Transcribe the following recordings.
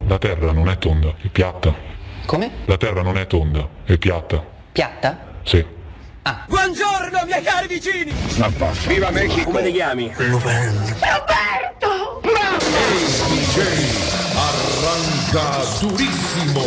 La terra non è tonda, è piatta. Come? La terra non è tonda, è piatta. Piatta? Sì. Ah. Buongiorno miei cari vicini! Viva Mexico! Come ti chiami? Roberto! DJ arranca durissimo.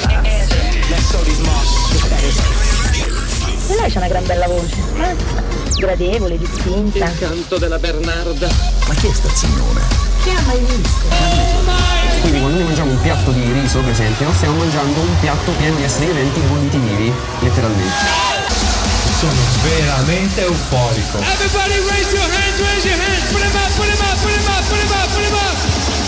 E lei c'ha una gran bella voce, gradevole, distinta. Il canto della Bernarda. Ma chi è sta zignona? Chi ha mai visto? Quindi quando noi mangiamo un piatto di riso, per esempio, stiamo mangiando un piatto pieno di esseri viventi bolliti vivi, letteralmente. Sono veramente euforico. Everybody raise your hands, put 'em up, put 'em up, put 'em up, put 'em up, put 'em up.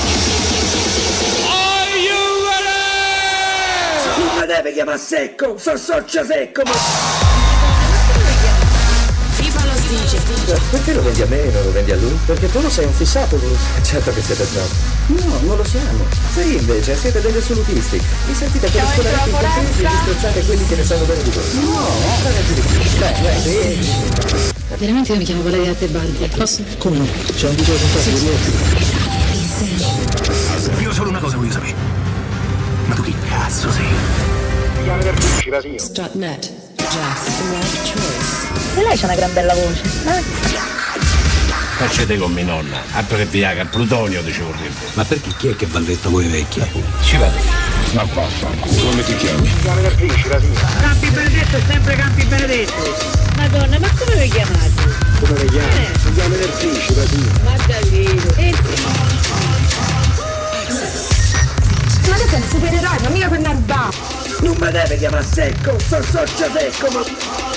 Are you ready? Non mi deve chiamare secco, sono socio secco, ma... FIFA lo dice. Perché lo vendi a me e non lo vendi a lui? Perché tu lo sei un fissato, lui. Certo che siete bravo. No, non lo siamo. Sì, invece, siete degli assolutisti. Vi sentite come scolaristi incontenti e disprezzate quelli che ne sanno bene di voi. No, fate di più. Dai, sì. Veramente io mi chiamo Valeria Tebaldi, posso? Come no? C'è un video contatto di niente. Io solo una cosa voglio sapere. Ma tu chi cazzo sei? Mi chiami per Gucci, Rasio. Strutnet, just the right choice. E lei c'ha una gran bella voce, Facete con mia nonna, altro che Viagra, Plutonio dicevo prima. Ma perché chi è che va letto voi vecchi? Ci vado. Ma vaffanculo. Come ti chiami? Mi chiami per Gucci, Rasio. Campi Benedetto è sempre Campi Benedetto. Madonna, ma come vi chiamate? Come mi chiami? Mi chiami per Gucci, Rasio. Ma Davide. Ma te sei un supereroe, ma mica per narba. Non mi deve chiamare secco, sono socio secco, ma...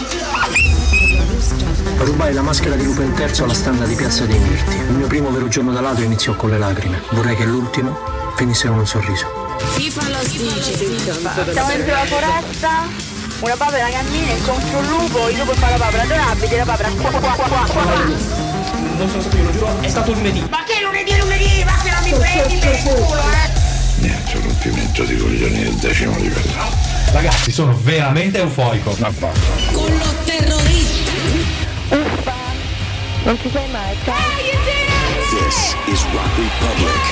Rubai la maschera di Lupo III alla standa di Piazza dei Mirti. Il mio primo vero giorno da ladro iniziò con le lacrime. Vorrei che l'ultimo finisse con un sorriso. FIFA lo dice. Siamo dentro la foresta, una papera cammina incontro un lupo, il lupo fa la papera, dove abiti la papera? Qua. Non sono stato io, lo giuro, è stato lunedì. Ma che lunedì, va che non mi prendi per il culo, Niente, rompimento di coglioni del 10° livello. Ragazzi, sono veramente euforico. Ma vaffanculo. Con lo terrorista. Uffa, non ci sei mai, ciao. This is Rock Republic.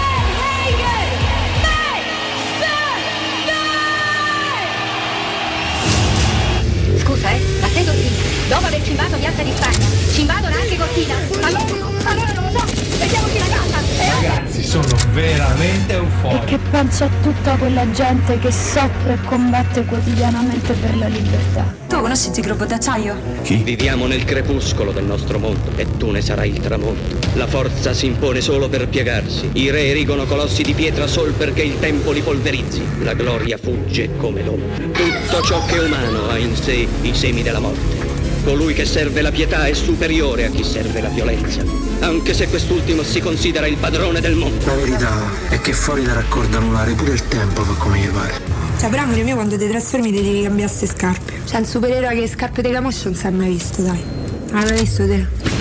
Scusa, ma sei Cortina? Dopo aver cimbato Piazza di Spagna, ci invadono anche Cortina? Allora non lo so, vediamoci la casa. Ragazzi, sono veramente euforico. Che penso a tutta quella gente che soffre e combatte quotidianamente per la libertà. Tu conosci il gruppo d'acciaio? Chi? Viviamo nel crepuscolo del nostro mondo e tu ne sarai il tramonto. La forza si impone solo per piegarsi. I re erigono colossi di pietra sol perché il tempo li polverizzi. La gloria fugge come l'ombra. Tutto ciò che è umano ha in sé i semi della morte. Colui che serve la pietà è superiore a chi serve la violenza, anche se quest'ultimo si considera il padrone del mondo. La verità è che fuori da raccordo anulare pure il tempo fa come gli pare. Cioè, però amore mio, quando ti trasformi ti devi cambiare ste scarpe. Cioè, un supereroe che le scarpe di camoscio non si è mai visto, dai. Non l'hai visto te?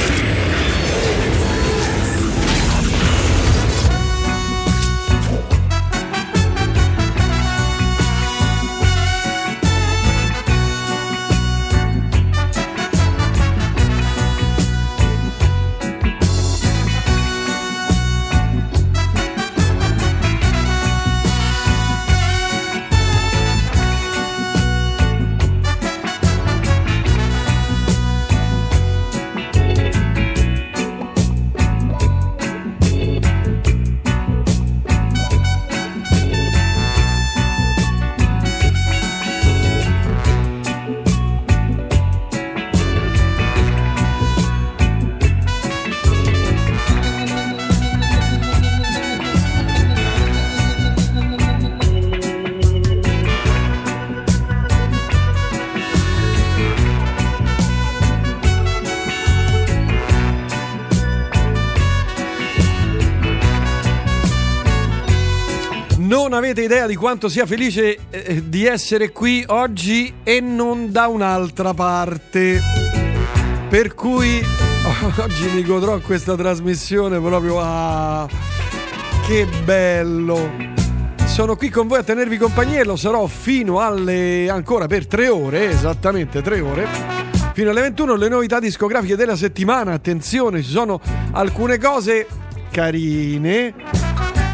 Non avete idea di quanto sia felice di essere qui oggi e non da un'altra parte. Per cui oggi mi godrò questa trasmissione proprio. Che bello! Sono qui con voi a tenervi compagnia e lo sarò fino alle ancora per 3 ore, esattamente 3 ore. Fino alle 21 le novità discografiche della settimana. Attenzione, ci sono alcune cose carine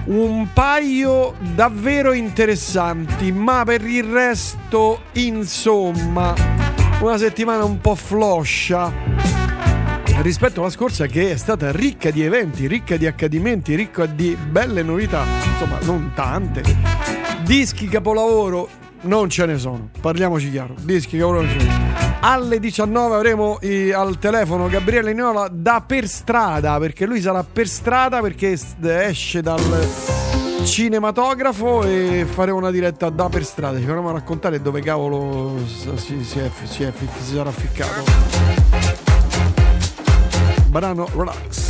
un paio davvero interessanti, ma per il resto, insomma, una settimana un po' floscia rispetto alla scorsa, che è stata ricca di eventi, ricca di accadimenti, ricca di belle novità, insomma non tante. Dischi capolavoro non ce ne sono, parliamoci chiaro, dischi capolavoro non ce ne sono. Alle 19 avremo al telefono Gabriele Niola da Per Strada, perché lui sarà per strada perché esce dal cinematografo e faremo una diretta da Per Strada. Ci faremo raccontare dove cavolo si sarà ficcato. Brano Relax.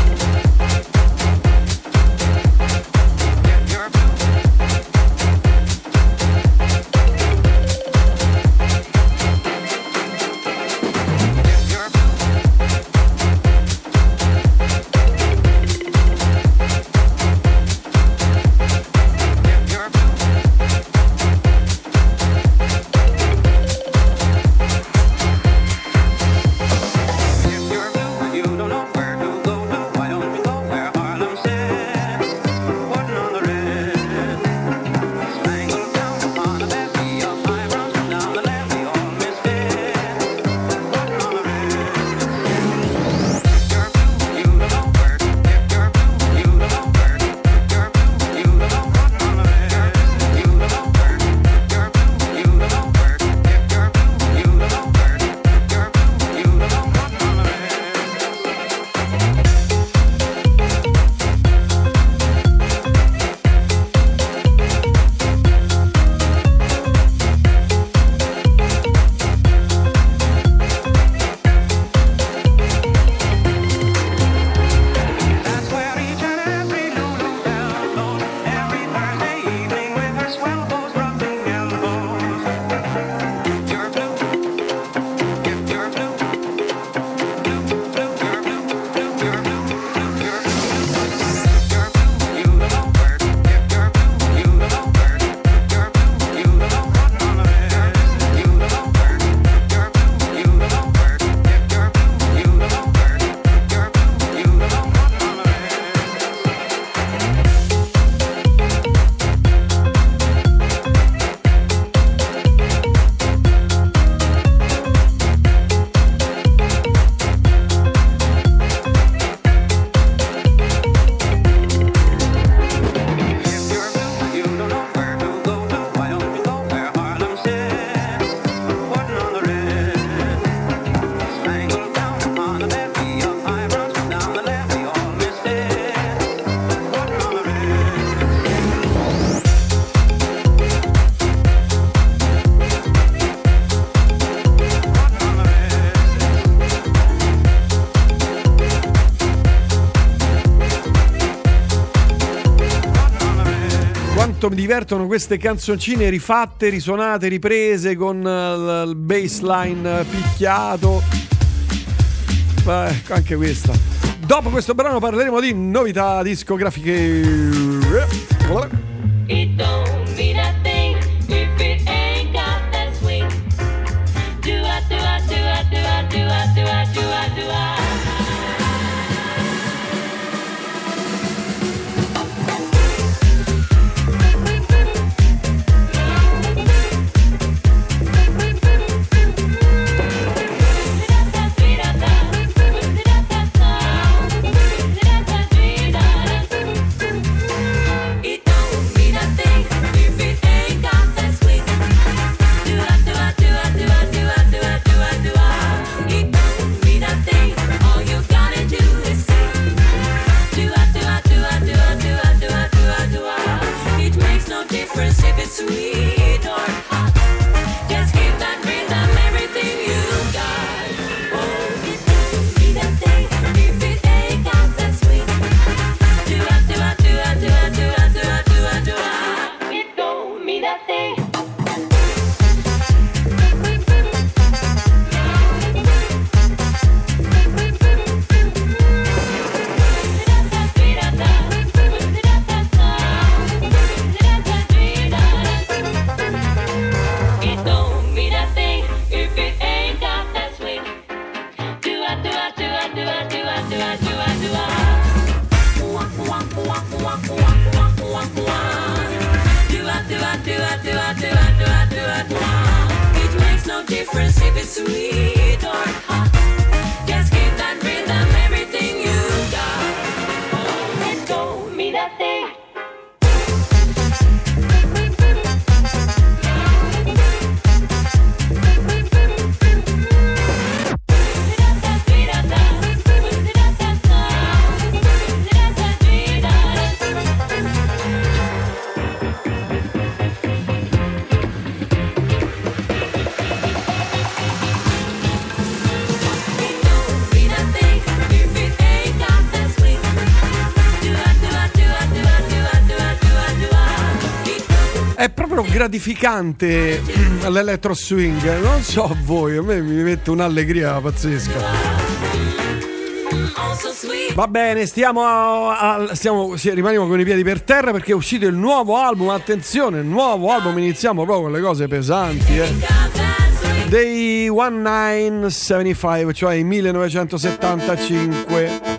Mi divertono queste canzoncine rifatte, risuonate, riprese con il bassline picchiato. Anche questa. Dopo questo brano parleremo di novità discografiche. It don't mean a thing if it ain't got that swing. Do I, do I, do I, do I, do I, do I, do I, do I. sweet or hot. Just keep that rhythm, everything you got. Oh, let go, me that thing. È proprio gratificante l'electro swing, non so voi, a me mi mette un'allegria pazzesca. Va bene, rimaniamo con i piedi per terra perché è uscito il nuovo album, attenzione, il nuovo album, iniziamo proprio con le cose pesanti, dei 1975, cioè il 1975.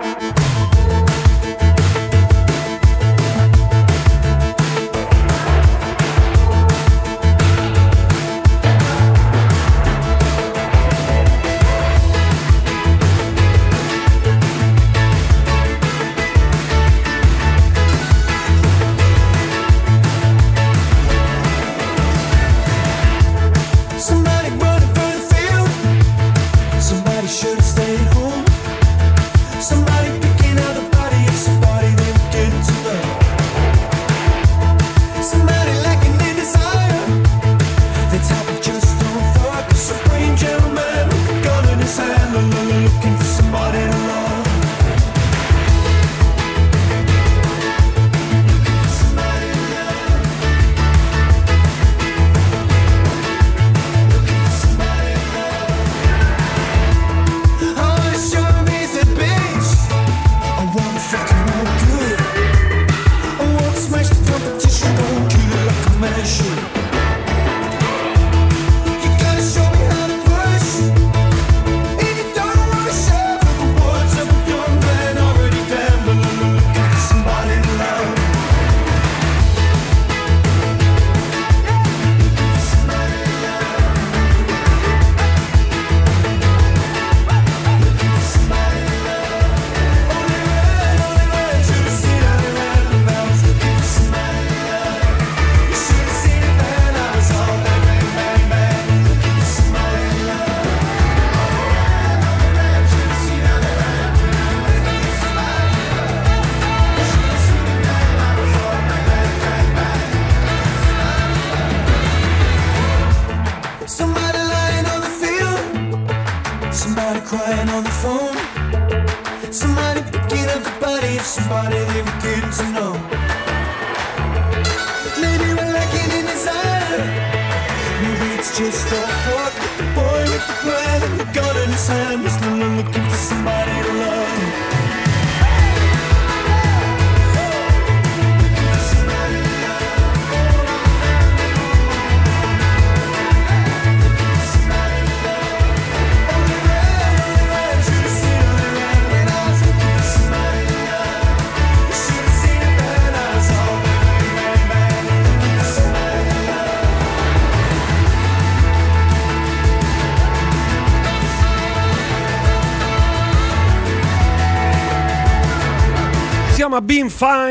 Been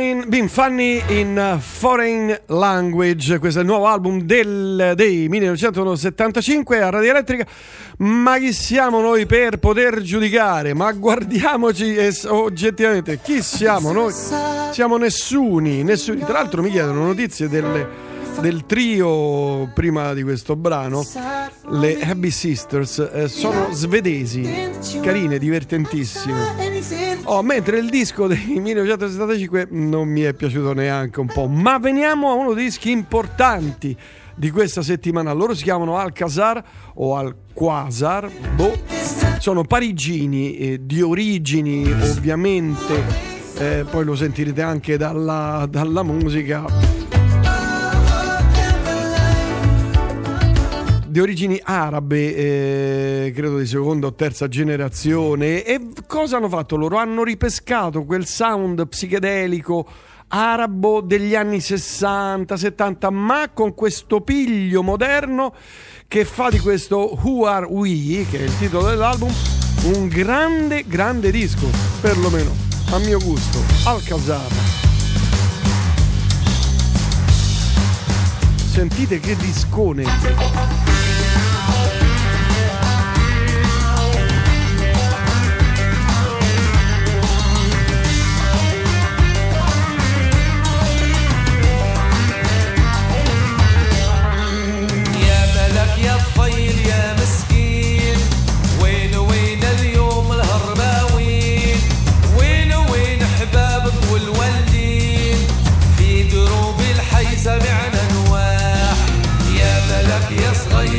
Funny in Foreign Language. Questo è il nuovo album dei 1975 a Radio Elettrica. Ma chi siamo noi per poter giudicare? Ma guardiamoci oggettivamente, chi siamo noi? Siamo nessuni. Tra l'altro mi chiedono notizie del trio prima di questo brano. Le Happy Sisters sono svedesi, carine, divertentissime. Mentre il disco dei 1975 non mi è piaciuto neanche un po'. Ma veniamo a uno dei dischi importanti di questa settimana. Loro si chiamano Alcazar o Alquasar, sono parigini, di origini ovviamente, poi lo sentirete anche dalla musica, di origini arabe, credo di seconda o terza generazione. E cosa hanno fatto loro? Hanno ripescato quel sound psichedelico arabo degli anni 60-70, ma con questo piglio moderno che fa di questo Who Are We, che è il titolo dell'album, un grande disco, perlomeno a mio gusto. Alcazar, sentite che discone. يا طفيل يا مسكين وين اليوم الهرباوين وين احبابك والوالدين في دروب الحي سمعنا نواح يا ملك يا صغير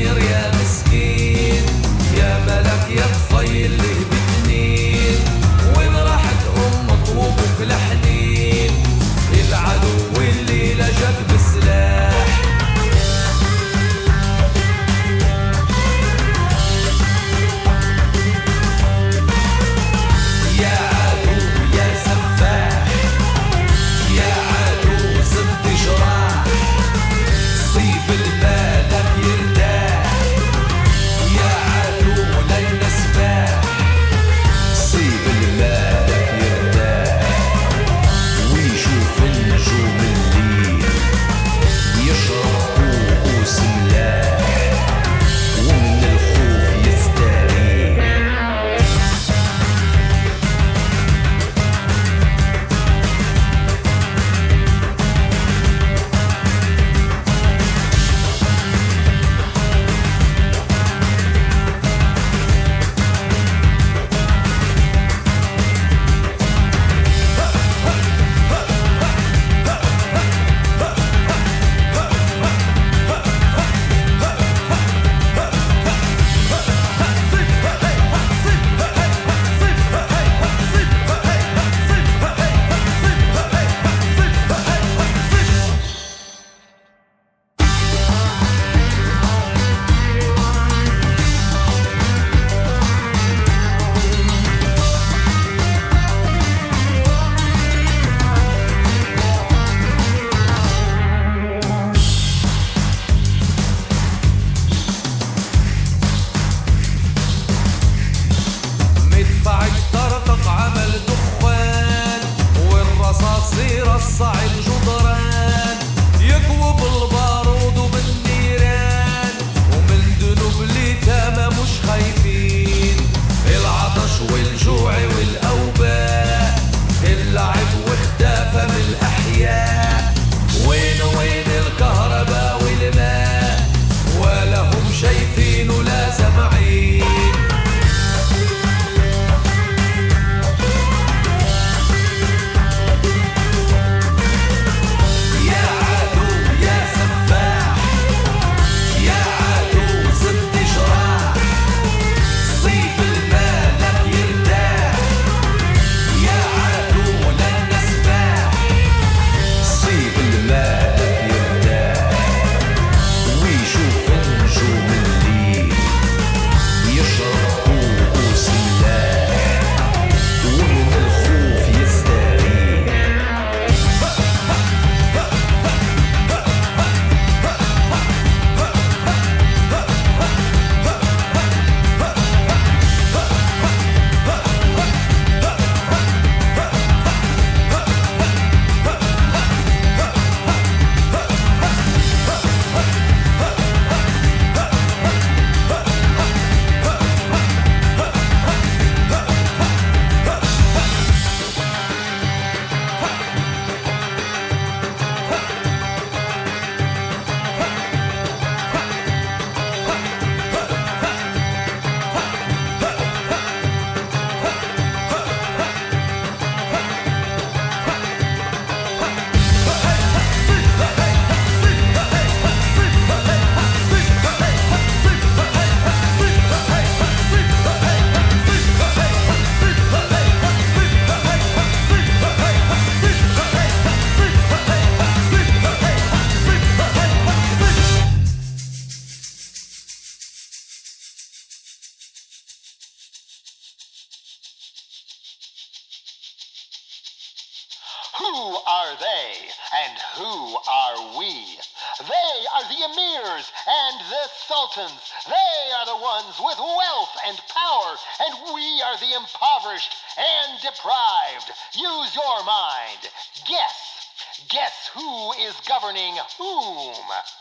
emirs and the sultans. They are the ones with wealth and power, and we are the impoverished and deprived. Use your mind. Guess who is governing whom?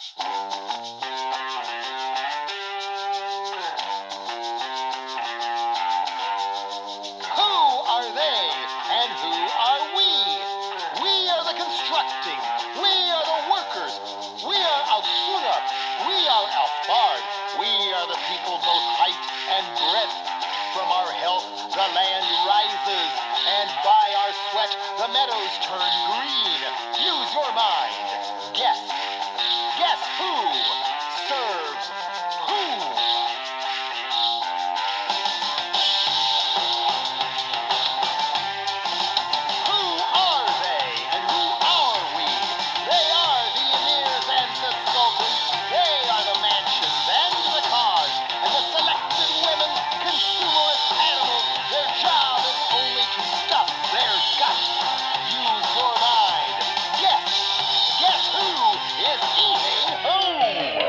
Who are they and who are we? We are the constructing. We are the workers. We are Al-Sunnah. We are Al-Fard. We are the people both height and breadth. From our health the land rises, and by our sweat the meadows turn green. Use your mind. Guess who serves whom? Who are they and who are we? They are the emirs and the sultans. They are the mansions and the cars, and the selected women, consumerist animals. Their job is only to stuff their guts. Use your mind. Guess who is eating whom?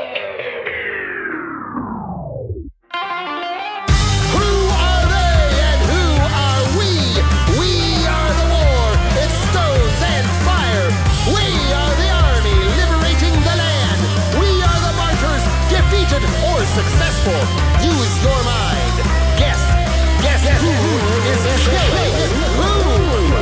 Who are they and who are we? We are the war. It's stones and fire. We are the army liberating the land. We are the martyrs, defeated or successful. Use your mind. Guess who is killing whom?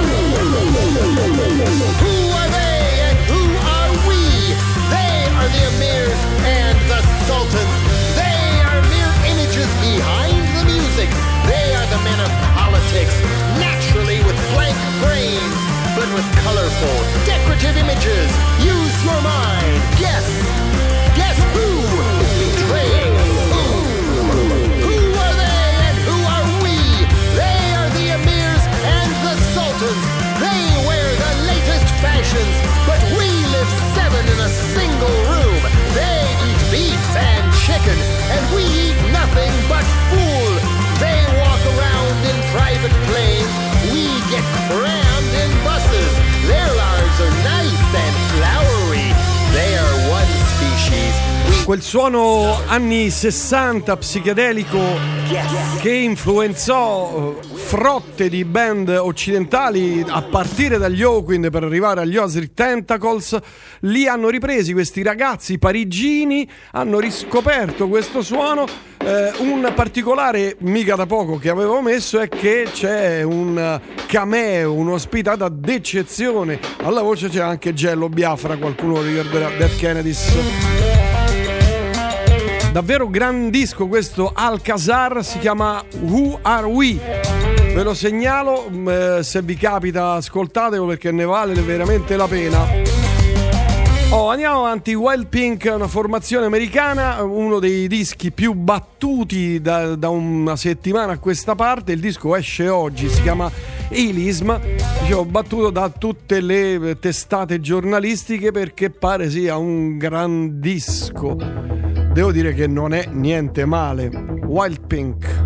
Who are they and who are we? They are the emirs and the sultans. They are mere images behind the music. They are the men of politics, naturally with blank brains, but with colorful, decorative images. Use your mind. Guess who is betraying whom? Who are they and who are we? They are the emirs and the sultans. They wear the latest fashions, but we live 7 in a single room. They eat beef and chicken, and we eat nothing but fool. They walk around in private planes. We get crammed in buses. Their lives are nice and flowery. They are one species. Quel suono anni 60 psichedelico che influenzò frotte di band occidentali a partire dagli Hawkwind per arrivare agli Ozric Tentacles. Li hanno ripresi questi ragazzi parigini, hanno riscoperto questo suono. Un particolare mica da poco che avevo messo è che c'è un cameo, un'ospitata d'eccezione. Alla voce c'è anche Jello Biafra, qualcuno ricorderà Dead Kennedys. Davvero gran disco questo Alcazar, si chiama Who Are We? Ve lo segnalo, se vi capita ascoltatelo perché ne vale veramente la pena. Andiamo avanti. Wild Pink è una formazione americana, uno dei dischi più battuti da una settimana a questa parte. Il disco esce oggi, si chiama Elism, dicevo battuto da tutte le testate giornalistiche perché pare sia un gran disco. Devo dire che non è niente male. Wild Pink.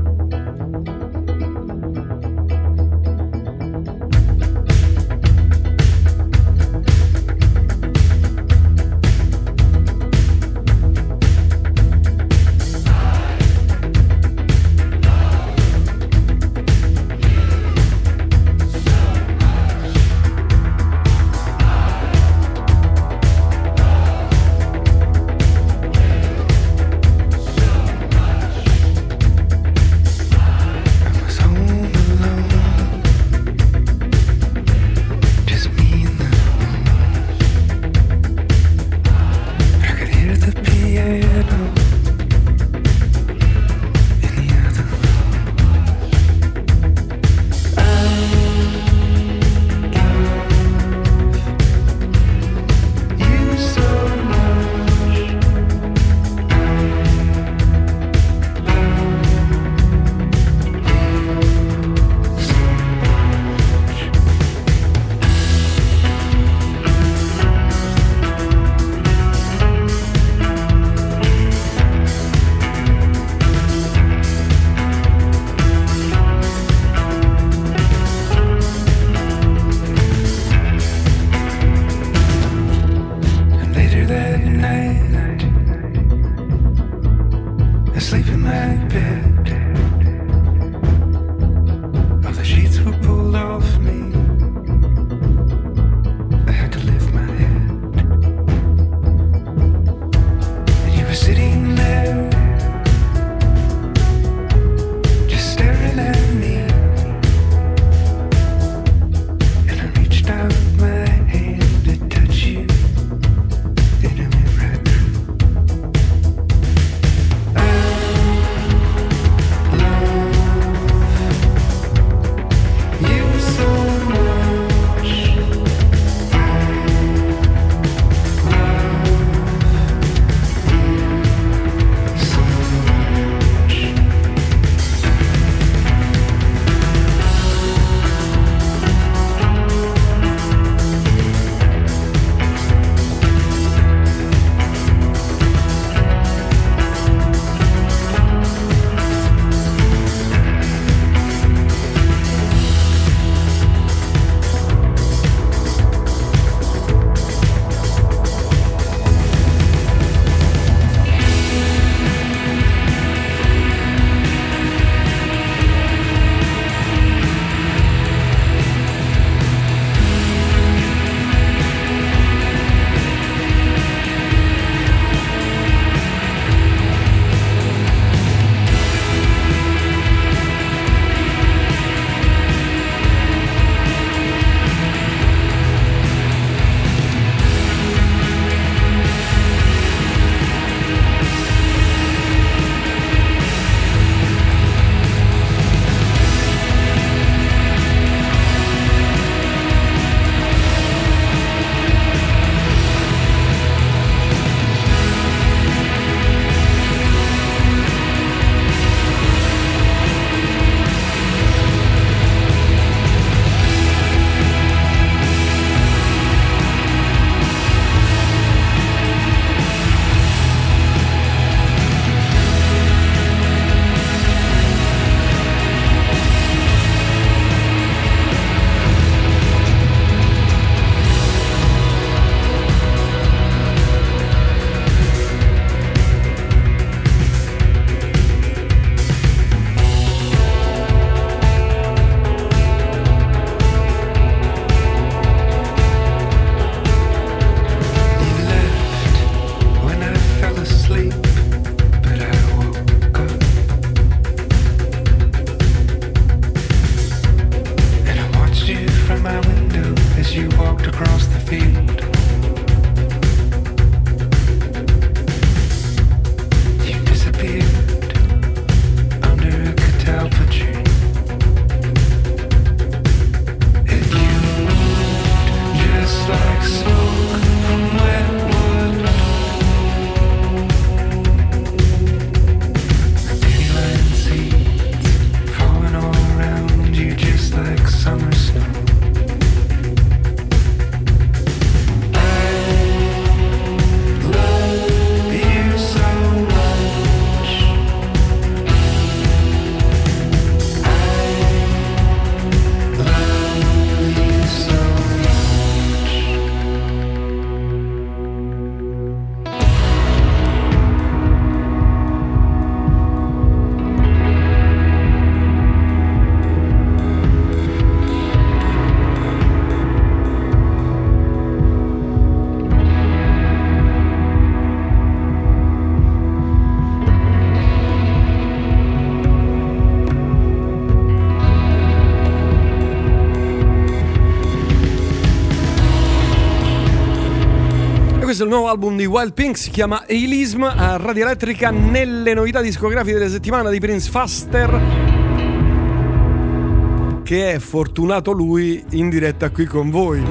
sleep in my bed. All the sheets were pulled off me. I had to lift my head. And you were sitting there, just staring at me. And I reached out my hand to touch you. And it went right through. You so much. Questo è il nuovo album di Wild Pink, si chiama Eilism, a Radio Elettrica. Nelle novità discografiche della settimana di Prince Faster, che è fortunato lui in diretta qui con voi.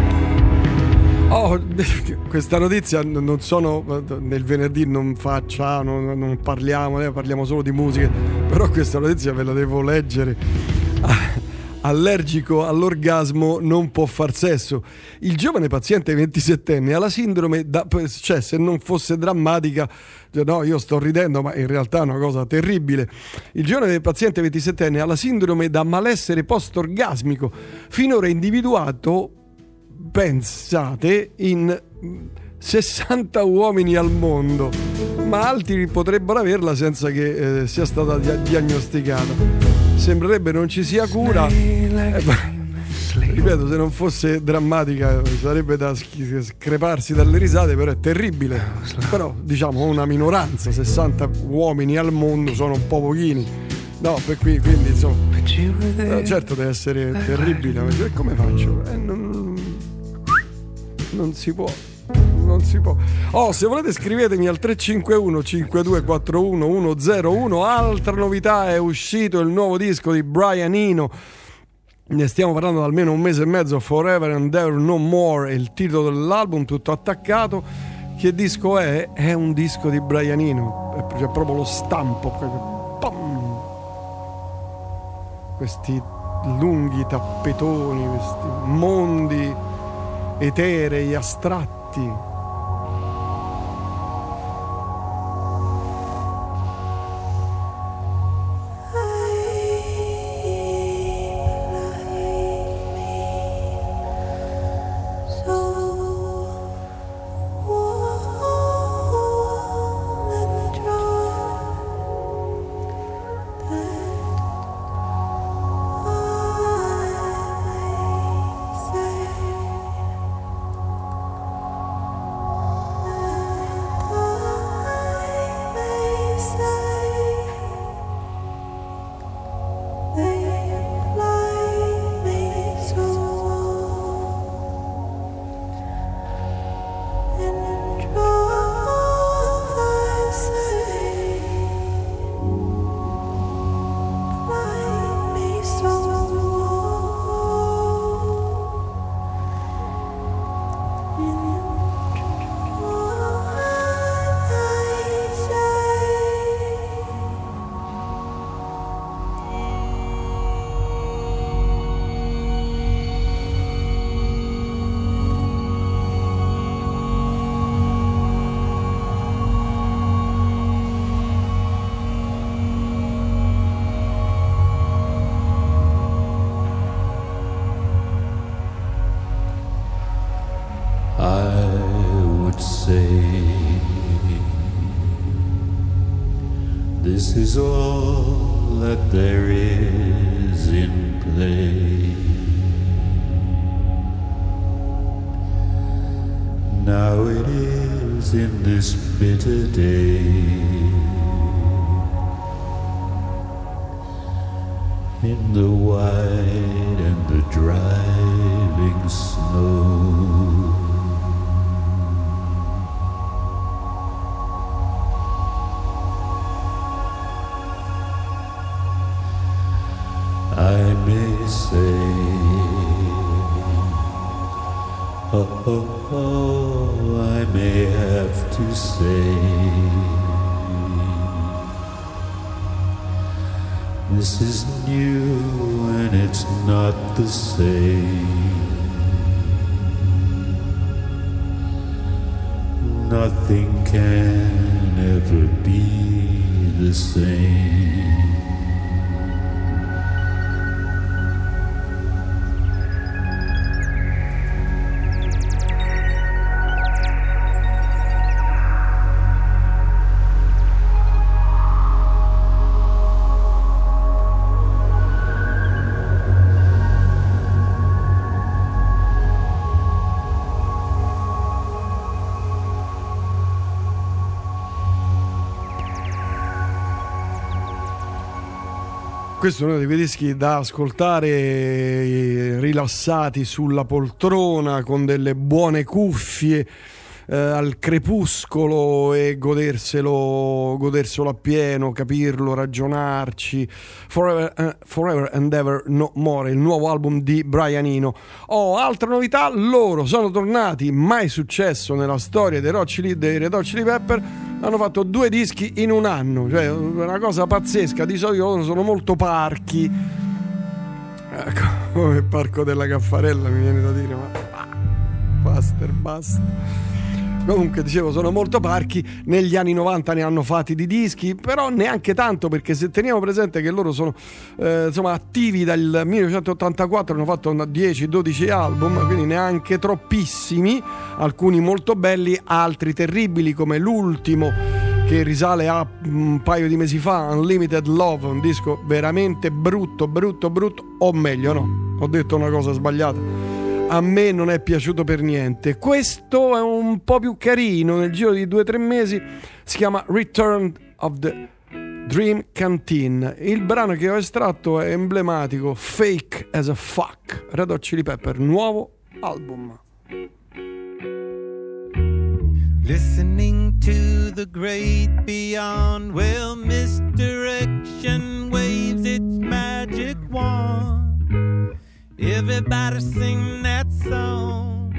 Oh, questa notizia non sono nel venerdì, non parliamo solo di musica, però questa notizia ve la devo leggere. Allergico all'orgasmo, non può far sesso. Il giovane paziente 27enne ha la sindrome cioè, se non fosse drammatica, no, io sto ridendo, ma in realtà è una cosa terribile. Il giovane paziente 27enne ha la sindrome da malessere post-orgasmico, finora individuato, pensate, in 60 uomini al mondo. ma altri potrebbero averla senza che sia stata diagnosticata. Sembrerebbe non ci sia cura. Ripeto, se non fosse drammatica sarebbe da screparsi dalle risate, però è terribile. Però diciamo una minoranza, 60 uomini al mondo sono un po' pochini. No, per qui, quindi insomma, certo deve essere terribile. Come faccio? Non si può. Non si può. Oh, se volete scrivetemi al 351 5241 101. Altra novità, è uscito il nuovo disco di Brian Eno. Ne stiamo parlando da almeno un mese e mezzo. Forever and Ever No More è il titolo dell'album, tutto attaccato. Che disco è? È un disco di Brian Eno. C'è proprio lo stampo. Pam! Questi lunghi tappetoni, questi mondi eterei, astratti. This is all that there is in play. Now it is in this bitter day, in the white and the driving snow. I may say, oh, oh, oh, I may have to say, this is new and it's not the same. Nothing can ever be the same. Questo è uno di quei dischi da ascoltare rilassati sulla poltrona con delle buone cuffie al crepuscolo e goderselo appieno, capirlo, ragionarci. Forever and Ever No More, il nuovo album di Brian Eno. Altra novità, loro sono tornati, mai successo nella storia dei Red Hot Chili Pepper. Hanno fatto 2 dischi in un anno, cioè una cosa pazzesca. Di solito loro sono molto parchi, come il parco della Caffarella, mi viene da dire, ma basta. Comunque dicevo, sono molto parchi. Negli anni 90 ne hanno fatti di dischi, però neanche tanto, perché se teniamo presente che loro sono attivi dal 1984, hanno fatto 10-12 album, quindi neanche troppissimi, alcuni molto belli, altri terribili, come l'ultimo che risale a un paio di mesi fa, Unlimited Love, un disco veramente brutto, o meglio no, ho detto una cosa sbagliata, a me non è piaciuto per niente. Questo è un po' più carino, nel giro di 2 o 3 mesi, si chiama Return of the Dream Canteen. Il brano che ho estratto è emblematico, Fake as a Fuck, Red Hot Chili Pepper, nuovo album. Listening to the great beyond, well, misdirection waves its magic wand. Everybody sing that song.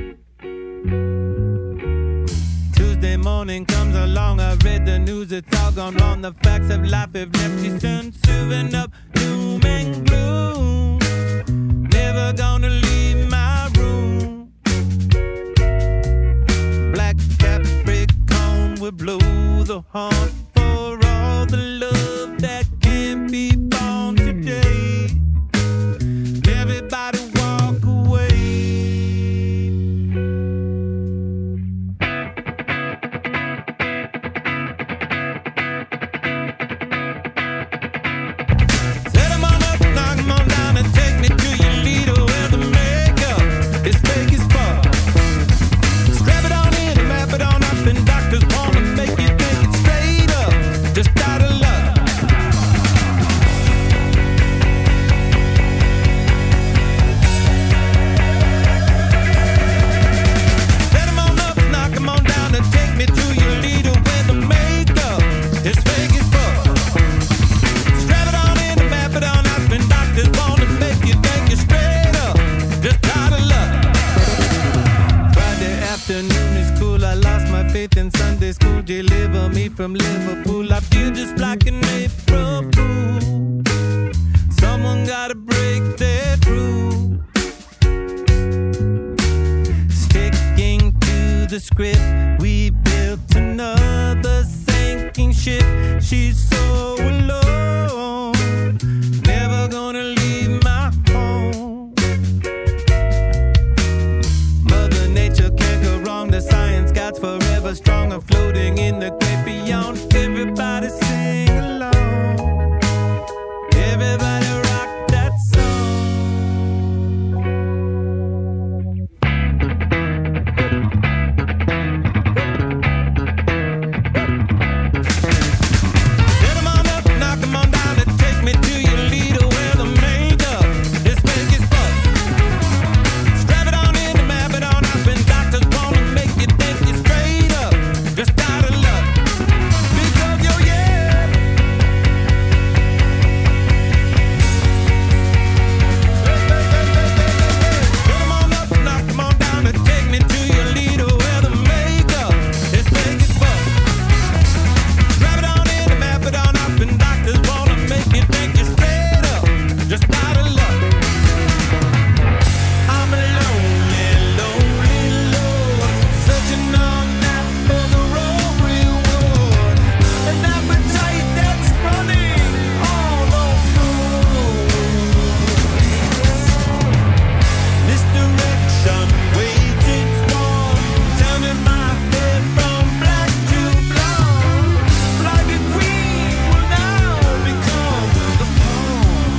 Tuesday morning comes along, I read the news, it's all gone wrong. The facts of life have left you soon, serving up doom and gloom. Never gonna leave my room. Black Capricorn will blow the horn for all the love that can't be born today. Everybody walk away. Set 'em on up, knock 'em on down and take me to your leader where the makeup is fake as fuck. Strap it on in and map it on up, and doctors wanna make you think it's straight up, just out of luck. Set 'em on up, knock 'em on down and take me to your leader where the makeup is fake as fuck. Strap it on in and map it on up, and doctors wanna make you think you're straight up, just out of luck. Friday afternoon is cool, I lost my faith in Sunday school. Deliver me from Liverpool, I feel just like an April fool. Someone gotta break that rule. Sticking to the script, we built another sinking ship. She's so alone, never gonna leave my home. Mother Nature can't go wrong, the science God's forever strong, and floating in the great beyond. Everybody sing along, everybody rock that song. Set 'em on up, knock 'em on down and take me to your leader where the makeup is fake as fuck. Strap it on in and map it on up, and doctors wanna make you think you're straight up, just out of luck. Because you're yeah. Set 'em on up, knock 'em on down and take me to your leader where the makeup is fake as fuck. Strap it on in and map it on up, and doctors wanna make you think you're straight up, just out of luck. I'm a lonely, lonely lord, searching all night for the wrong reward. An appetite that's running all over. Misdirection waves its wand, turning my head from black to blonde. Like a queen will now become the pawn.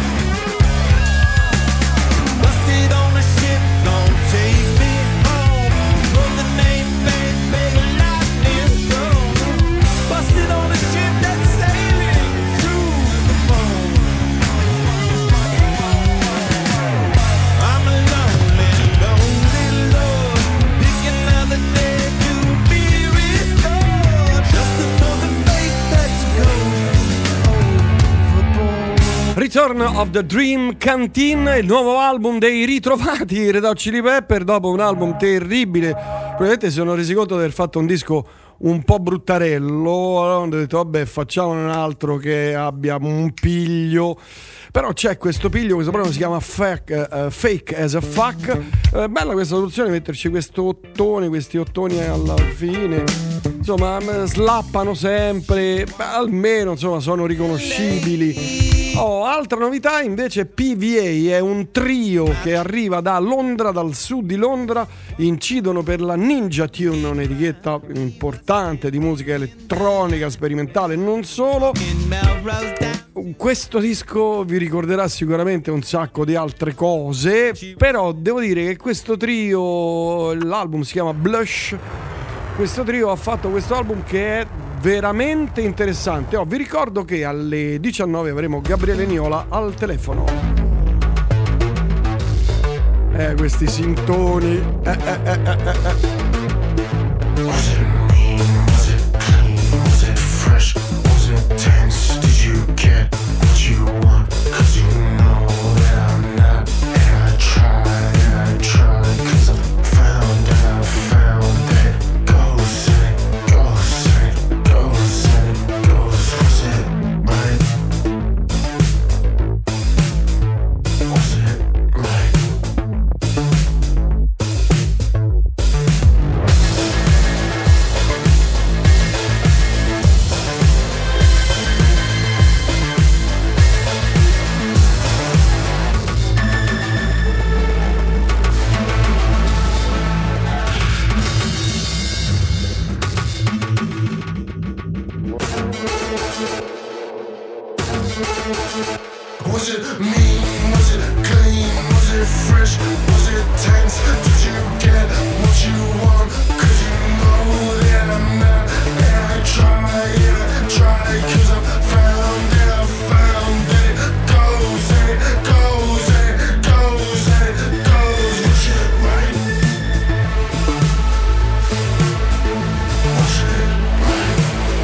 Busted on a ship, don't take me home. Wrote the name, baby, lightning storm. Busted on a ship that's sailing through the foam. I'm a lonely, lonely lord, pick another day to be restored. Just another fate that's going overboard. Return of the Dream Canteen, il nuovo album dei ritrovati Red Hot Chili Pepper dopo un album terribile. Probabilmente si sono resi conto di aver fatto un disco un po' bruttarello, allora hanno detto vabbè, facciamo un altro che abbia un piglio. Però c'è questo piglio, questo brano si chiama Fake as a Fuck. Bella questa soluzione, metterci questi ottoni alla fine. Insomma, slappano sempre, almeno insomma sono riconoscibili. Altra novità invece, PVA è un trio che arriva da Londra, dal sud di Londra, incidono per la Ninja Tune, un'etichetta importante di musica elettronica, sperimentale, non solo. Questo disco vi ricorderà sicuramente un sacco di altre cose, però devo dire che questo trio, l'album si chiama Blush, questo trio ha fatto questo album che è veramente interessante. Vi ricordo che alle 19 avremo Gabriele Niola al telefono. Questi sintoni. Was it mean? Was it clean? Was it fresh? Was it tense? Did you get what you want? 'Cause you know that I'm not. And I try, cause I found that it goes and it goes and it goes and it goes. Was it right? Was it right?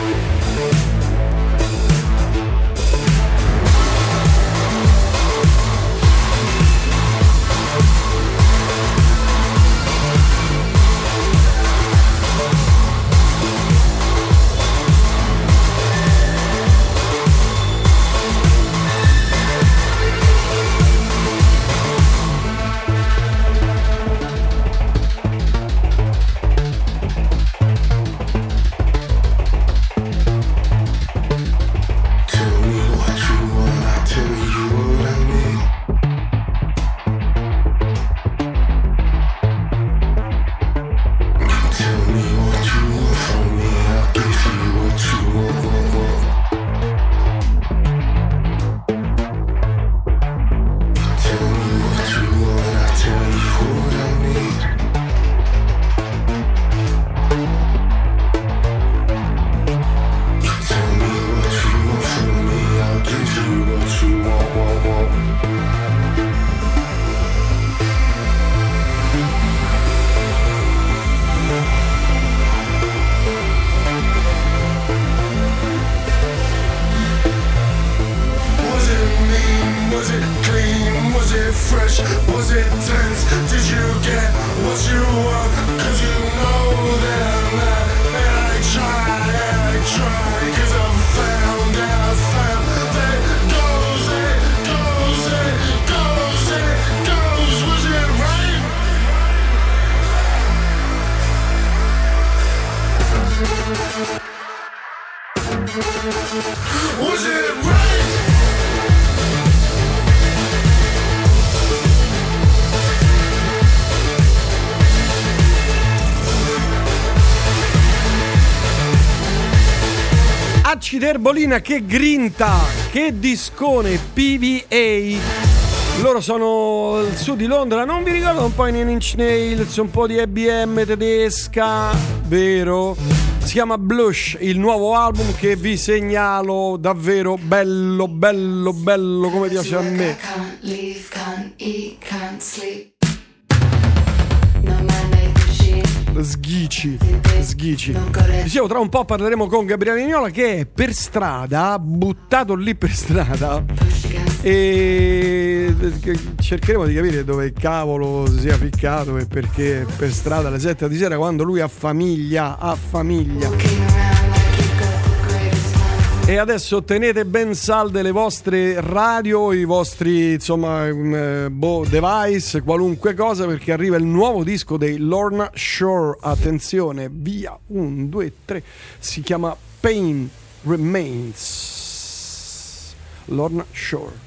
Was it right? Acciderbolina, che grinta, che discone, PVA. Loro sono al sud di Londra, non vi ricordo un po' i Nine Inch Nails, un po' di EBM tedesca, vero? Si chiama Blush, il nuovo album che vi segnalo, davvero bello, bello, bello, come piace a me. Can't leave, can't eat, can't sleep. Sghici. Dicevo, tra un po' parleremo con Gabriele Niola, che è per strada, buttato lì per strada, e cercheremo di capire dove cavolo si sia ficcato e perché per strada alle 7 di sera, quando lui ha famiglia. E adesso tenete ben salde le vostre radio, i vostri device, qualunque cosa, perché arriva il nuovo disco dei Lorna Shore. Attenzione, via, 1, 2, 3, si chiama Pain Remains. Lorna Shore.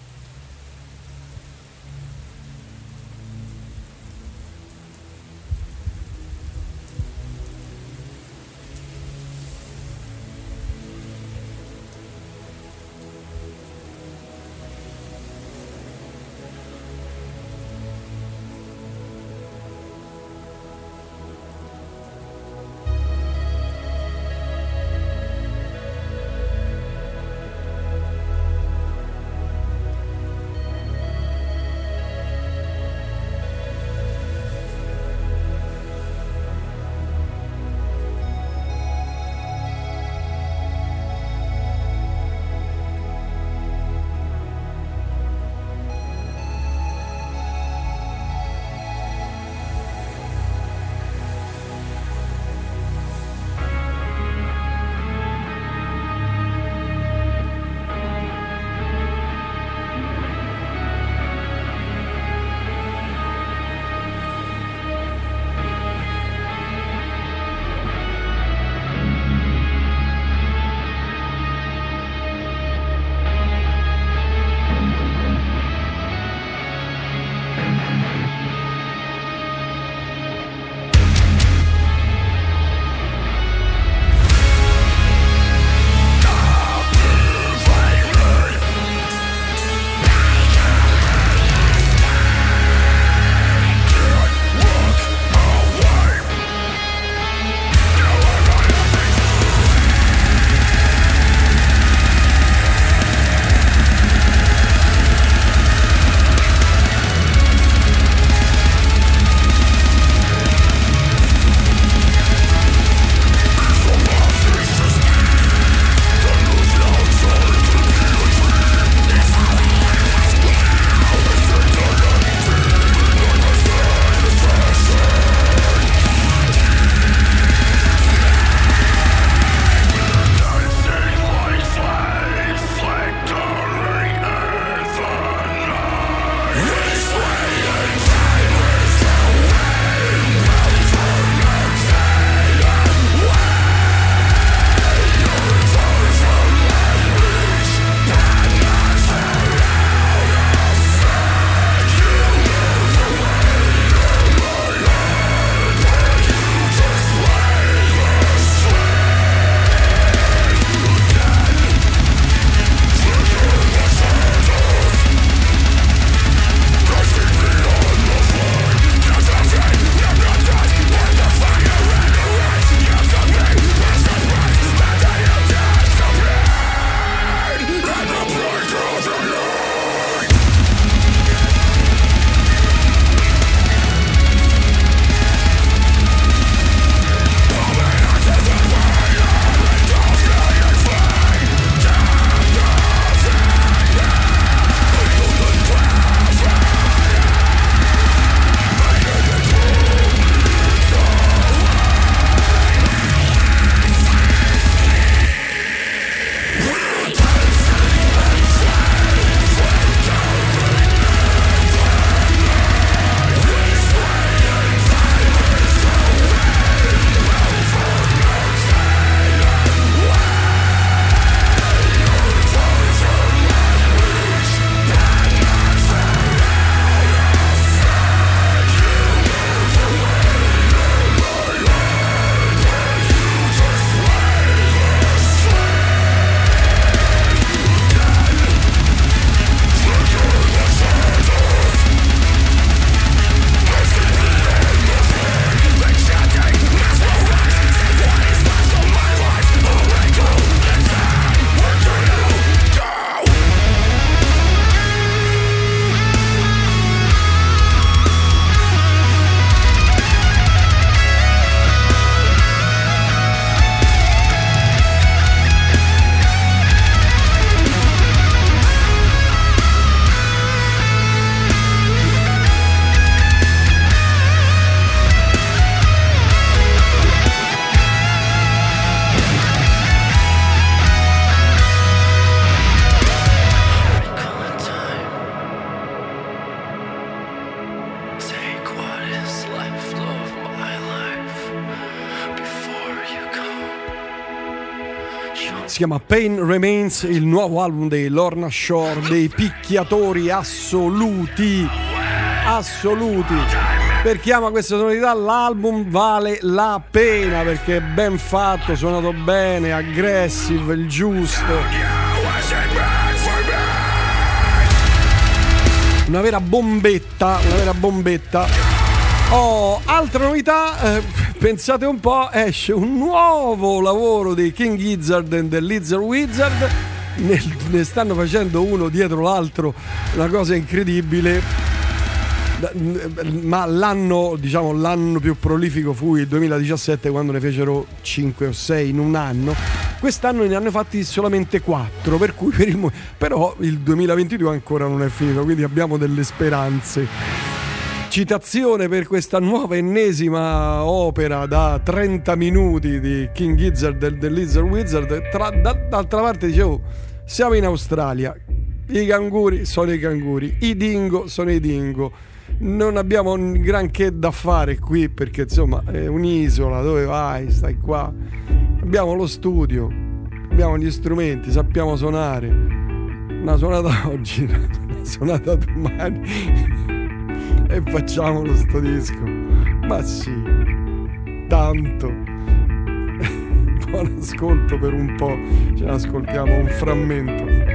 Si chiama Pain Remains, il nuovo album dei Lorna Shore, dei picchiatori assoluti. Per chi ama queste sonorità l'album vale la pena perché è ben fatto, suonato bene, aggressive, il giusto. Una vera bombetta. Oh, altra novità, pensate un po', esce un nuovo lavoro dei King Gizzard and the Lizard Wizard, ne stanno facendo uno dietro l'altro, una cosa incredibile. Ma l'anno più prolifico fu il 2017, quando ne fecero 5 o 6 in un anno. Quest'anno ne hanno fatti solamente 4, per cui però il 2022 ancora non è finito, quindi abbiamo delle speranze. Citazione per questa nuova ennesima opera da 30 minuti di King Gizzard e The Lizard Wizard. D'altra parte dicevo, siamo in Australia, i canguri sono i canguri, i dingo sono i dingo. Non abbiamo granché da fare qui perché insomma è un'isola, dove vai? Stai qua. Abbiamo lo studio, abbiamo gli strumenti, sappiamo suonare. Una suonata oggi, una suonata domani e facciamolo sto disco. Ma sì, tanto. Buon ascolto per un po', ce ne ascoltiamo un frammento.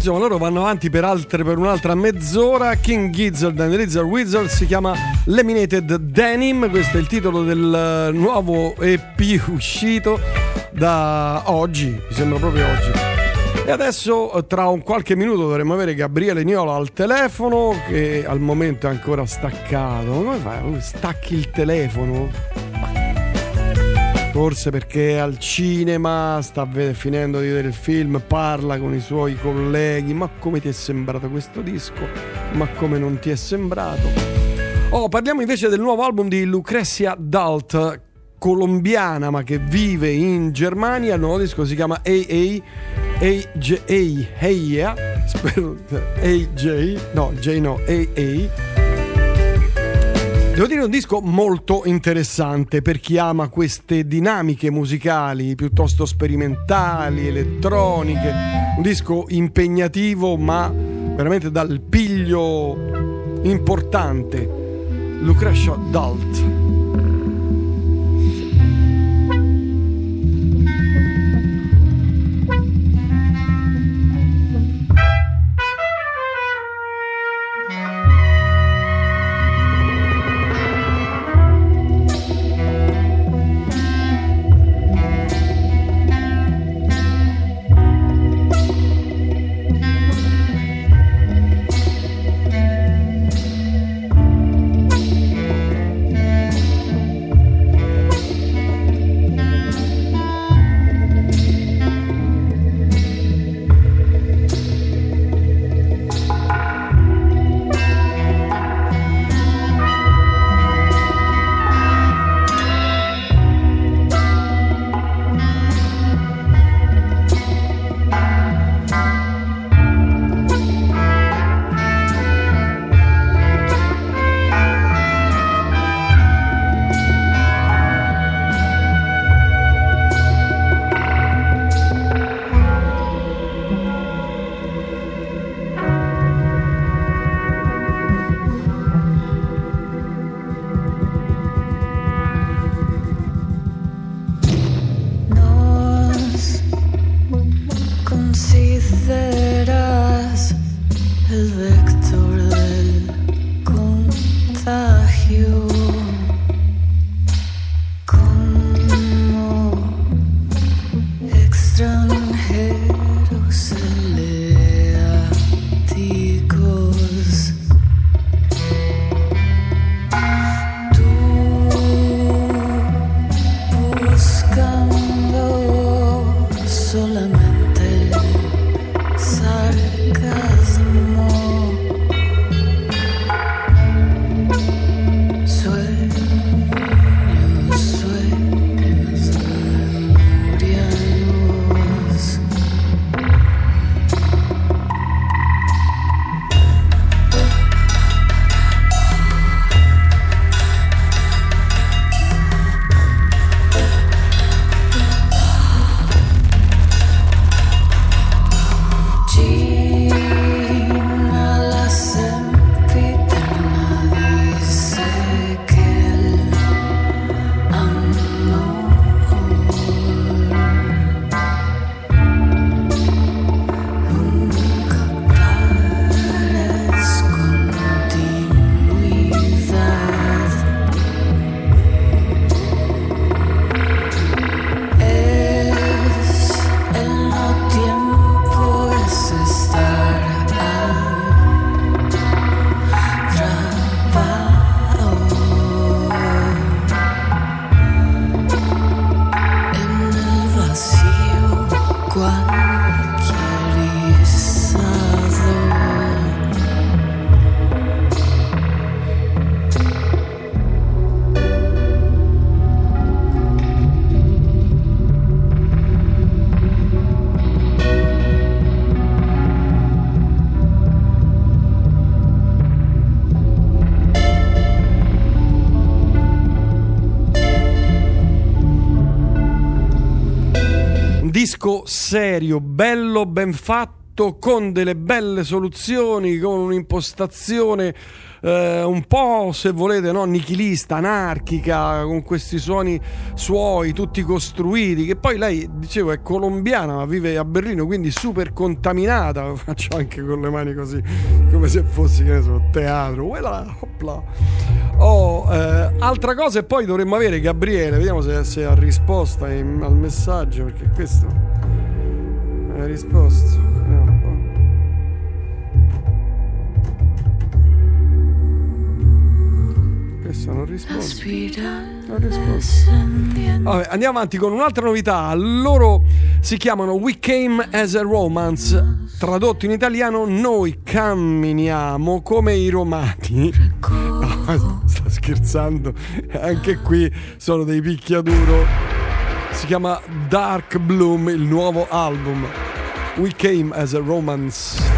insomma loro vanno avanti per un'altra mezz'ora. King Gizzard and the Lizard Wizard, si chiama Laminated Denim, questo è il titolo del nuovo EP uscito da oggi, mi sembra proprio oggi. E adesso tra un qualche minuto dovremmo avere Gabriele Niola al telefono, che al momento è ancora staccato. Come fai? Stacchi il telefono? Forse perché è al cinema, sta finendo di vedere il film, parla con i suoi colleghi. Ma come ti è sembrato questo disco? Ma come non ti è sembrato? Parliamo invece del nuovo album di Lucrezia Dalt, colombiana ma che vive in Germania. Il nuovo disco si chiama AJ, spero AJ, no, J no, AA. Devo dire, un disco molto interessante per chi ama queste dinamiche musicali piuttosto sperimentali, elettroniche. Un disco impegnativo ma veramente dal piglio importante. Lucrezia Dalt. Disco serio, bello, ben fatto, con delle belle soluzioni, con un'impostazione un po', se volete, no, nichilista, anarchica, con questi suoi tutti costruiti, che poi lei, dicevo, è colombiana ma vive a Berlino, quindi super contaminata. Faccio anche con le mani così, come se fossi, che ne so, teatro. Opla. Altra cosa, e poi dovremmo avere Gabriele, vediamo se ha risposta al messaggio, perché questo ha risposto. Non risponde. Vabbè, andiamo avanti con un'altra novità. Loro si chiamano We Came as a Romance, tradotto in italiano Noi camminiamo come i romani. No, sta scherzando, anche qui sono dei picchiaduro. Si chiama Dark Bloom, il nuovo album. We Came as a Romance.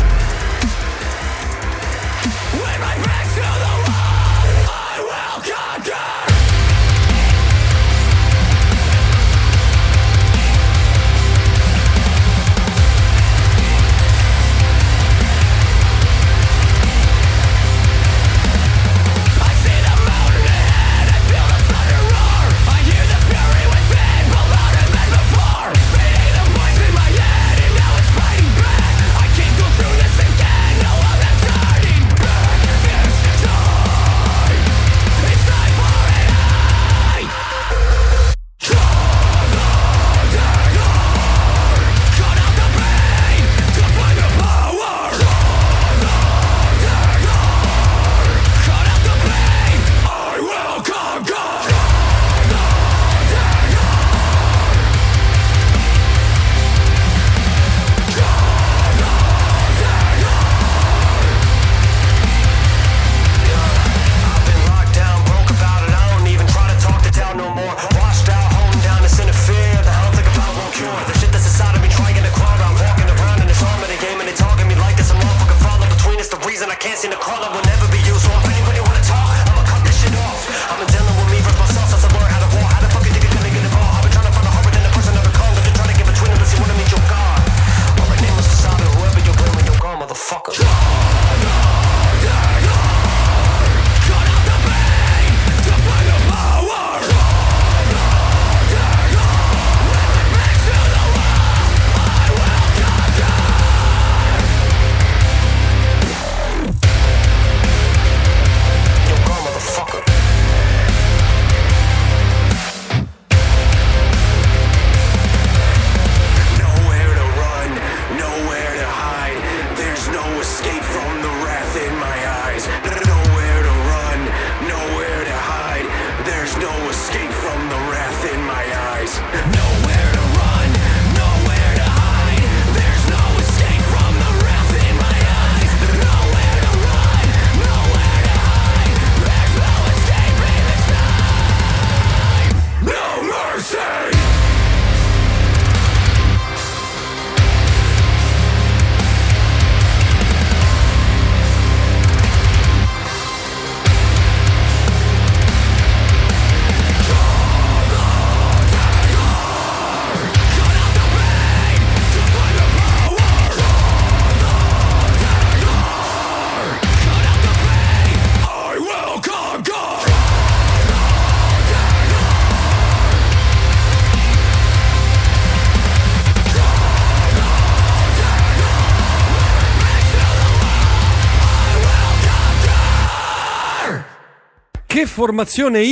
Che formazione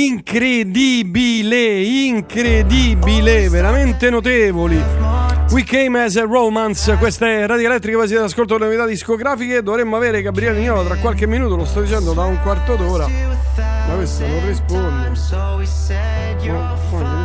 incredibile, veramente notevoli. We Came as a Romance, questa è Radio Elettrica, voi siete all'ascolto delle novità discografiche. Dovremmo avere Gabriele Nicola tra qualche minuto, lo sto dicendo da un quarto d'ora, ma questo non risponde. Poi me ne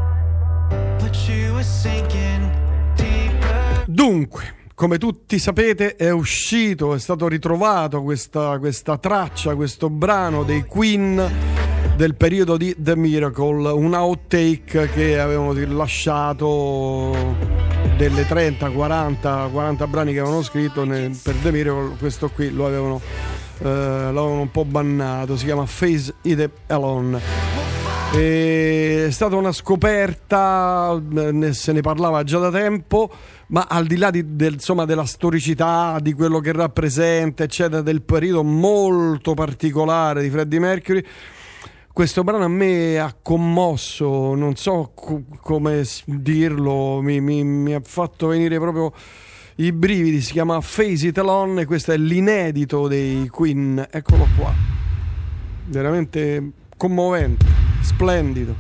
scrivo. Dunque, come tutti sapete è stato ritrovato questa traccia, questo brano dei Queen del periodo di The Miracle, un outtake che avevano rilasciato delle 30-40 brani che avevano scritto per The Miracle. Questo qui lo avevano un po' bannato, si chiama Face It Alone. È stata una scoperta, se ne parlava già da tempo, ma al di là della storicità, di quello che rappresenta, eccetera, del periodo molto particolare di Freddie Mercury, questo brano a me ha commosso, non so come dirlo, mi ha fatto venire proprio i brividi. Si chiama Face It Alone e questo è l'inedito dei Queen, eccolo qua, veramente commovente, splendido.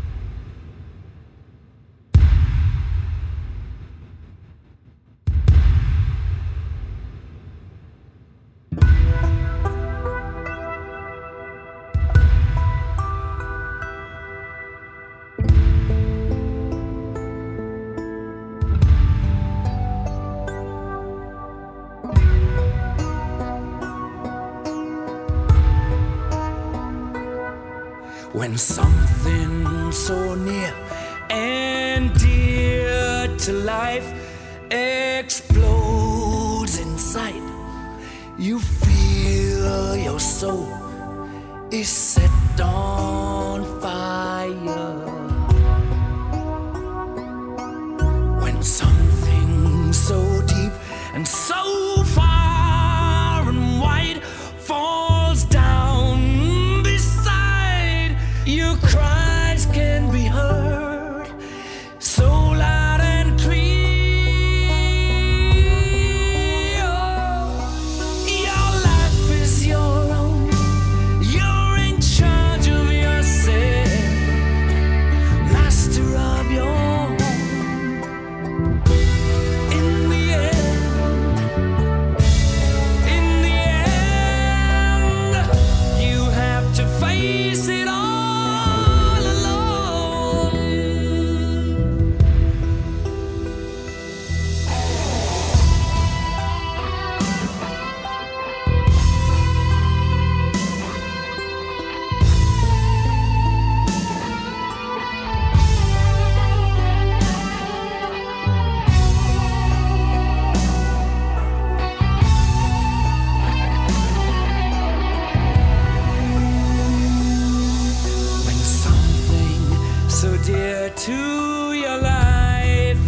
When something so near and dear to life explodes inside, you feel your soul is set on fire. When something so deep and so far and wide falls down beside, your cries can be heard so loud and clear. Your life is your own, you're in charge of yourself, master of your home. In the end, you have to face it all. When something so dear to your life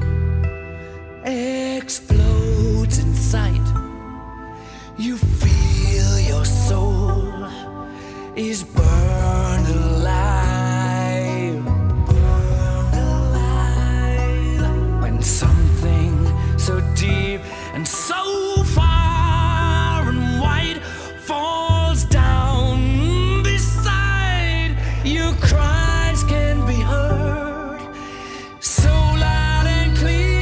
explodes inside, you feel your soul is burned alive, burned alive. When something so deep and so far and wide falls down beside, your cries can be heard so loud and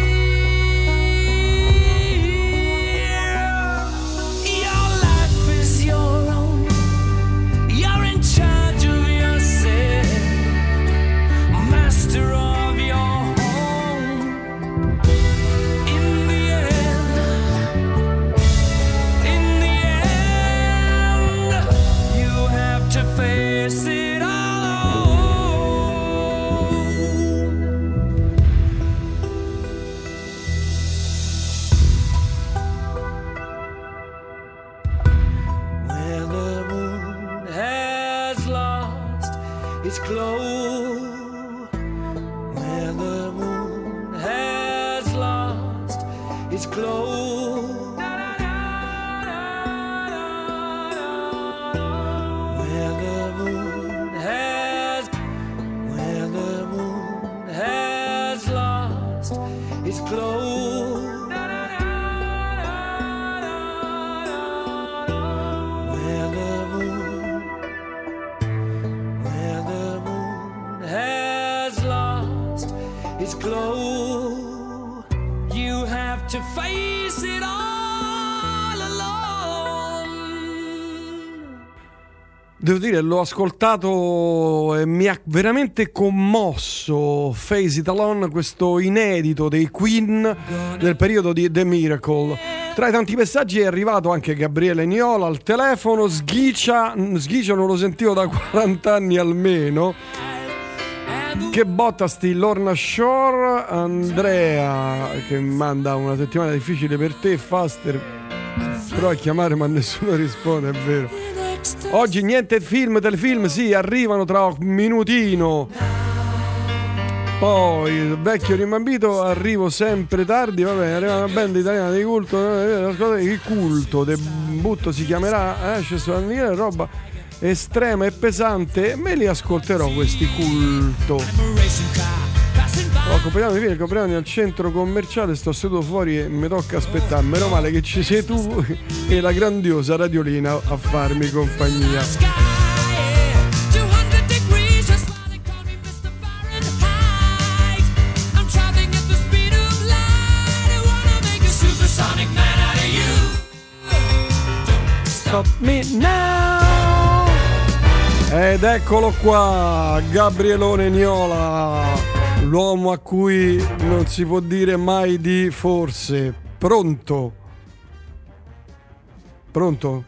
clear. Your life is your own, you're in charge of yourself, master of your home. In the end, you have to face it all. When the moon has lost its glow, when the moon has lost its glow, when the moon has lost its glow, when the moon has lost its glow, you have to face it all alone. Devo dire, l'ho ascoltato e mi ha veramente commosso Face It Alone, questo inedito dei Queen del periodo di The Miracle. Tra i tanti messaggi è arrivato anche Gabriele Niola al telefono. Sghicia non lo sentivo da 40 anni almeno. Che botta sti Lorna Shore. Andrea che manda una settimana difficile per te, Faster, però a chiamare ma nessuno risponde, è vero. Oggi niente film, telefilm, sì, arrivano tra un minutino. Poi, vecchio rimbambito, arrivo sempre tardi, vabbè, arriva una band italiana di culto, il culto, debutto si chiamerà, c'è sulla roba estrema e pesante, me li ascolterò questi culto. Ho il compleanno al centro commerciale, sto seduto fuori e mi tocca aspettare, meno male che ci sei tu e la grandiosa Radiolina a farmi compagnia. Stop me now. Ed eccolo qua, Gabrielone Niola, l'uomo a cui non si può dire mai di forse. Pronto? Pronto?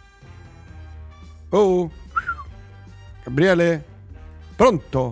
Oh? Gabriele? Pronto?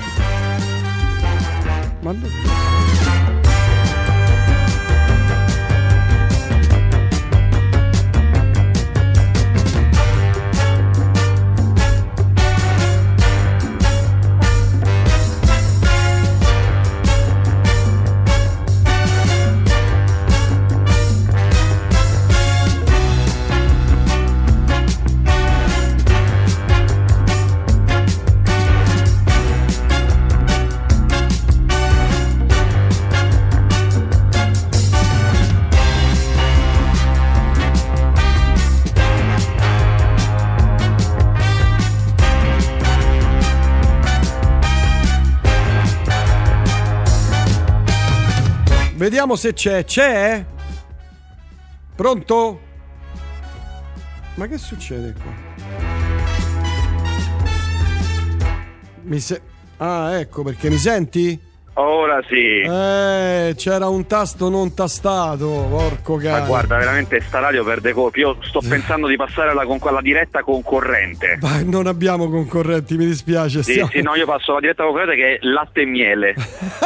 Vediamo se c'è? Pronto? Ma che succede qua? Ah, ecco perché mi senti? Ora sì. C'era un tasto non tastato, porco cane. Ma guarda, veramente sta radio perde colpi. Io sto pensando di passare alla diretta concorrente. Ma non abbiamo concorrenti, mi dispiace. Sì, no, io passo alla diretta concorrente che è latte e miele.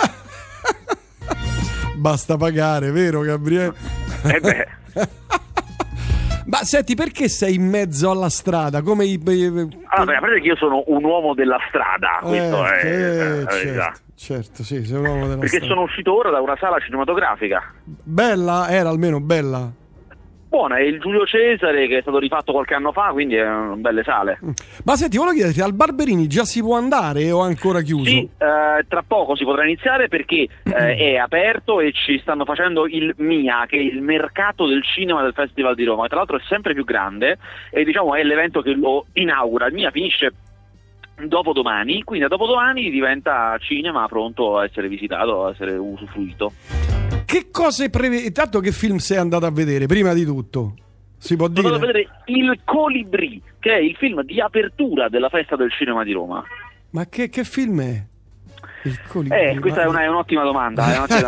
Basta pagare, vero Gabriele? Beh. Ma senti, perché sei in mezzo alla strada? Come allora, che io sono un uomo della strada, questo è la verità. Certo, sì, sei un uomo della perché strada. sono uscito ora da una sala cinematografica. Bella? Era almeno bella? Buona, è il Giulio Cesare che è stato rifatto qualche anno fa, quindi è belle sale. Ma senti, volevo chiederti, al Barberini già si può andare o è ancora chiuso? Sì, tra poco si potrà iniziare perché è aperto e ci stanno facendo il MIA, che è il mercato del cinema del Festival di Roma, che tra l'altro è sempre più grande e diciamo è l'evento che lo inaugura. Il MIA finisce dopodomani, quindi da dopodomani diventa cinema pronto a essere visitato, a essere usufruito. Che cose tanto che film sei andato a vedere, prima di tutto? Si può dire? Sono andato a vedere Il Colibrì, che è il film di apertura della Festa del Cinema di Roma. Ma che film è? Il Colibrì? Questa è un'ottima domanda.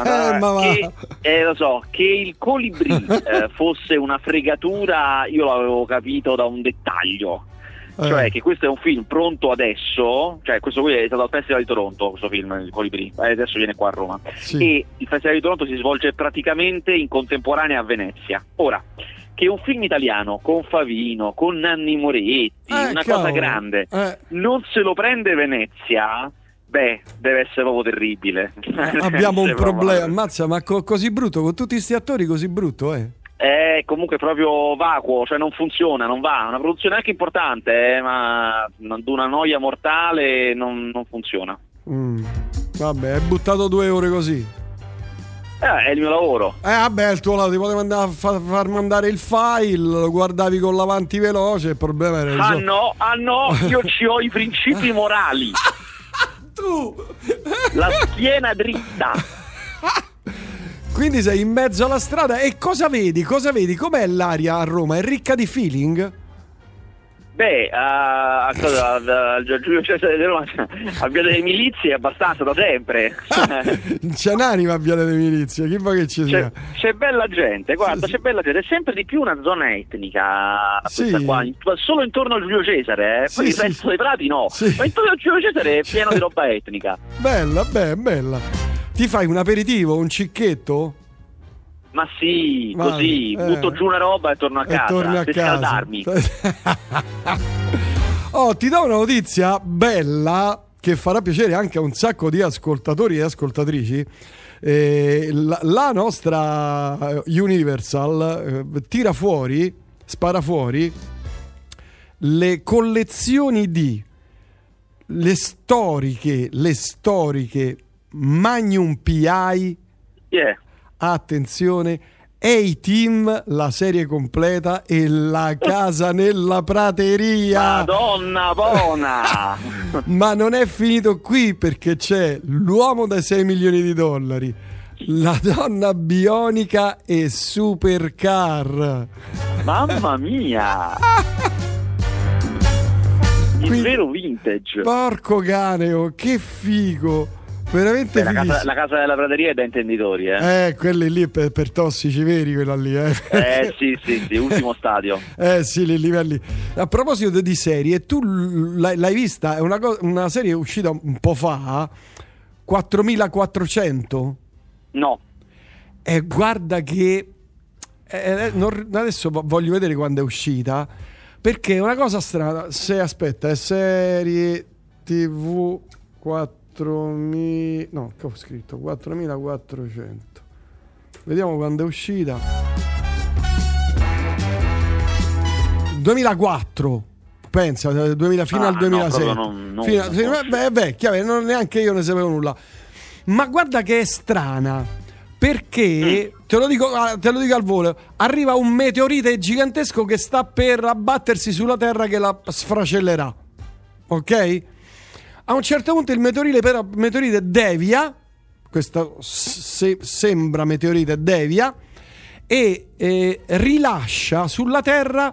Lo so, che Il Colibrì fosse una fregatura, io l'avevo capito da un dettaglio. Cioè che questo è un film pronto adesso, cioè questo qui è stato al Festival di Toronto, questo film, Il Colibrì, adesso viene qua a Roma, sì. E il Festival di Toronto si svolge praticamente in contemporanea a Venezia. Ora, che un film italiano con Favino, con Nanni Moretti, una cosa grande, non se lo prende Venezia, beh, deve essere proprio terribile. Abbiamo un problema, ammazza, ma così brutto, con tutti questi attori così brutto, È comunque proprio vacuo, cioè non funziona, non va. Una produzione anche importante, ma ad una noia mortale non funziona. Vabbè, hai buttato 2 ore così. È il mio lavoro. Vabbè, il tuo lavoro, ti potevo andare a far mandare il file, lo guardavi con l'avanti veloce, il problema era no, io ci ho i principi morali. Tu! La schiena dritta. Quindi sei in mezzo alla strada e cosa vedi? Com'è l'aria a Roma? È ricca di feeling? Beh, Giulio Cesare di Roma a Via delle Milizie è abbastanza da sempre. C'è un'anima a Via delle Milizie, chi fa che ci sia? C'è bella gente, guarda, c'è bella gente, è sempre di più una zona etnica questa qua, solo intorno al Giulio Cesare, poi il resto dei prati no, ma intorno al Giulio Cesare è pieno di roba etnica. Bella. Ti fai un aperitivo, un cicchetto? Ma sì, così, butto giù una roba e torno a casa, per scaldarmi. Oh, ti do una notizia bella che farà piacere anche a un sacco di ascoltatori e ascoltatrici. La nostra Universal spara fuori le collezioni di le storiche Magnum PI. Attenzione, A-Team, la serie completa, e La casa nella prateria. Madonna buona! Ma non è finito qui, perché c'è l'uomo da 6 milioni di dollari, la donna bionica e Supercar. Mamma mia! Il vero vintage. Porco cane, oh, che figo! Veramente la casa della prateria è da intenditori, quelli lì per tossici veri, quella lì, sì, ultimo stadio. Sì, li livelli. A proposito di serie, tu l'hai vista? È una serie uscita un po' fa, 4400? No. Guarda che adesso voglio vedere quando è uscita, perché è una cosa strana. Se aspetta, è serie TV 4.000, no, che ho scritto 4.400. Vediamo quando è uscita. 2004. Pensa, 2000 fino al 2006. No, è vecchia, non neanche io ne sapevo nulla. Ma guarda che è strana, perché te lo dico al volo, arriva un meteorite gigantesco che sta per abbattersi sulla Terra, che la sfracellerà. Ok? A un certo punto il meteorite devia, questo sembra meteorite devia, e rilascia sulla Terra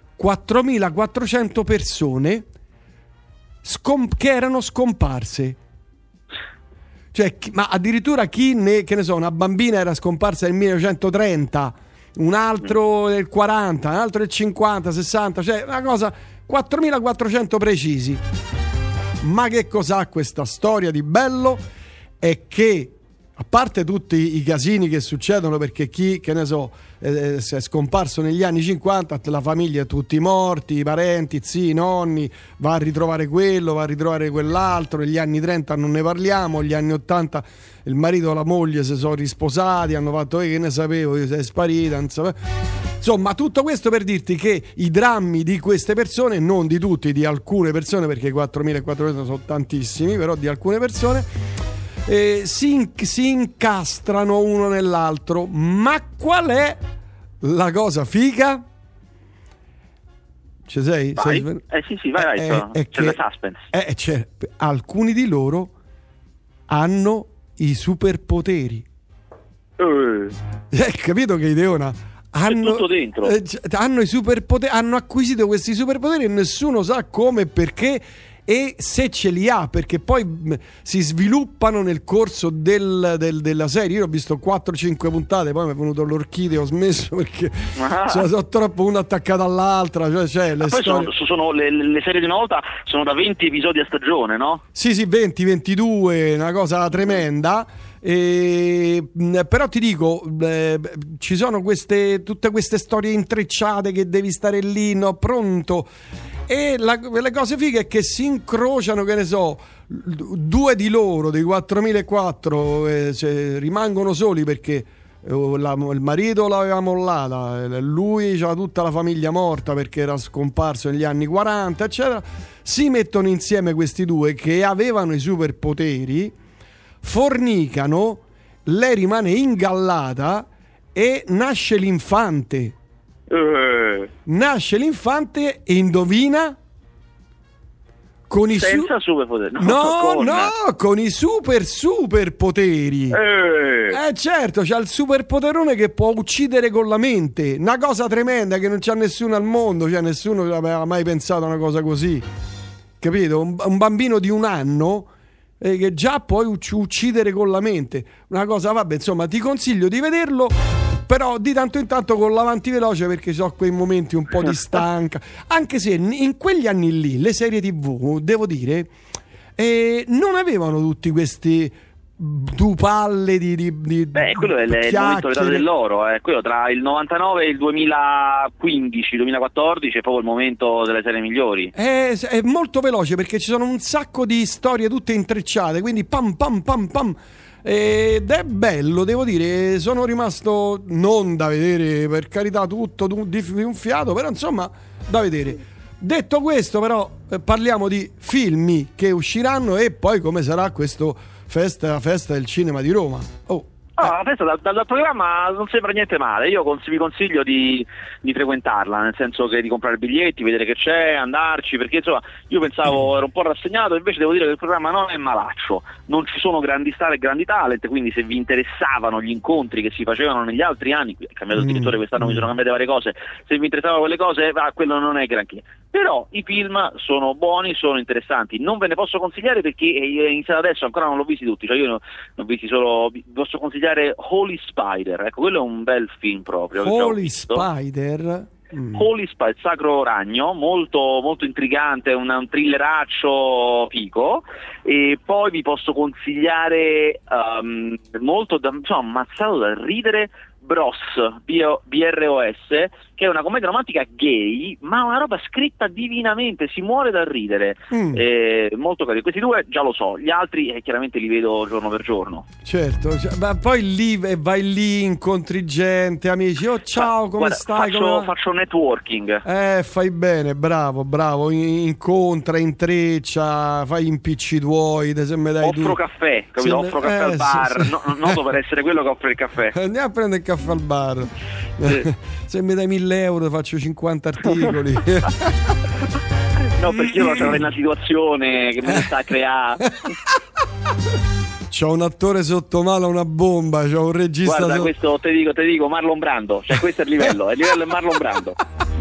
4.400 persone che erano scomparse. Cioè, ma addirittura che ne so, una bambina era scomparsa nel 1930, un altro nel 40, un altro nel 50, 60, cioè una cosa, 4.400 precisi. Ma che cos'ha questa storia di bello? È che, a parte tutti i casini che succedono, perché chi, che ne so, è scomparso negli anni 50, la famiglia è tutti morti, i parenti, zii, nonni, va a ritrovare quello, va a ritrovare quell'altro. Negli anni 30 non ne parliamo, negli anni 80 il marito e la moglie si sono risposati, hanno fatto che ne sapevo, io sei sparita, non sapevo. Insomma, tutto questo per dirti che i drammi di queste persone, non di tutti, di alcune persone, perché 4.400 sono tantissimi, però di alcune persone, si incastrano uno nell'altro. Ma qual è la cosa figa? Ci sei? Vai. Sì, vai. C'è la suspense. Alcuni di loro hanno i superpoteri. Capito che ideona? Hanno tutto dentro. Hanno i superpoteri, hanno acquisito questi superpoteri e nessuno sa come e perché, e se ce li ha, perché poi si sviluppano nel corso della serie. Io ho visto 4-5 puntate, poi mi è venuto l'orchideo, ho smesso perché sono troppo una attaccata all'altra. Cioè le poi storie... sono le serie di una volta sono da 20 episodi a stagione, no? Sì, 20-22, una cosa tremenda. Però ti dico, ci sono tutte queste storie intrecciate che devi stare lì, no, pronto. E le cose fighe è che si incrociano, che ne so, due di loro, dei 4.400, rimangono soli perché il marito l'aveva mollata, lui c'aveva tutta la famiglia morta perché era scomparso negli anni 40, eccetera. Si mettono insieme questi due che avevano i superpoteri, fornicano, lei rimane ingallata e nasce l'infante. Nasce l'infante e indovina? Con i senza superpoteri. Con i superpoteri. Certo, c'ha il superpoterone che può uccidere con la mente. Una cosa tremenda che non c'ha nessuno al mondo, cioè nessuno aveva mai pensato a una cosa così. Capito? Un bambino di 1 anno che già puoi uccidere con la mente. Una cosa, vabbè, insomma, ti consiglio di vederlo, però di tanto in tanto con l'avanti veloce, perché so quei momenti un po' di stanca. Anche se in quegli anni lì le serie TV, devo dire, non avevano tutti questi due palle di Beh, quello è il momento dell'età dell'oro, quello tra il 99 e il 2015-2014 è proprio il momento delle serie migliori. È molto veloce perché ci sono un sacco di storie tutte intrecciate, quindi pam pam pam pam. Ed è bello, devo dire, sono rimasto non da vedere, per carità, tutto di un fiato, però insomma da vedere. Detto questo, però, parliamo di film che usciranno e poi come sarà questo festa del cinema di Roma. La festa dal programma non sembra niente male. Io vi consiglio di frequentarla, nel senso che di comprare biglietti, vedere che c'è, andarci, perché insomma io pensavo, ero un po' rassegnato, invece devo dire che il programma non è malaccio, non ci sono grandi star e grandi talent, quindi se vi interessavano gli incontri che si facevano negli altri anni, è cambiato il direttore quest'anno, mi sono cambiate varie cose, se vi interessavano quelle cose, quello non è granché. Però i film sono buoni, sono interessanti. Non ve ne posso consigliare perché è iniziato adesso, ancora non l'ho visti tutti, cioè io ne ho visti solo, posso consigliare Holy Spider, ecco, quello è un bel film proprio. Holy Spider? Holy Spider, Sacro Ragno, molto, molto intrigante, un thrilleraccio figo. E poi vi posso consigliare molto, insomma, ammazzato dal ridere, Bros, BROS, che è una commedia romantica gay, ma una roba scritta divinamente, si muore dal ridere. Molto carino. Questi due già lo so, gli altri chiaramente li vedo giorno per giorno. Certo, ma poi lì vai lì, incontri gente, amici, ciao, come stai? Faccio networking. Fai bene, bravo, incontra, intreccia, fai impicci tuoi, se mi dai offro caffè, capito? Offro caffè al bar, sì. Noto per essere quello che offre il caffè. Andiamo a prendere il caffè al bar. Se mi dai 1.000 euro faccio 50 articoli. No, perché io c'ho una situazione che me ne sta a creare. C'ho un attore sotto mano, una bomba, c'ho un regista. Guarda, questo te dico Marlon Brando, cioè questo è il livello, è Marlon Brando.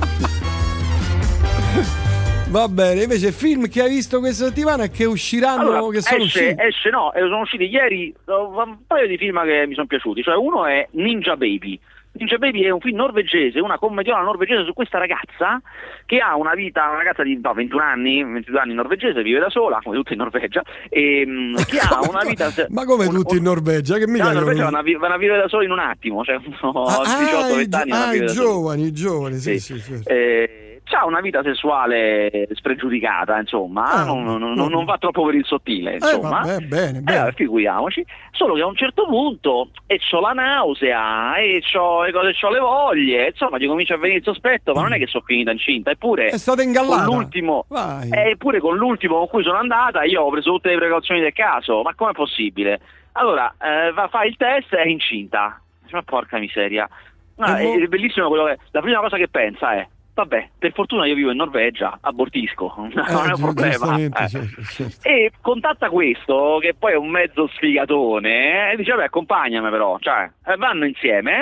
Va bene, invece film che hai visto questa settimana e che usciranno, allora, che sono usciti? Sono usciti ieri un paio di film che mi sono piaciuti, cioè uno è Ninja Baby. Ninja Baby è un film norvegese, una commediola norvegese su questa ragazza che ha una ragazza di 22 anni norvegese, vive da sola, come tutti in Norvegia, e che ha una vita... Ma come tutti in Norvegia? Che mica in Norvegia vanno a vivere da soli in un attimo, cioè 18-20 anni. I giovani, sì. Certo. C'ha una vita sessuale spregiudicata, insomma, non va troppo per il sottile, insomma. Bene. Figuriamoci. Solo che a un certo punto c'ho la nausea c'ho le voglie, insomma, gli comincia a venire il sospetto, ma non è che sono finita incinta, eppure è stata ingallata. Eppure con l'ultimo con cui sono andata io ho preso tutte le precauzioni del caso, ma com'è possibile? Allora, fa il test e è incinta. Ma porca miseria. È bellissimo quello che la prima cosa che pensa è: vabbè, per fortuna io vivo in Norvegia, abortisco, non è un problema. Certo. E contatta questo, che poi è un mezzo sfigatone, e dice: vabbè, accompagnami però, cioè, vanno insieme.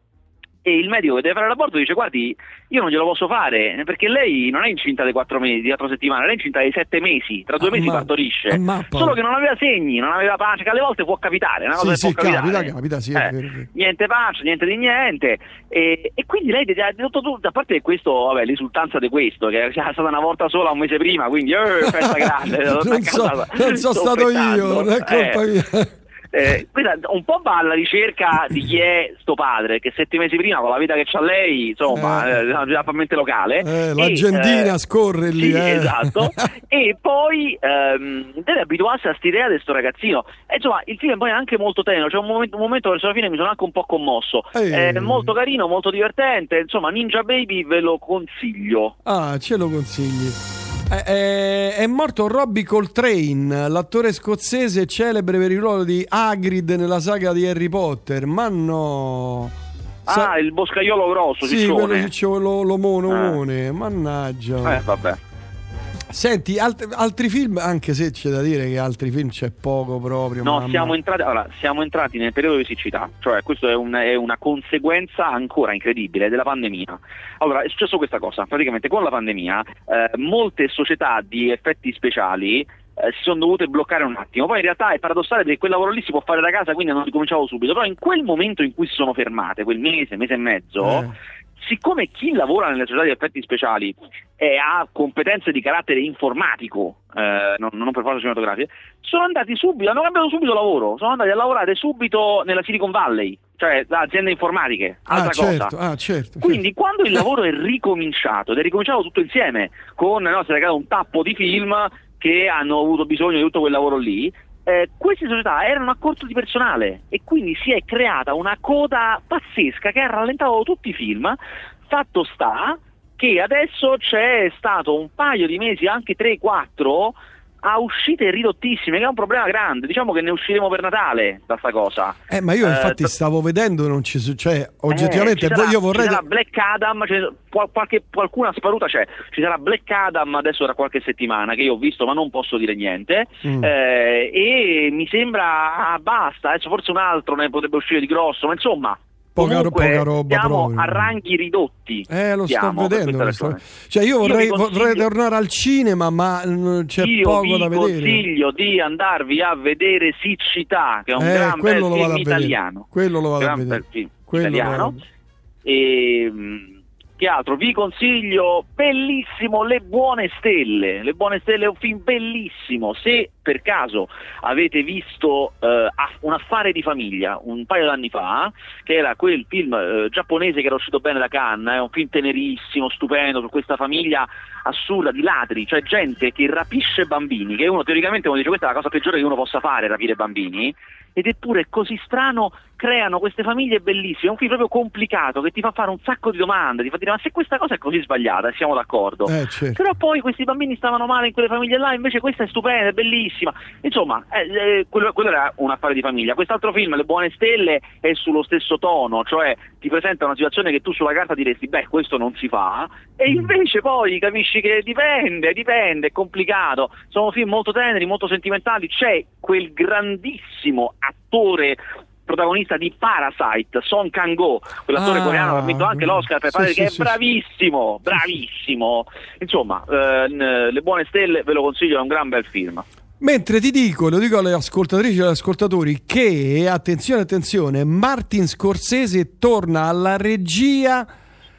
E il medico che deve fare l'aborto dice: guardi, io non glielo posso fare perché lei non è incinta dei 4 mesi, di 4 settimane, lei è incinta dei 7 mesi, tra 2 mesi partorisce. Solo che non aveva segni, non aveva pancia, che alle volte può capitare, una cosa che può capitare. Capita, sì, è vero. Niente pancia, niente di niente. E quindi lei ha detto tutto, a parte questo, vabbè, l'esultanza di questo, che è stata una volta sola un mese prima, quindi festa grande. non so stato io, non è colpa mia. Questa un po' va alla ricerca di chi è sto padre, che 7 mesi prima con la vita che c'ha lei, insomma, già mente locale, l'agendina scorre lì, sì, esatto. E poi deve abituarsi a quest'idea di sto ragazzino, e insomma il film poi è anche molto tenero, c'è un momento verso la fine mi sono anche un po' commosso, è molto carino, molto divertente, insomma Ninja Baby ve lo consiglio. Ce lo consigli. È morto Robbie Coltrane, l'attore scozzese celebre per il ruolo di Hagrid nella saga di Harry Potter. Ma no, il boscaiolo grosso, sì, quello l'omone, mannaggia. Vabbè. Senti, altri film, anche se c'è da dire che altri film c'è poco proprio. No, siamo entrati nel periodo di siccità, cioè questo è una conseguenza ancora incredibile della pandemia. Allora, è successo questa cosa, praticamente con la pandemia molte società di effetti speciali si sono dovute bloccare un attimo. Poi in realtà è paradossale perché quel lavoro lì si può fare da casa, quindi hanno ricominciato subito, però in quel momento in cui si sono fermate, quel mese e mezzo, siccome chi lavora nelle società di effetti speciali ha competenze di carattere informatico, non per forza cinematografiche, hanno cambiato subito lavoro, sono andati a lavorare subito nella Silicon Valley, cioè da aziende informatiche, altra cosa. Certo. Quindi quando il lavoro è ricominciato, ed è ricominciato tutto insieme, con si è creato un tappo di film che hanno avuto bisogno di tutto quel lavoro lì, queste società erano a corto di personale e quindi si è creata una coda pazzesca che ha rallentato tutti i film. Fatto sta che adesso c'è stato un paio di mesi, anche 3-4, a uscite ridottissime, che è un problema grande. Diciamo che ne usciremo per Natale da sta cosa. Ma io infatti stavo vedendo, non ci succede, oggettivamente io vorrei... Ci sarà Black Adam, qualcuna sparuta c'è. Ci sarà Black Adam adesso tra qualche settimana, che io ho visto ma non posso dire niente, e mi sembra basta, adesso forse un altro ne potrebbe uscire di grosso, ma insomma poca roba siamo proprio a ranghi ridotti. Lo sto vedendo. Cioè io vorrei tornare al cinema, ma c'è poco da vedere. Io vi consiglio di andarvi a vedere Siccità, che è un gran bel film italiano. Quello lo vado a vedere. Italiano. E che altro? Vi consiglio, bellissimo, Le Buone Stelle. Le Buone Stelle è un film bellissimo. Se per caso avete visto Un affare di famiglia un paio d'anni fa, che era quel film giapponese che era uscito bene da Cannes, è un film tenerissimo, stupendo, su questa famiglia assurda di ladri, cioè gente che rapisce bambini, che uno teoricamente uno dice questa è la cosa peggiore che uno possa fare, rapire bambini, ed eppure è così strano, creano queste famiglie bellissime. È un film proprio complicato che ti fa fare un sacco di domande, ti fa dire ma se questa cosa è così sbagliata, siamo d'accordo, certo. Però poi questi bambini stavano male in quelle famiglie là, invece questa è stupenda, è bellissima. Insomma, quello era Un affare di famiglia. Quest'altro film, Le Buone Stelle, è sullo stesso tono, cioè ti presenta una situazione che tu sulla carta diresti beh, questo non si fa, e invece poi capisci che dipende, è complicato. Sono film molto teneri, molto sentimentali. C'è quel grandissimo attore protagonista di Parasite, Song Kang-ho, quell'attore coreano che ha vinto anche l'Oscar per fare, che è bravissimo. Insomma, Le Buone Stelle ve lo consiglio, è un gran bel film. Mentre lo dico alle ascoltatrici e agli ascoltatori che, attenzione, Martin Scorsese torna alla regia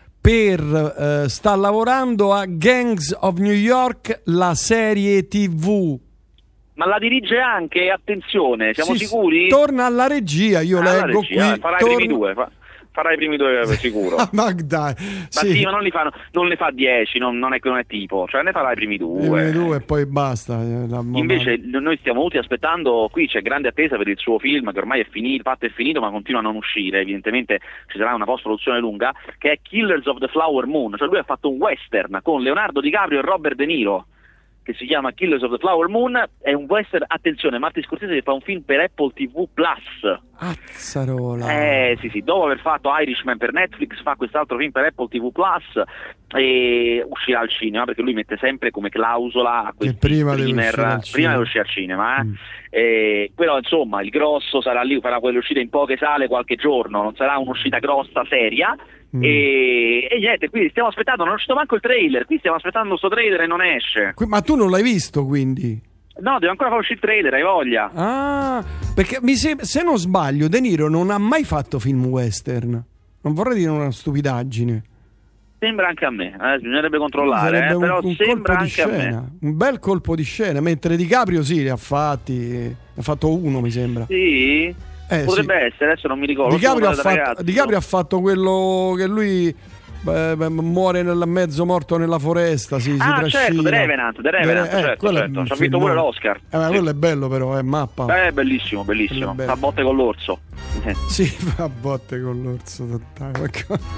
sta lavorando a Gangs of New York, la serie TV. Ma la dirige anche, attenzione, siamo sicuri? Torna alla regia, io leggo qui. Farà i primi due, farà i primi due sicuro. Ma dai, sì, ma non ne fa 10, non è tipo, cioè ne farà i primi due. E poi basta. Invece noi stiamo tutti aspettando, qui c'è grande attesa per il suo film che ormai è finito, ma continua a non uscire. Evidentemente ci sarà una post-produzione lunga, che è Killers of the Flower Moon, cioè lui ha fatto un western con Leonardo DiCaprio e Robert De Niro, che si chiama Killers of the Flower Moon. È un western, attenzione, Martin Scorsese fa un film per Apple TV Plus. Azzarola. Sì, dopo aver fatto Irishman per Netflix fa quest'altro film per Apple TV Plus e uscirà al cinema, perché lui mette sempre come clausola a questi prima deve uscire al cinema. Però insomma il grosso sarà lì, farà quelle uscite in poche sale qualche giorno, non sarà un'uscita grossa, seria. E niente, quindi stiamo aspettando, non è uscito manco il trailer, qui stiamo aspettando sto trailer e non esce. Ma tu non l'hai visto, quindi? No, devo ancora far uscire il trailer, hai voglia. Perché se non sbaglio De Niro non ha mai fatto film western. Non vorrei dire una stupidaggine. Sembra anche a me, bisognerebbe controllare, però sembra anche a me. Un bel colpo di scena, mentre DiCaprio sì, ne ha fatto uno, mi sembra. Sì? Potrebbe essere, adesso non mi ricordo. DiCaprio ha fatto quello che lui muore mezzo morto nella foresta, si trascina. Certo, The Revenant, certo. Ci ha vinto pure l'Oscar. Quello è bello, però è mappa. Bellissimo. Fa botte con l'orso. Sì, fa botte con l'orso totale.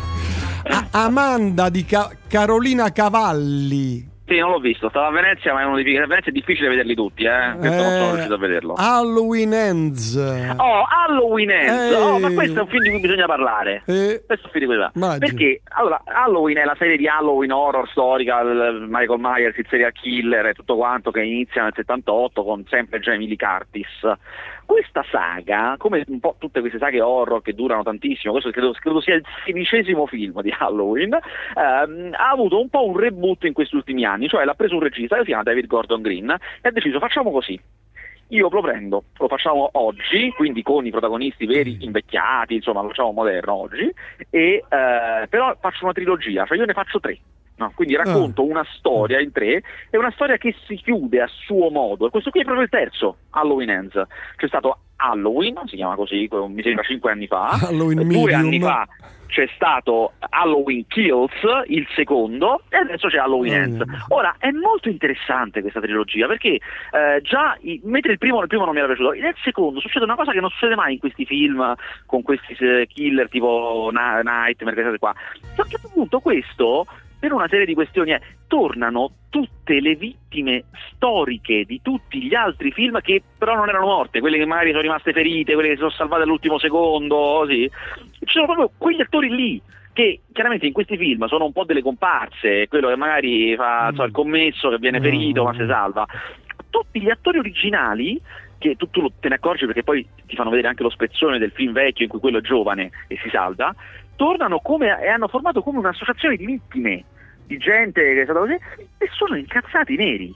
Amanda di Carolina Cavalli. Sì, non l'ho visto, stavo a Venezia, ma Venezia è difficile vederli tutti, questo non sono riuscito a vederlo. Halloween Ends. Ma questo è un film di cui bisogna parlare. Questo è un film di cui perché allora Halloween è la serie di Halloween horror storica, Michael Myers, il serial killer e tutto quanto, che inizia nel 78 con sempre Jamie Lee Curtis. Questa saga, come un po' tutte queste saghe horror che durano tantissimo, questo credo sia il 16° film di Halloween, ha avuto un po' un reboot in questi ultimi anni, cioè l'ha preso un regista che si chiama David Gordon Green e ha deciso facciamo così. io lo prendo, lo facciamo oggi, quindi con i protagonisti veri invecchiati, insomma lo facciamo moderno oggi, e però faccio una trilogia, cioè io ne faccio 3. No, quindi racconto una storia in 3, è una storia che si chiude a suo modo, e questo qui è proprio il terzo, Halloween Ends. C'è stato Halloween, si chiama così, mi sembra 5 anni fa, Halloween 2 Medium. anni fa c'è stato Halloween Kills, il secondo, e adesso c'è Halloween Ends. Ora, è molto interessante questa trilogia, perché mentre il primo non mi era piaciuto, nel secondo succede una cosa che non succede mai in questi film, con questi killer tipo Nightmare, queste cose qua. A un certo punto questo, per una serie di questioni, tornano tutte le vittime storiche di tutti gli altri film che però non erano morte, quelle che magari sono rimaste ferite, quelle che si sono salvate all'ultimo secondo, così. Ci sono proprio quegli attori lì che chiaramente in questi film sono un po' delle comparse, quello che magari fa il commesso che viene ferito ma si salva. Tutti gli attori originali, che tu te ne accorgi perché poi ti fanno vedere anche lo spezzone del film vecchio in cui quello è giovane e si salva, tornano e hanno formato come un'associazione di vittime, di gente che è stata così, e sono incazzati neri.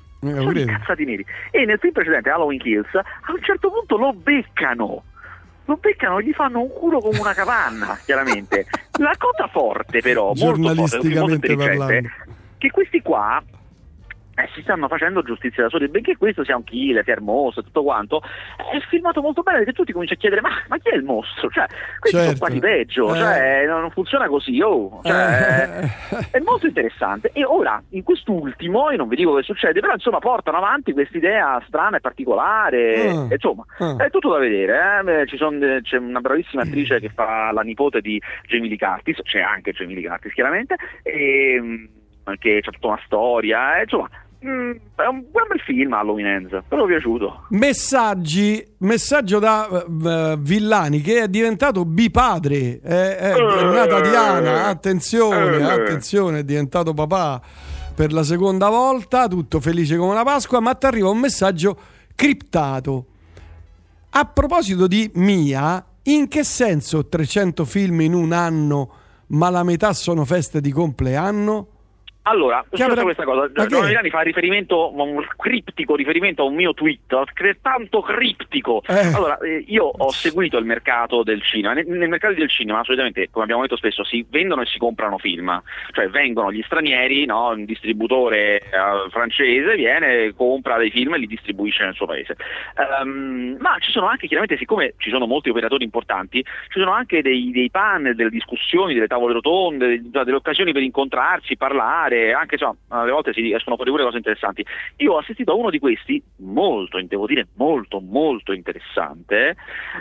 E nel film precedente, Halloween Kills, a un certo punto lo beccano, gli fanno un culo come una capanna, chiaramente. La cosa forte però, molto intelligente, che questi qua si stanno facendo giustizia da soli, benché questo sia un killer, sia il mostro e tutto quanto, è filmato molto bene, perché tu ti cominci a chiedere ma chi è il mostro? Cioè, questi sono quasi peggio, cioè non funziona così, è molto interessante. E ora, in quest'ultimo, io non vi dico che succede, però insomma portano avanti quest'idea strana e particolare, insomma, è tutto da vedere, c'è una bravissima attrice che fa la nipote di Jamie Lee Curtis, c'è anche Jamie Lee Curtis chiaramente, e anche c'è tutta una storia, insomma, è un bel film Halloween Ends, però mi è piaciuto. Messaggio da Villani, che è diventato bipadre, è nata Diana, attenzione, è diventato papà per la seconda volta, tutto felice come una Pasqua, ma ti arriva un messaggio criptato. A proposito di Mia, in che senso 300 film in un anno, ma la metà sono feste di compleanno? Allora, questa cosa, Giovanni Milani fa un criptico riferimento a un mio tweet, tanto criptico. Allora, io ho seguito il mercato del cinema. Nel mercato del cinema, solitamente, come abbiamo detto spesso, si vendono e si comprano film. Cioè vengono gli stranieri, no? Un distributore francese viene, compra dei film e li distribuisce nel suo paese. Ma ci sono anche, chiaramente, siccome ci sono molti operatori importanti, ci sono anche dei panel, delle discussioni, delle tavole rotonde, delle occasioni per incontrarsi, parlare, anche insomma, alle volte si escono fuori pure cose interessanti. Io ho assistito a uno di questi devo dire molto molto interessante,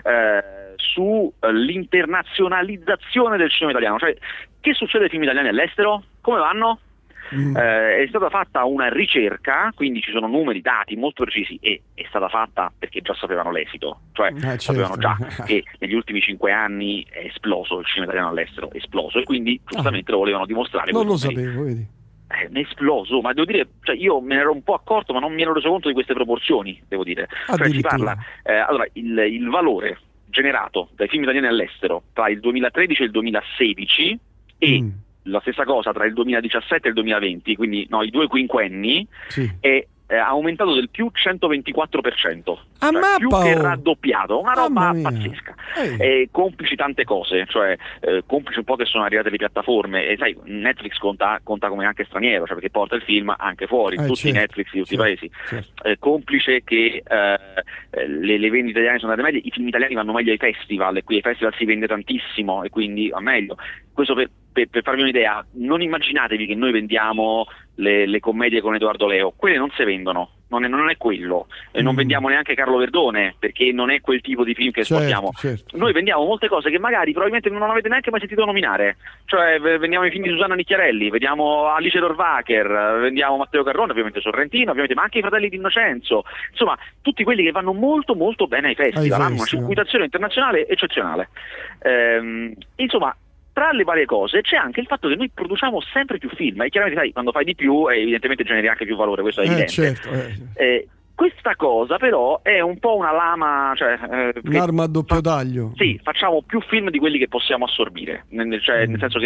sull'internazionalizzazione del cinema italiano, cioè che succede ai film italiani all'estero, come vanno? È stata fatta una ricerca, quindi ci sono numeri, dati molto precisi, e è stata fatta perché già sapevano l'esito, cioè sapevano già che negli ultimi 5 anni è esploso il cinema italiano all'estero, è esploso, e quindi giustamente lo volevano dimostrare. Non lo sapevo, vedi. È esploso, ma devo dire, cioè io me ne ero un po' accorto, ma non mi ero reso conto di queste proporzioni, devo dire. Cioè si parla, allora il valore generato dai film italiani all'estero tra il 2013 e il 2016 e la stessa cosa tra il 2017 e il 2020, quindi i 2 quinquenni, è aumentato del più 124%, cioè più che raddoppiato, una roba pazzesca. Complici tante cose, cioè complici un po' che sono arrivate le piattaforme, e sai, Netflix conta come anche straniero, cioè perché porta il film anche fuori, tutti i Netflix di tutti i paesi. Complice che le vendite italiane sono andate meglio, i film italiani vanno meglio ai festival, e qui ai festival si vende tantissimo e quindi va meglio. Questo per farvi un'idea, non immaginatevi che noi vendiamo le commedie con Edoardo Leo, quelle non si vendono, non è quello, e non vendiamo neanche Carlo Verdone, perché non è quel tipo di film che esportiamo. Noi vendiamo molte cose che magari probabilmente non avete neanche mai sentito nominare, cioè vendiamo i film di Susanna Nicchiarelli, vediamo Alice Rohrwacher, vendiamo Matteo Carrone, ovviamente Sorrentino, ovviamente, ma anche i Fratelli di Innocenzo, insomma tutti quelli che vanno molto molto bene ai festival, hanno una circuitazione internazionale eccezionale. Insomma, tra le varie cose c'è anche il fatto che noi produciamo sempre più film, e chiaramente sai, quando fai di più evidentemente generi anche più valore, questo è evidente. Questa cosa però è un po' una lama, cioè un'arma a doppio taglio. Sì, facciamo più film di quelli che possiamo assorbire, nel senso che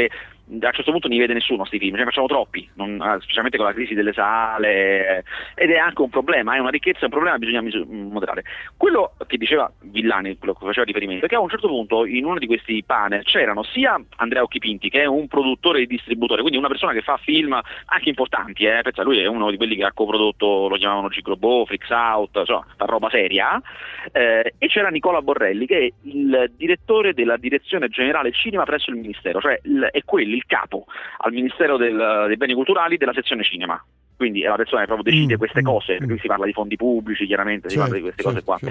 a un certo punto non li vede nessuno sti film, ce ne facciamo troppi, specialmente con la crisi delle sale, ed è anche un problema, è una ricchezza, è un problema, bisogna moderare. Quello che diceva Villani, quello che faceva riferimento, è che a un certo punto in uno di questi panel c'erano sia Andrea Occhipinti, che è un produttore e distributore, quindi una persona che fa film anche importanti, pensa, lui è uno di quelli che ha coprodotto, lo chiamavano G-Globo, Freaks Out, insomma, fa roba seria, e c'era Nicola Borrelli, che è il direttore della direzione generale cinema presso il Ministero, cioè è quello il capo al Ministero dei Beni Culturali della sezione cinema. Quindi è la persona che proprio decide queste cose, perché si parla di fondi pubblici, chiaramente, si parla di queste cose qua.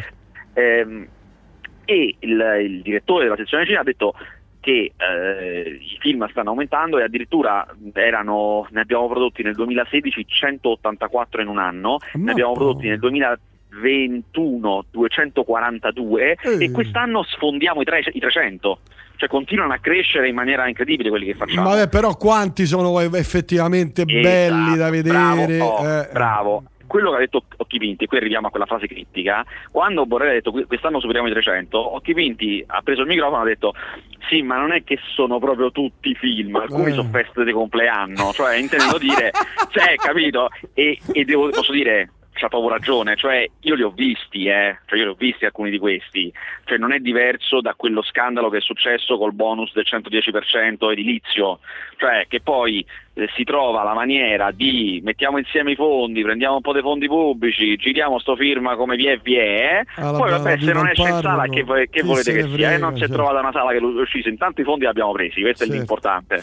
E il direttore della sezione cinema ha detto che i film stanno aumentando, e addirittura ne abbiamo prodotti nel 2016 184 in un anno, ne abbiamo prodotti nel 2021 242 e quest'anno sfondiamo i 300. Cioè continuano a crescere in maniera incredibile quelli che facciamo. Vabbè, però quanti sono effettivamente belli da vedere? Bravo. Quello che ha detto Occhipinti, qui arriviamo a quella frase critica, quando Borrelli ha detto quest'anno superiamo i 300, Occhipinti ha preso il microfono e ha detto sì, ma non è che sono proprio tutti film, alcuni sono feste di compleanno, cioè intendo dire, cioè, capito? E posso dire, c'ha proprio ragione, cioè io li ho visti, cioè io li ho visti alcuni di questi, cioè non è diverso da quello scandalo che è successo col bonus del 110% edilizio, cioè che poi si trova la maniera di mettiamo insieme i fondi, prendiamo un po' dei fondi pubblici, giriamo sto film come vi è, poi vabbè, se non esce in sala che volete che sia, non si è trovata una sala che lo uscisse, intanto i fondi li abbiamo presi, questo è l'importante.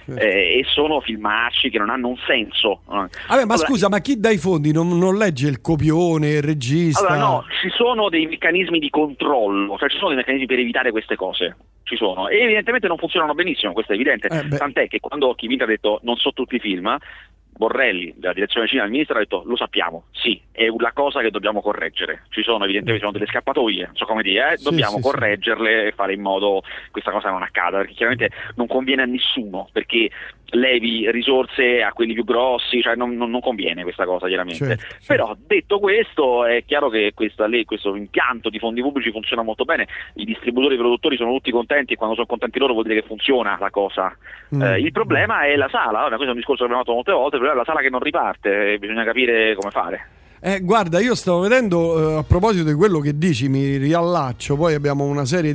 E sono filmacci che non hanno un senso. Vabbè, ma scusa, ma chi dà i fondi non legge il copione, il regista? Allora no, ci sono dei meccanismi di controllo, cioè ci sono dei meccanismi per evitare queste cose, ci sono, e evidentemente non funzionano benissimo, questo è evidente, tant'è che quando Occhipinti ha detto non so tutti i film, Borrelli della direzione cinema del ministro ha detto lo sappiamo, sì, è una cosa che dobbiamo correggere, ci sono evidentemente delle scappatoie, non so come dire, dobbiamo correggerle e fare in modo che questa cosa non accada, perché chiaramente non conviene a nessuno, perché levi risorse a quelli più grossi, cioè non conviene questa cosa chiaramente. Però detto questo è chiaro che questo impianto di fondi pubblici funziona molto bene, i distributori e i produttori sono tutti contenti, e quando sono contenti loro vuol dire che funziona la cosa. Il problema è la sala, questo è un discorso che abbiamo fatto molte volte, il problema è la sala che non riparte, e bisogna capire come fare. Guarda, io stavo vedendo, a proposito di quello che dici, mi riallaccio, poi abbiamo una serie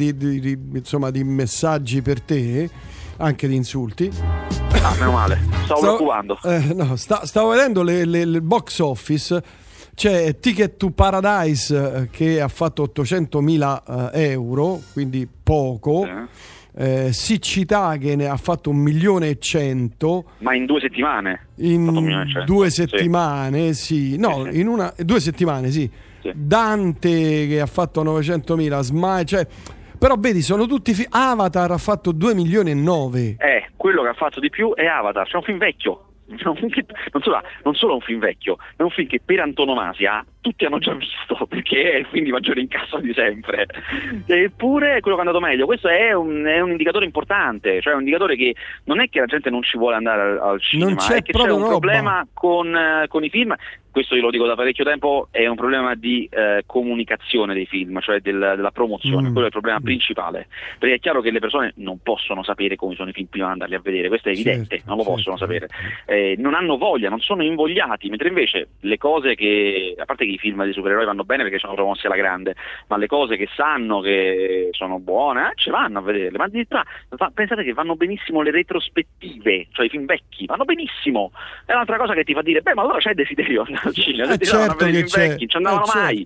di messaggi per te, anche di insulti. Meno male, stavo preoccupando. Stavo vedendo le box office. C'è Ticket to Paradise che ha fatto 800.000 euro, quindi poco. Siccità che ne ha fatto 1.100.000. Ma in 2 settimane? In 2 settimane, sì. No, in 2 settimane, sì. Dante che ha fatto 900.000, Smile, cioè. Però vedi, sono tutti Avatar ha fatto 2,9 milioni. Quello che ha fatto di più è Avatar, c'è un film vecchio. Non solo un film vecchio, è un film che per antonomasia tutti hanno già visto, perché è il film di maggiore incasso di sempre, eppure è quello che è andato meglio. Questo è un indicatore importante, cioè un indicatore che non è che la gente non ci vuole andare al cinema, è che c'è un problema con i film. Questo io lo dico da parecchio tempo, è un problema di comunicazione dei film, cioè della promozione, quello è il problema principale, perché è chiaro che le persone non possono sapere come sono i film prima di andarli a vedere, questo è evidente, non lo possono sapere, non hanno voglia, non sono invogliati, mentre invece le cose che, a parte che i film dei supereroi vanno bene perché sono promossi alla grande, ma le cose che sanno che sono buone, ci vanno a vederle, ma addirittura pensate che vanno benissimo le retrospettive, cioè i film vecchi, vanno benissimo, è un'altra cosa che ti fa dire, beh, ma allora c'è desiderio al cinema, certo che c'è, vecchi, ci andavano mai.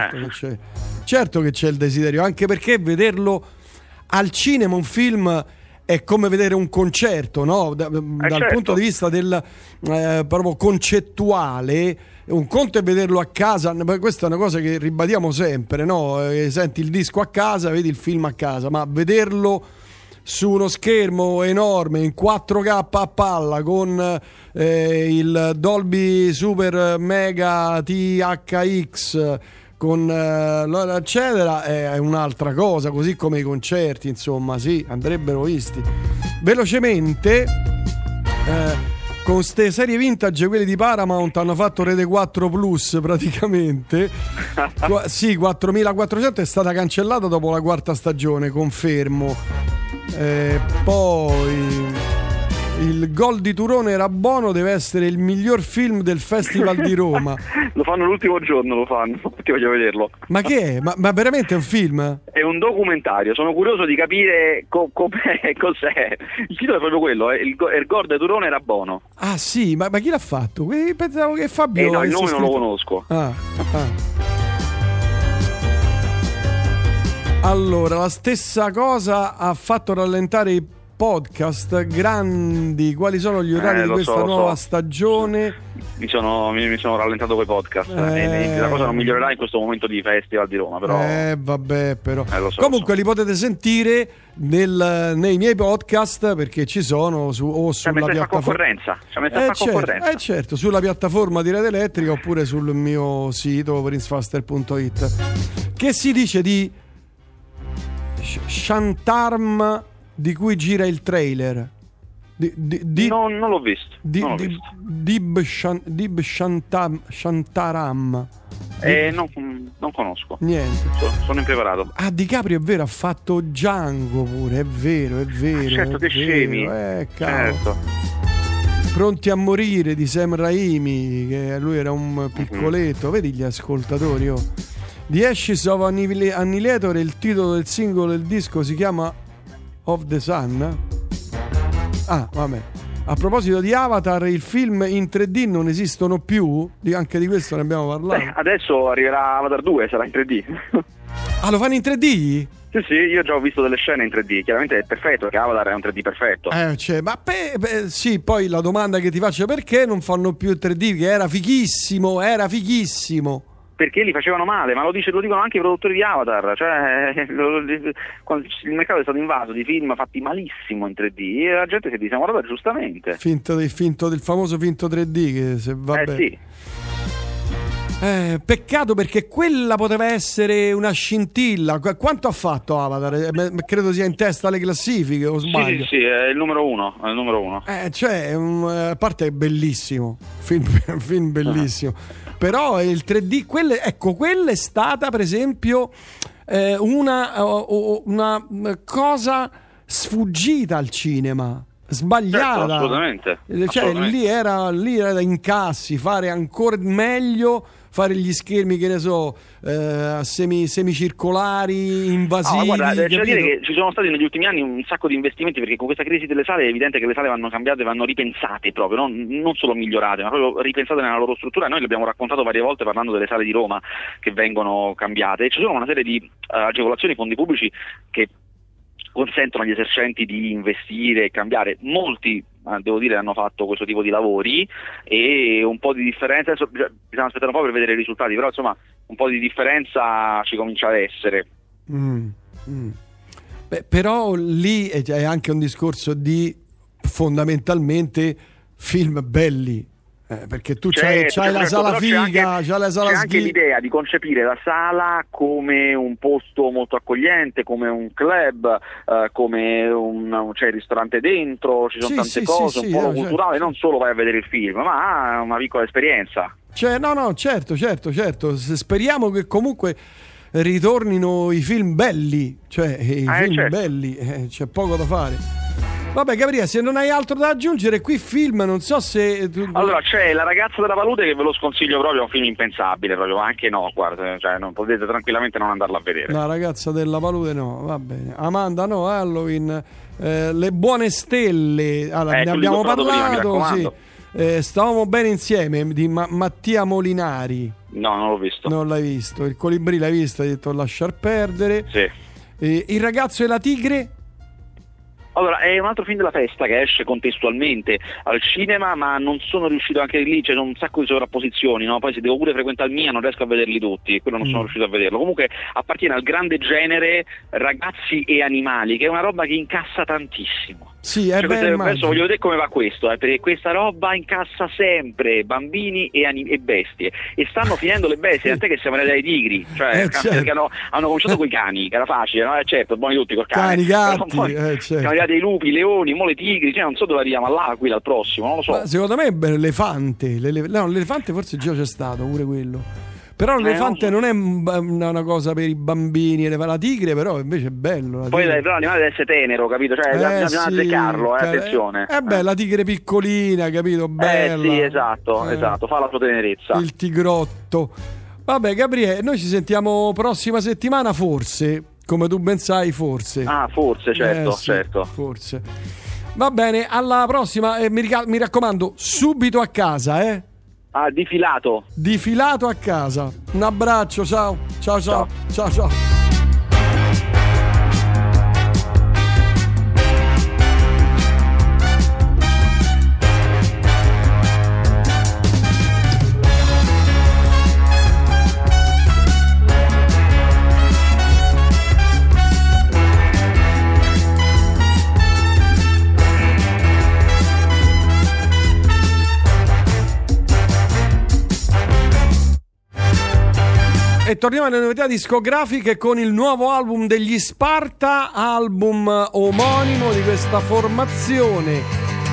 Certo che c'è il desiderio, anche perché vederlo al cinema un film è come vedere un concerto, no? Dal punto di vista del proprio concettuale. Un conto è vederlo a casa, questa è una cosa che ribadiamo sempre, no? Senti il disco a casa, vedi il film a casa, ma vederlo su uno schermo enorme in 4K a palla con il Dolby Super Mega THX con eccetera è un'altra cosa, così come i concerti, insomma, sì, andrebbero visti. Velocemente con ste serie vintage, quelli di Paramount hanno fatto Rete 4 Plus praticamente. Sì, 4.400 è stata cancellata dopo la 4ª stagione, confermo. Poi Il gol di Turone era buono, deve essere il miglior film del Festival di Roma. Lo fanno l'ultimo giorno, lo fanno, perché voglio vederlo. Ma che è? Ma veramente è un film? È un documentario, sono curioso di capire cos'è. Il titolo è proprio quello, il gol di Turone era buono. Ah sì, ma chi l'ha fatto? Pensavo che Fabio... no, il nome non scritto... lo conosco. Allora, la stessa cosa ha fatto rallentare i podcast grandi. Quali sono gli orari di questa nuova stagione? Mi sono rallentato coi podcast. La cosa non migliorerà in questo momento di Festival di Roma, però. Vabbè, però. Comunque li potete sentire nei miei podcast, perché ci sono sulla piattaforma. Certo, sulla piattaforma di Rete Elettrica oppure sul mio sito princefaster.it. Che si dice di Shantarm, di cui gira il trailer? Non l'ho visto. Dib Shantaram. Non conosco. Niente. Sono impreparato. Ah, DiCaprio è vero, ha fatto Django pure, è vero. Certo, che scemi. Certo. Pronti a morire di Sam Raimi, che lui era un piccoletto. Vedi gli ascoltatori, The Ashes of Annihilator, il titolo del singolo del disco si chiama Of the Sun. Ah, vabbè. A proposito di Avatar, il film in 3D non esistono più? Anche di questo ne abbiamo parlato. Adesso arriverà Avatar 2, sarà in 3D. Ah, lo fanno in 3D? Sì, io già ho visto delle scene in 3D. Chiaramente è perfetto, perché Avatar è un 3D perfetto. Sì, poi la domanda che ti faccio: perché non fanno più il 3D? Che era fighissimo. Perché li facevano male, ma lo dicono anche i produttori di Avatar, cioè quando il mercato è stato invaso di film fatti malissimo in 3D e la gente si è disamorata giustamente. Del famoso finto 3D, che se vabbè. Sì. Peccato, perché quella poteva essere una scintilla. Quanto ha fatto Avatar? Credo sia in testa alle classifiche, o sbaglio? Sì, è il numero uno. A parte è bellissimo, film bellissimo. Però il 3D, quella è stata per esempio una cosa sfuggita al cinema, sbagliata. Certo, assolutamente. Lì era da incassi, fare ancora meglio, fare gli schermi, che ne so, semicircolari, invasivi. Guarda, c'è da dire che ci sono stati negli ultimi anni un sacco di investimenti, perché con questa crisi delle sale è evidente che le sale vanno cambiate, vanno ripensate proprio, non solo migliorate, ma proprio ripensate nella loro struttura. Noi l'abbiamo raccontato varie volte parlando delle sale di Roma che vengono cambiate, e ci sono una serie di agevolazioni, fondi pubblici che consentono agli esercenti di investire e cambiare. Molti, devo dire, hanno fatto questo tipo di lavori, e un po' di differenza, adesso bisogna aspettare un po' per vedere i risultati, però insomma un po' di differenza ci comincia ad essere. Però lì è anche un discorso di fondamentalmente film belli. Perché tu c'hai la sala figa, c'hai la sala c'è anche l'idea di concepire la sala come un posto molto accogliente, come un club, come c'è il ristorante dentro, ci sono tante cose, un polo culturale, non solo vai a vedere il film, ma una piccola esperienza. Certo. Speriamo che comunque ritornino i film belli, belli, c'è poco da fare. Vabbè, Gabriele, se non hai altro da aggiungere, qui film, non so se... Allora, c'è La ragazza della palude, che ve lo sconsiglio proprio, è un film impensabile, proprio, anche guarda, cioè non potete tranquillamente non andarlo a vedere. La ragazza della palude no, va bene. Amanda no, Halloween, Le buone stelle, allora, ne abbiamo parlato, prima, stavamo bene insieme, di Mattia Molinari. No, non l'ho visto. Non l'hai visto. Il Colibrì l'hai visto, hai detto lasciar perdere. Sì. Il ragazzo e la tigre? Allora, è un altro film della festa che esce contestualmente al cinema, ma non sono riuscito, anche lì c'è un sacco di sovrapposizioni, no? Poi se devo pure frequentare il mia non riesco a vederli tutti, e quello non sono riuscito a vederlo. Comunque appartiene al grande genere ragazzi e animali, che è una roba che incassa tantissimo. Sì, adesso voglio vedere come va questo, perché questa roba incassa sempre bambini e bestie, e stanno finendo le bestie, tant'è che siamo andati ai tigri, cioè perché hanno cominciato coi cani, che era facile, no? Certo, buoni tutti col cane, gatti, siamo arrivati ai lupi, leoni, mo le tigri, cioè non so dove arriviamo, all'aquila al prossimo, non lo so. Ma secondo me l'elefante, l'elefante forse già c'è stato pure quello. Però l'elefante non è una cosa per i bambini, la tigre però invece è bello. Poi però l'animale deve essere tenero, capito? Cioè bisogna azzeccarlo, attenzione. La tigre piccolina, capito? Bella. Sì, esatto, fa la sua tenerezza. Il tigrotto. Vabbè, Gabriele, noi ci sentiamo prossima settimana, forse, come tu ben sai, forse. Ah, forse, certo, sì, certo. Forse. Va bene, alla prossima, mi raccomando, subito a casa, Ah, difilato. Difilato a casa. Un abbraccio, ciao. Ciao. E torniamo alle novità discografiche con il nuovo album degli Sparta, album omonimo di questa formazione.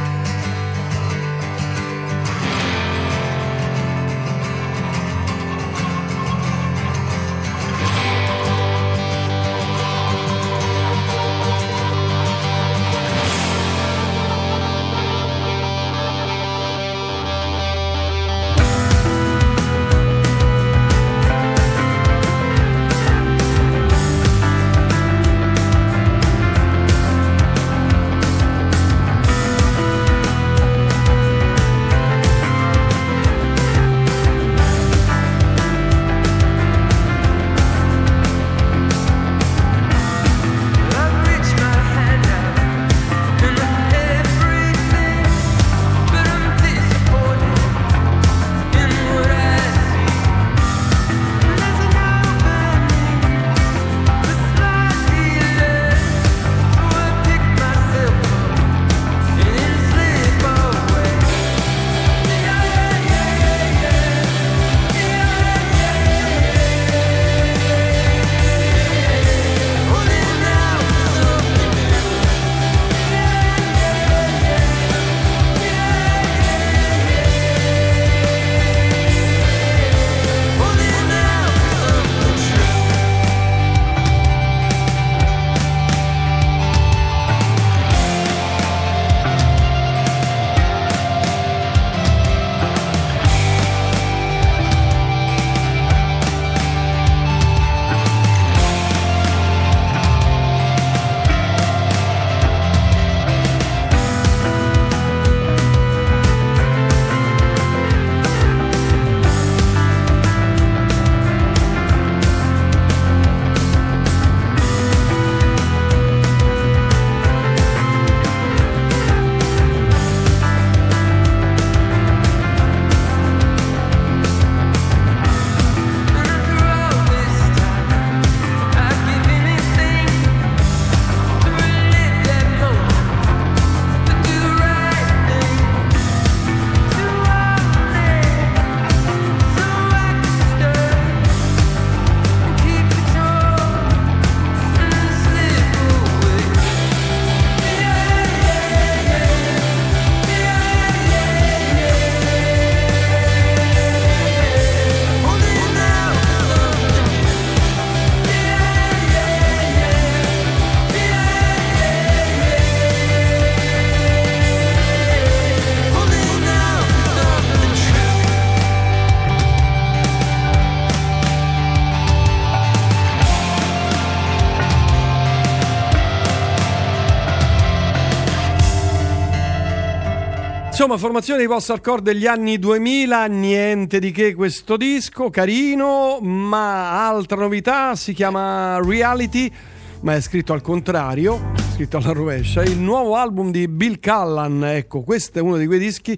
Insomma, formazione di post-hardcore degli anni 2000, niente di che questo disco, carino, ma altra novità, si chiama Reality, ma è scritto al contrario, scritto alla rovescia, il nuovo album di Bill Callan, ecco, questo è uno di quei dischi,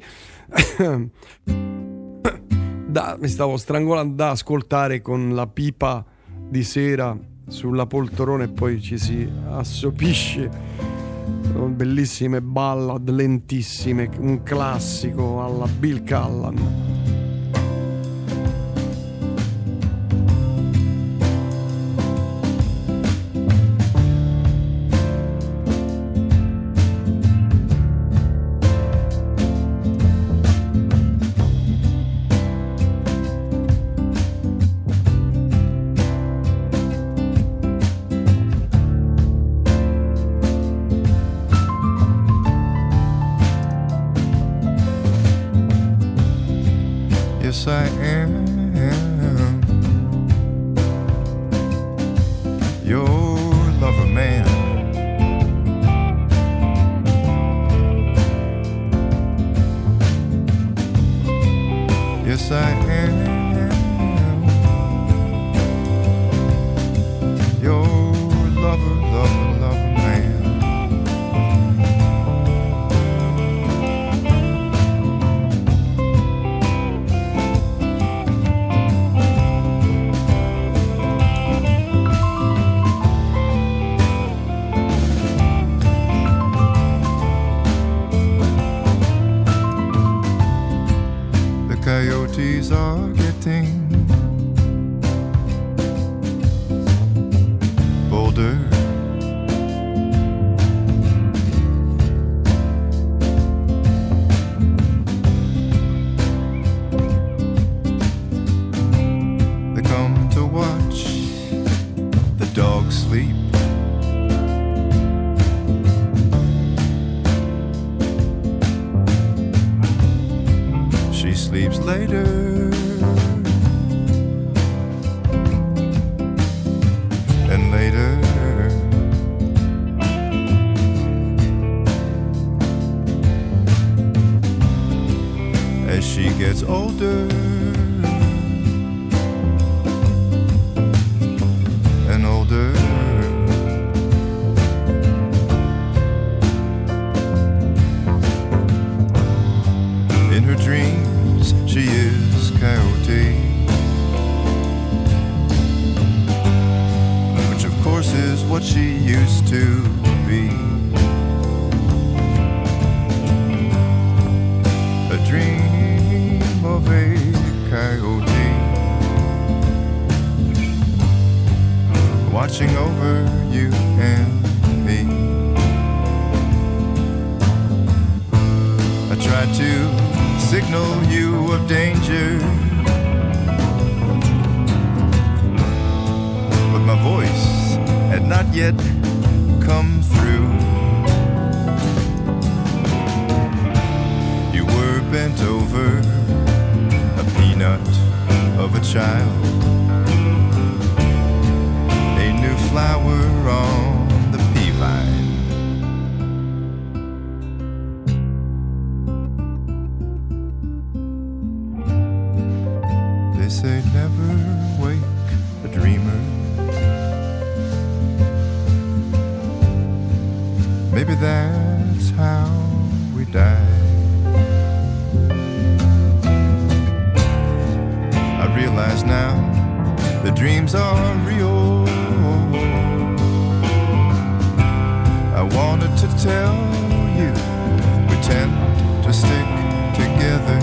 mi stavo strangolando da ascoltare con la pipa di sera sulla poltrona e poi ci si assopisce. Bellissime ballad lentissime, un classico alla Bill Callan. Yes, I am your lover man. Yes, I am your lover, lover, lover man. Coyotes are getting bolder. They come to watch the dogs sleep. She sleeps later and later. As she gets older and older. In her dreams she is Coyote, which of course is what she used to be. A dream of a coyote watching over you and me. I tried to signal you of danger, but my voice had not yet come through. You were bent over, a peanut of a child, a new flower on the pea vine. They say never wake a dreamer. Maybe that's how we die. I realize now the dreams are real. I wanted to tell you we tend to stick together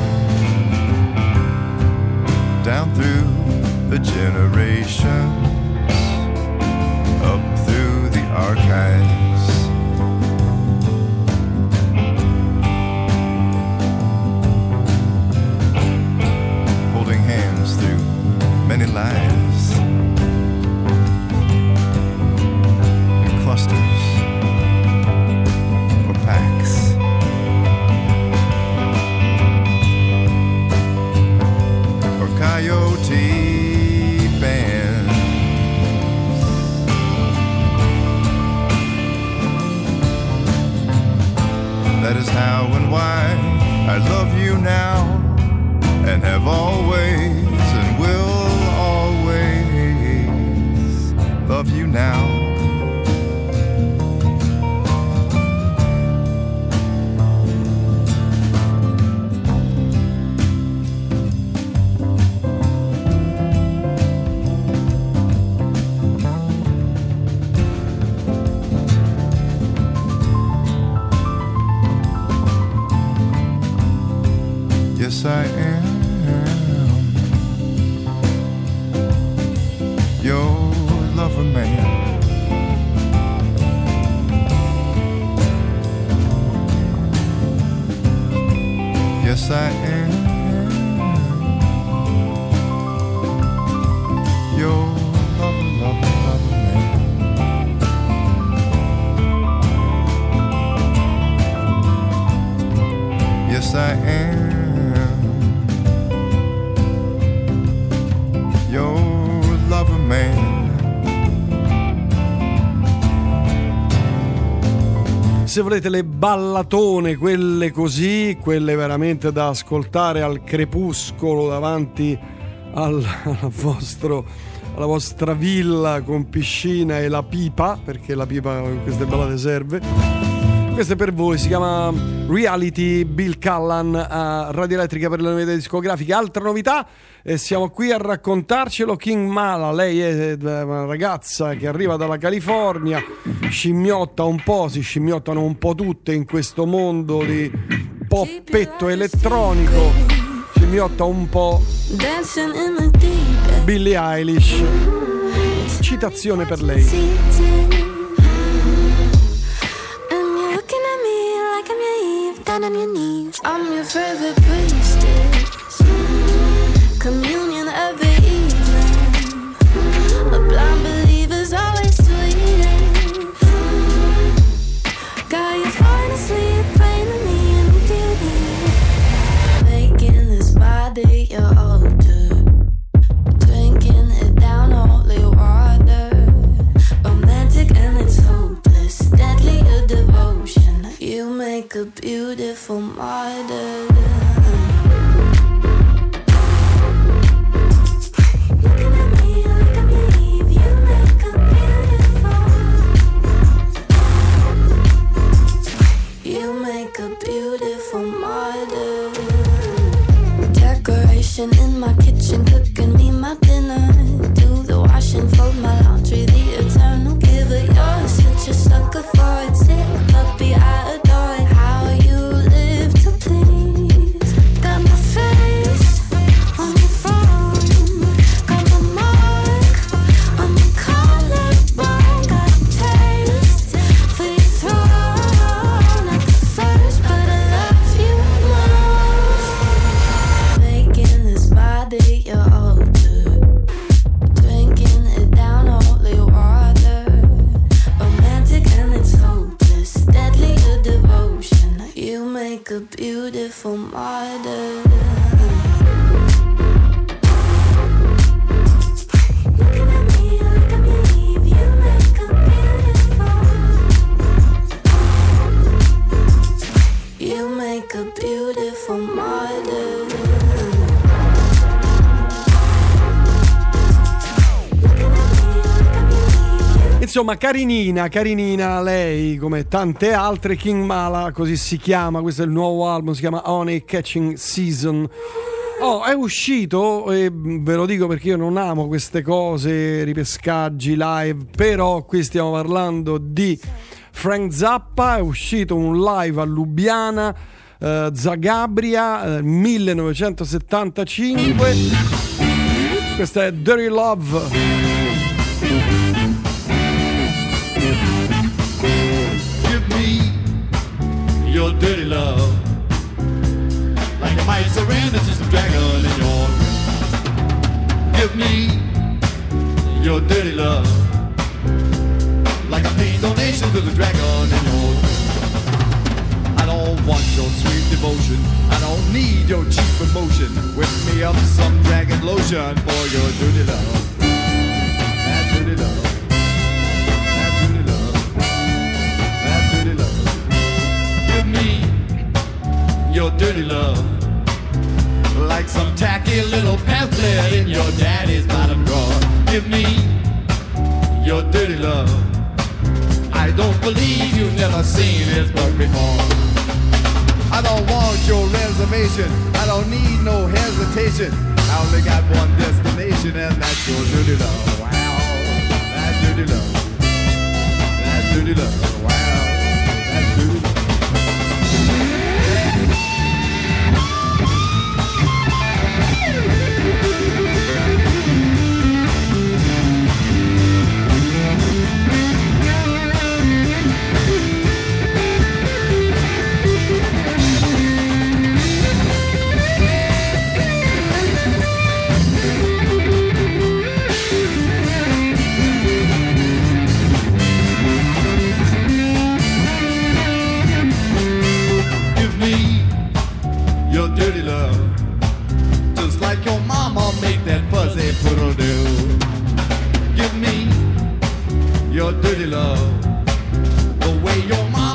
down through the generations, up through the archives. Holding hands through many lives in clusters or packs. Coyote bands. That is how and why I love you now, and have always and will always love you now. Yes, I am your lover man. Yes, I am your lover, lover, lover man. Yes, I am se volete le ballatone, quelle così, quelle veramente da ascoltare al crepuscolo davanti alla vostra villa con piscina e la pipa, perché la pipa in queste ballate serve. Questo è per voi, si chiama Reality, Bill Callan a Radio Elettrica per le novità discografiche. Altra novità, siamo qui a raccontarcelo King Mala. Lei è una ragazza che arriva dalla California, scimmiotta un po', si scimmiottano un po' tutte in questo mondo di poppetto elettronico, scimmiotta un po' Billie Eilish. Citazione per lei. Down on your knees, I'm your favorite priestess. Communion every evening. A blind believer's always tweeting. Got you falling asleep, praying to me and beauty. Making this body your altar. Drinking it down, holy water. Romantic and it's hopeless, deadly a devotion. You make a beautiful martyr. Looking at me like I'm Eve. You make a beautiful. You make a beautiful martyr. Decoration in my kitchen, cooking me my dinner. Do the washing, fold my laundry. The eternal giver. You're such a sucker for it. Sick puppy, I adore it. How you live to please. Got my face on your phone. Got the mark on your collarbone. Got a taste for your throne. At the first, but I love you most. Making this body your altar. Drinking it down, holy water. Romantic and it's hopeless, deadly a devotion. You make a beautiful martyr. Looking at me like I'm Eve. You make a beautiful. You make a beautiful martyr. Insomma, carinina lei, come tante altre. King Mala, così si chiama. Questo è il nuovo album, si chiama Honey Catching Season. È uscito, e ve lo dico perché io non amo queste cose, ripescaggi live, però qui stiamo parlando di Frank Zappa. È uscito un live a Lubiana, Zagabria, 1975. Questa è Dirty Love. Your dirty love, like you might surrender to some dragon in your dream. Give me your dirty love, like a paid donation to the dragon in your dream. I don't want your sweet devotion, I don't need your cheap promotion. Whip me up some dragon lotion for your dirty love. That dirty love. Your dirty love, like some tacky little pamphlet in your daddy's bottom drawer. Give me your dirty love. I don't believe you've never seen this book before. I don't want your reservation, I don't need no hesitation. I only got one destination, and that's your dirty love. Wow, that dirty love. That dirty love. Wow, that dirty love. Dirty love, just like your mama make that fuzzy poodle do. Give me your dirty love, the way your mama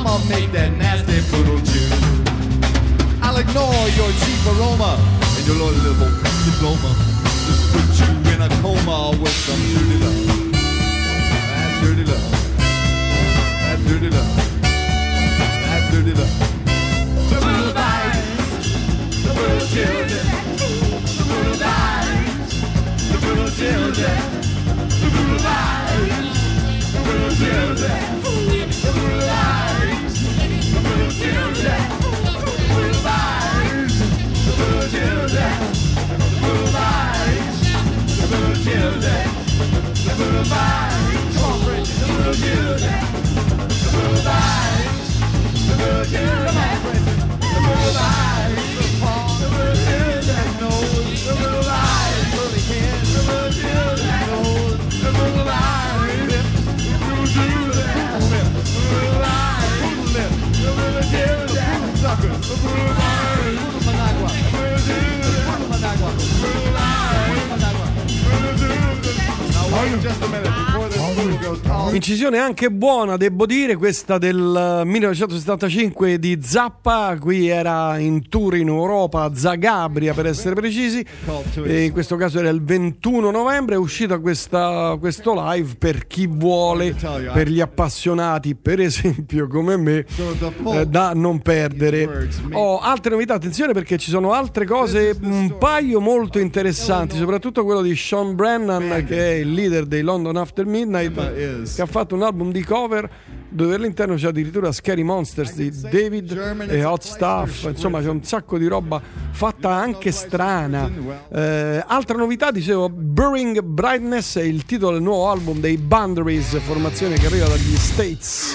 I'ma make that nasty poodle chew. I'll ignore your cheap aroma and your low little diploma. Just put you in a coma with some dirty love. That's dirty love. That's dirty love. That's dirty love. The little vibes, the little children, the little vibes, the little children, the little vibes, the little children, the little vibes, the little children, the little vibes, the little children, the little vibes, the little children, the little vibes, come on, Bridget, the little children, the little vibes, the little children, come on, Bridget, the little vibes, the little children, knows, the little vibes, little kids, the little children, knows, the little vibes, the little children, the little vibes, the little children, suckers, the little vibes, Managua, the little children, Managua, the little vibes, Managua, the little children. Now wait just a minute before this fool goes tall. Incisione anche buona, devo dire, questa del 1975 di Zappa. Qui era in tour in Europa, a Zagabria per essere precisi, e in questo caso era il 21 novembre. È uscito questo live per chi vuole, per gli appassionati, per esempio come me, da non perdere. Altre novità, attenzione, perché ci sono altre cose, un paio molto interessanti, soprattutto quello di Sean Brennan, che è il leader dei London After Midnight, che ha fatto un album di cover dove all'interno c'è addirittura Scary Monsters di David e Hot Stuff, insomma c'è un sacco di roba fatta anche strana. Altra novità, dicevo, Burning Brightness è il titolo del nuovo album dei Boundaries, formazione che arriva dagli States.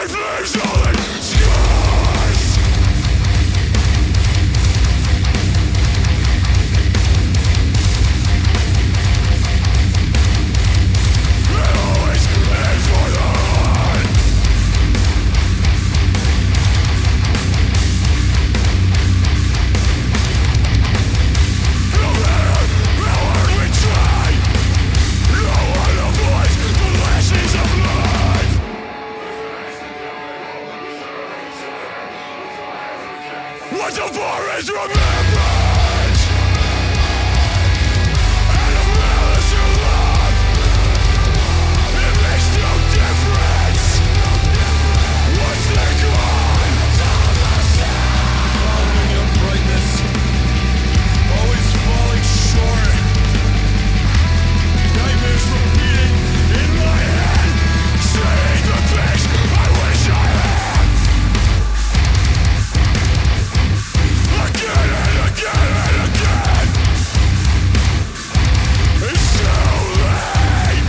What the forest remembers, and the malice you love, it makes no difference. Once they're gone, it's all the same. Following your brightness, always falling short. Nightmares repeating in my head, saying the things I wish I had. Again and again and again. It's too late.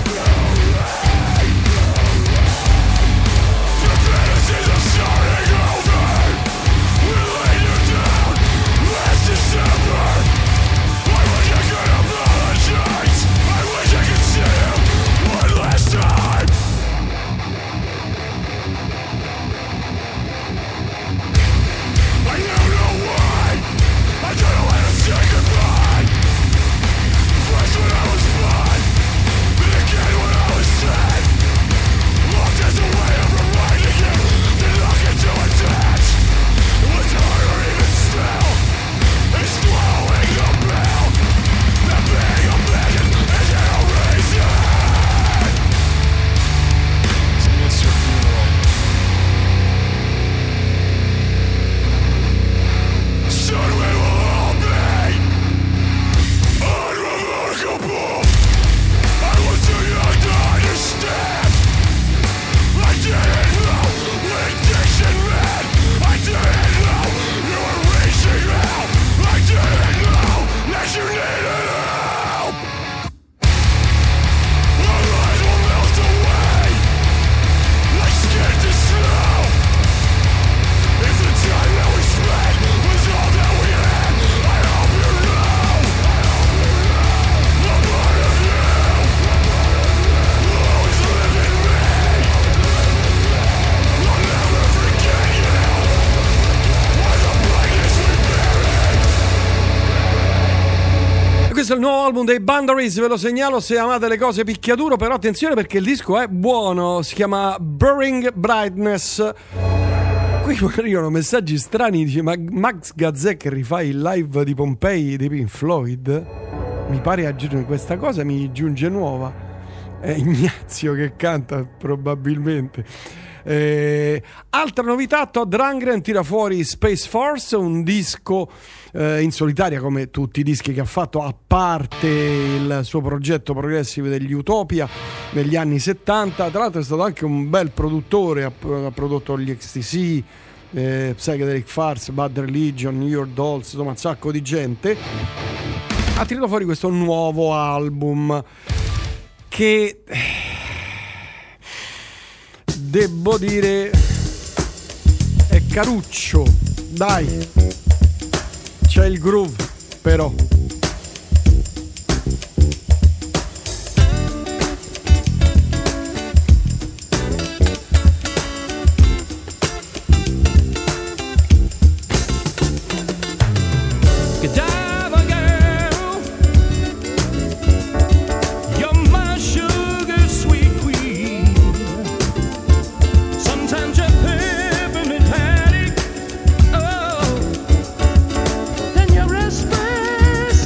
The fantasies are starting over. We laid you down last December. I wish I could apologize. I wish I could see you one last time. I don't know why. I don't know how to say goodbye. First when I was fine, then again when I was sad. Locked as a way of reminding you, then looking to attach. It was harder even still. It's swallowing the bell. That being abandoned is an erasure. To miss your funeral. Soon we will all be unremarkable. I was too young to understand. I didn't know what addiction meant. I didn't know you were reaching out. I didn't know that you needed help. Our lives will melt away like skin to snow. If the time that we spent was all that we had, I hope you know. I'm part of you. You'll always live in me. I'll never forget you. Why the brightness we buried. E questo è il nuovo album dei Boundaries, ve lo segnalo se amate le cose picchiaduro, però attenzione perché il disco è buono, si chiama Burning Brightness. qui arrivano messaggi strani, dice ma Max Gazzè che rifà il live di Pompei dei Pink Floyd? Mi pare aggiungere questa cosa, mi giunge nuova. È Ignazio che canta probabilmente. Altra novità, Todd Rundgren tira fuori Space Force, un disco in solitaria come tutti i dischi che ha fatto, a parte il suo progetto progressive degli Utopia negli anni 70. Tra l'altro è stato anche un bel produttore, ha prodotto gli XTC, Psychedelic Farce, Bad Religion, New York Dolls, insomma un sacco di gente. Ha tirato fuori questo nuovo album che devo dire è caruccio, dai, c'è il groove però. Godiva girl, you're my sugar sweet queen. Sometimes you're peppermint patty, oh, then you're espresso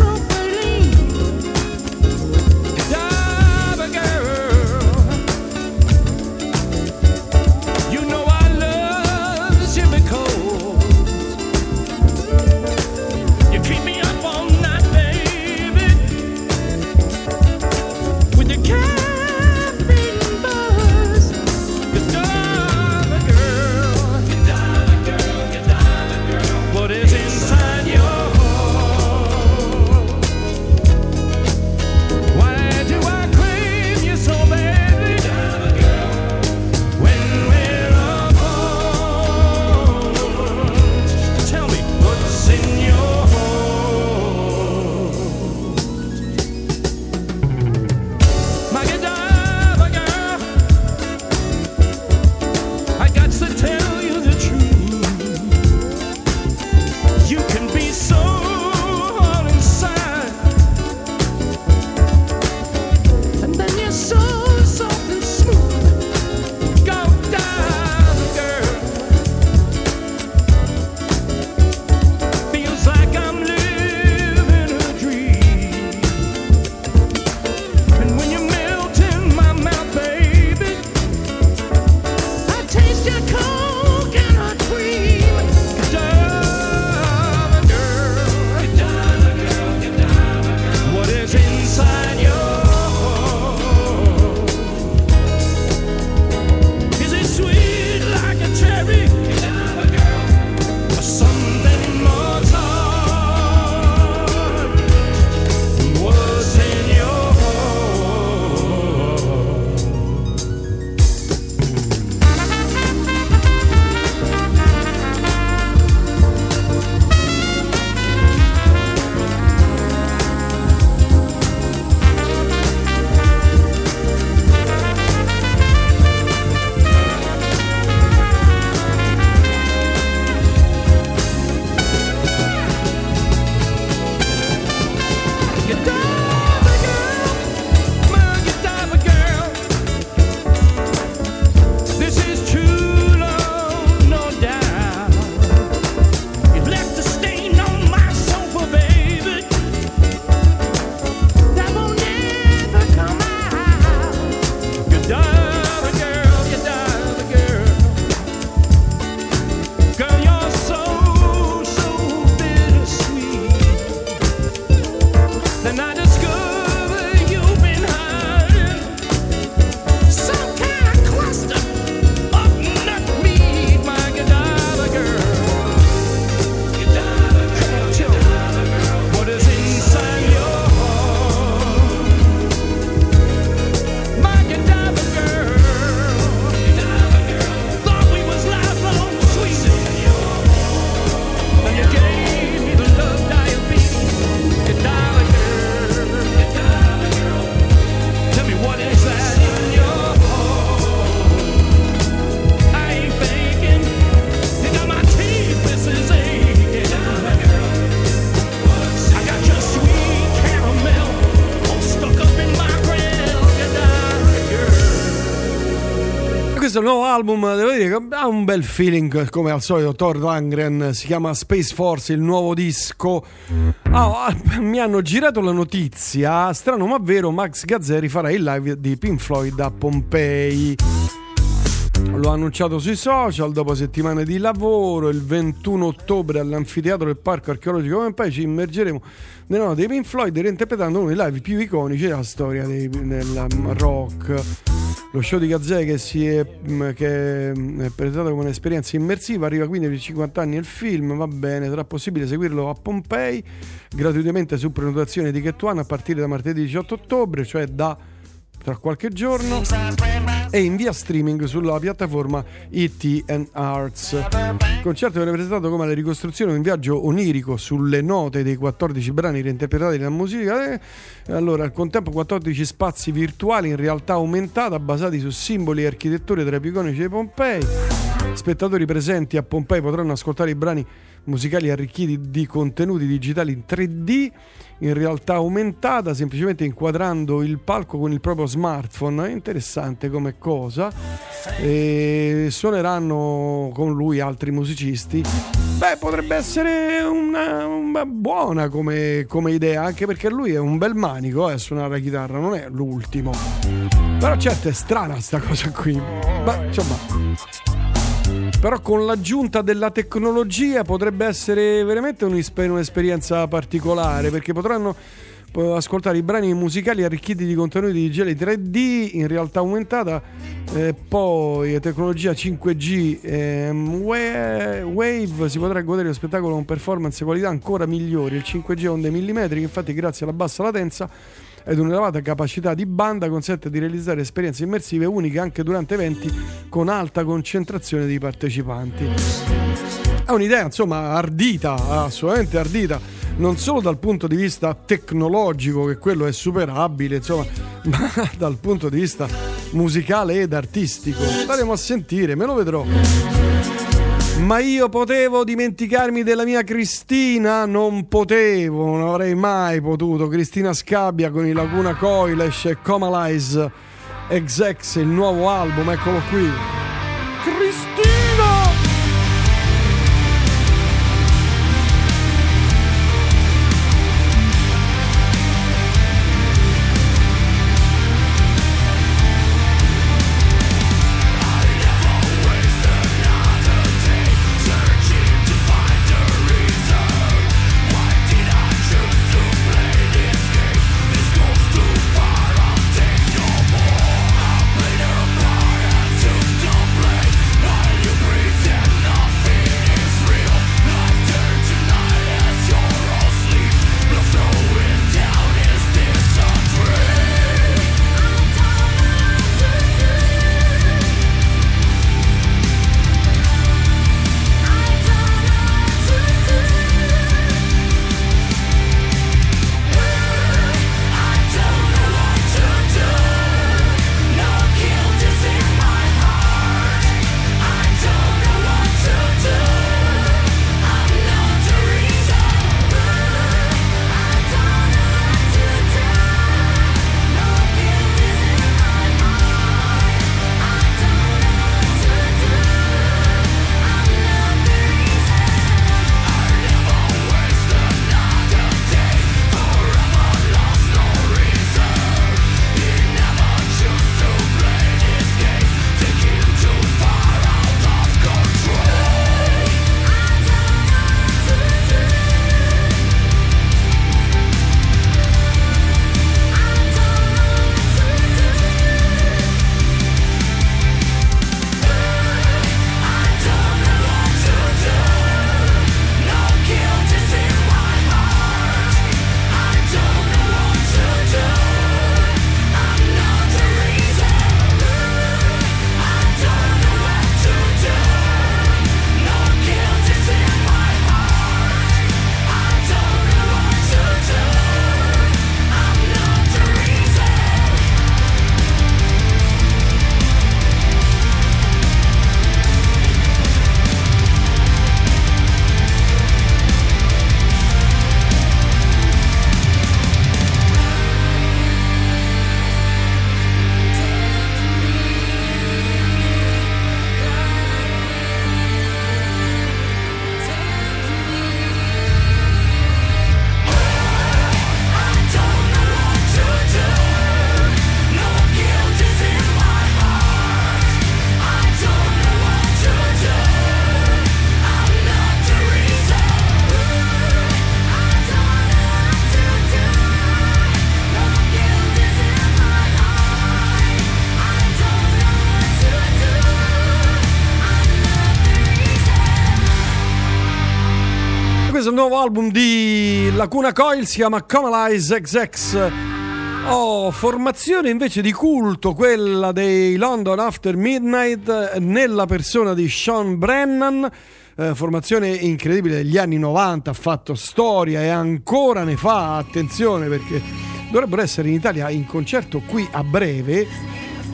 questo è il nuovo album, devo dire che ha un bel feeling, come al solito. Thor Lundgren, si chiama Space Force, il nuovo disco. Mi hanno girato la notizia, strano ma vero, Max Gazzè farà il live di Pink Floyd a Pompei. Lo ha annunciato sui social dopo settimane di lavoro. Il 21 ottobre all'anfiteatro del Parco Archeologico Pompei ci immergeremo nella notte dei Pink Floyd, reinterpretando uno dei live più iconici della storia del rock. Lo show di Gazzè, che è presentato come un'esperienza immersiva, arriva quindi per 50 anni il film. Va bene, sarà possibile seguirlo a Pompei gratuitamente su prenotazione di Get One a partire da martedì 18 ottobre, cioè tra qualche giorno, e in via streaming sulla piattaforma ET and Arts. Il concerto viene presentato come la ricostruzione di un viaggio onirico sulle note dei 14 brani reinterpretati nella musica. Allora, al contempo 14 spazi virtuali in realtà aumentata basati su simboli e architetture tra i più iconici di Pompei. Spettatori presenti a Pompei potranno ascoltare i brani musicali arricchiti di contenuti digitali in 3D in realtà aumentata, semplicemente inquadrando il palco con il proprio smartphone. È interessante come cosa. E suoneranno con lui altri musicisti. Potrebbe essere una buona come idea, anche perché lui è un bel manico a suonare la chitarra, non è l'ultimo. Però certo è strana sta cosa qui. Però con l'aggiunta della tecnologia potrebbe essere veramente un'esperienza particolare, perché potranno ascoltare i brani musicali arricchiti di contenuti digitali 3D in realtà aumentata, poi tecnologia 5G Wave, si potrà godere lo spettacolo con performance e qualità ancora migliori. Il 5G a onde millimetriche, infatti, grazie alla bassa latenza ed un'elevata capacità di banda, consente di realizzare esperienze immersive uniche anche durante eventi con alta concentrazione di partecipanti. È un'idea, insomma, ardita, assolutamente ardita, non solo dal punto di vista tecnologico, che quello è superabile, insomma, ma dal punto di vista musicale ed artistico. Staremo a sentire, me lo vedrò. Ma io potevo dimenticarmi della mia Cristina? Non potevo, non avrei mai potuto. Cristina Scabbia con i Laguna Coil, esce Comalize XX, il nuovo album, eccolo qui. Cristina! Don't Questo è il nuovo album di Lacuna Coil, si chiama Comalize XX. Formazione invece di culto, quella dei London After Midnight, nella persona di Sean Brennan. Formazione incredibile degli anni 90, ha fatto storia e ancora ne fa, attenzione, perché dovrebbero essere in Italia in concerto qui a breve.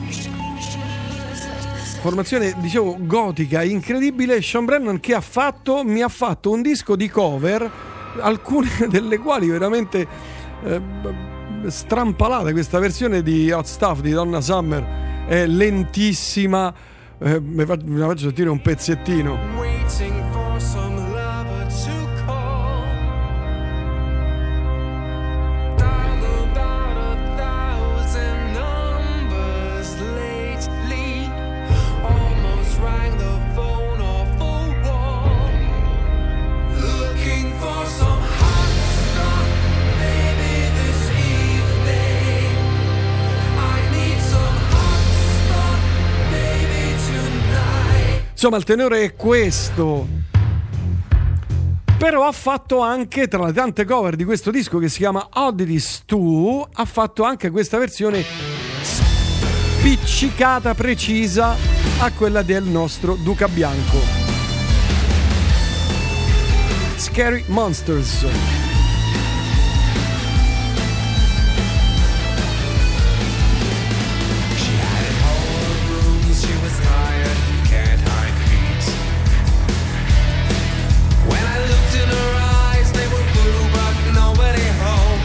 Formazione, dicevo, gotica, incredibile. Sean Brennan che mi ha fatto un disco di cover, alcune delle quali veramente strampalate. Questa versione di Hot Stuff di Donna Summer è lentissima, mi faccio sentire un pezzettino. Waiting for some lover to call. Dialed about 1,000 numbers lately. Almost rang the phone off the wall. Looking for some hot stuff, baby, this evening. I need some hot stuff, baby, tonight. Insomma, il tenore è questo. Però ha fatto anche, tra le tante cover di questo disco che si chiama Oddities 2, ha fatto anche questa versione spiccicata, precisa a quella del nostro Duca Bianco. Scary Monsters. She had it all rooms, she was tired, can't hide heat. When I looked in her eyes, they were blue, but nobody home.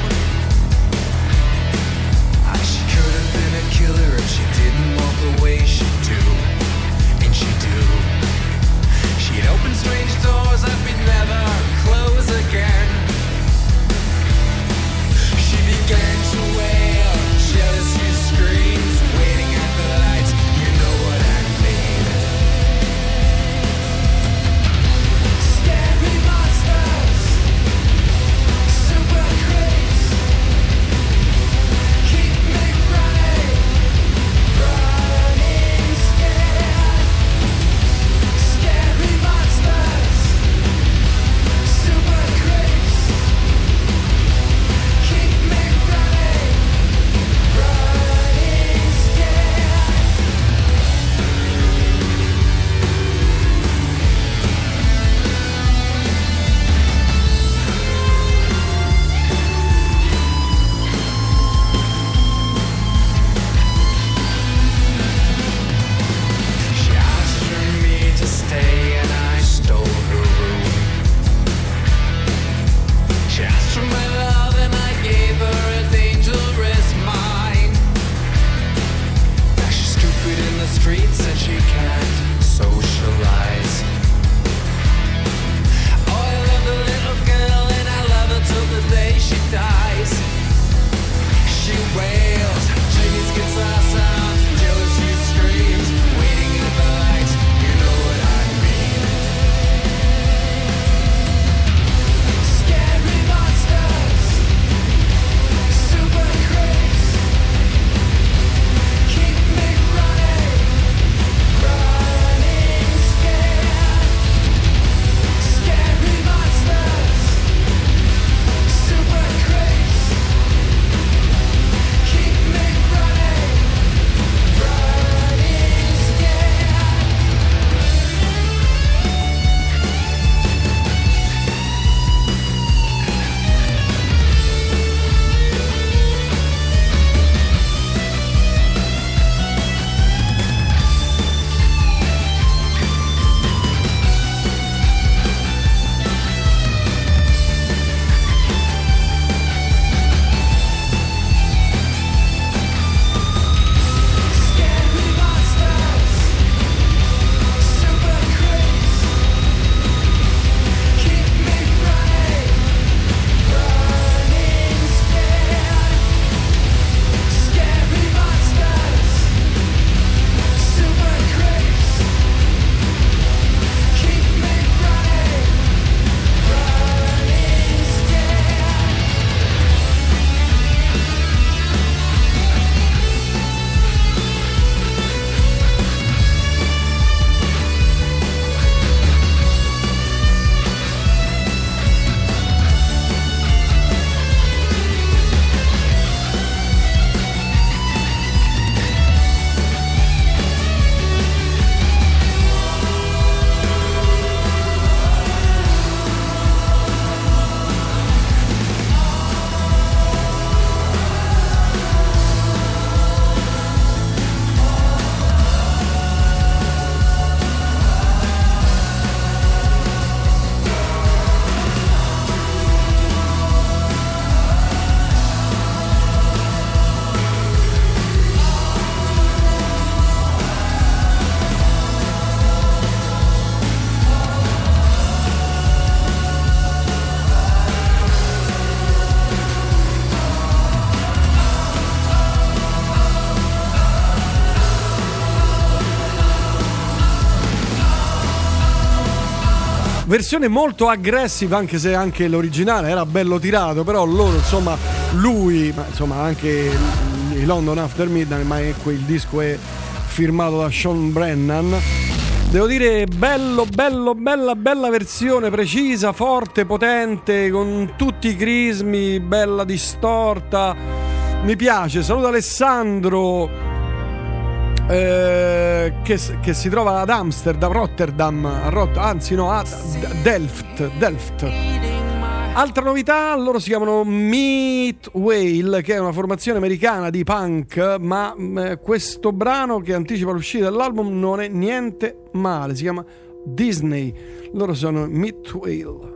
She could have been a killer if she didn't walk the way she do, and she do. She'd open strange doors that we'd never close again. She began to wail, jealousy screams, waiting at the lights, you know what I mean. Scary monsters, super creeps, keep me running, running scared. Scary monsters, super creeps, keep me running, running scared. She asked for me to stay and I stole her room. She asked for my love and I gave her a dangerous mind. Now she's stupid in the streets and she can't socialize. Oh, I love the little girl and I love her till the day she dies. She wails, Jimmy's guitar sounds, jealousy screams, waiting at the lights, you know what I mean. Scary monsters, super creeps, keep me running, running. versione molto aggressiva, anche se anche l'originale era bello tirato, però loro, insomma, lui, ma insomma anche i London After Midnight, ma il disco è firmato da Sean Brennan. Devo dire, bella versione, precisa, forte, potente, con tutti i crismi, bella distorta. Mi piace. Saluto Alessandro, che si trova ad Amsterdam, Rotterdam, a Delft. Altra novità, loro si chiamano Meat Whale, che è una formazione americana di punk, ma questo brano che anticipa l'uscita dell'album non è niente male, si chiama Disney. Loro sono Meat Whale.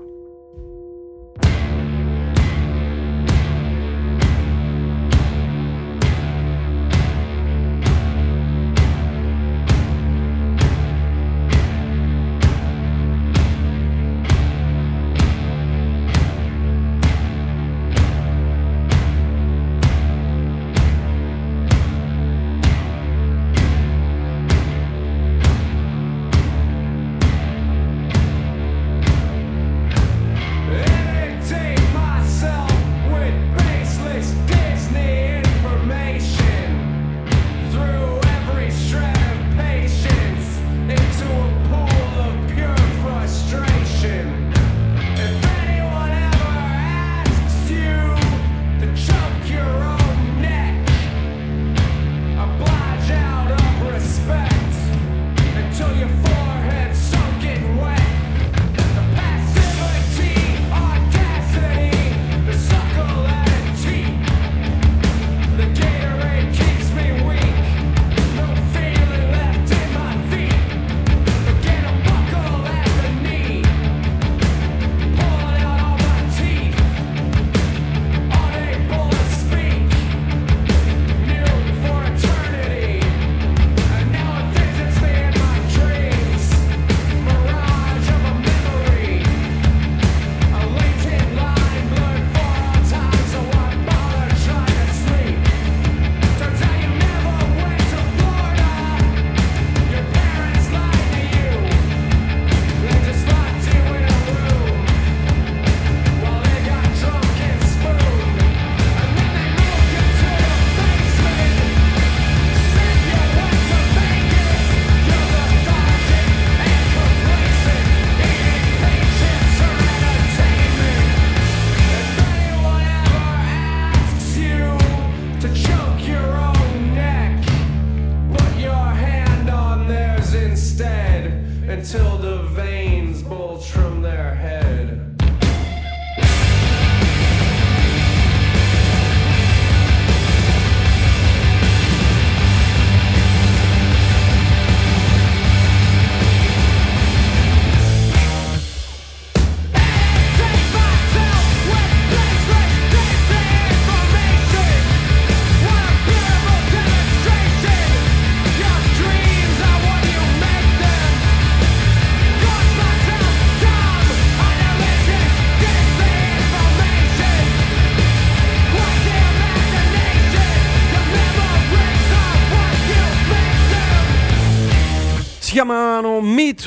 chiamano Meat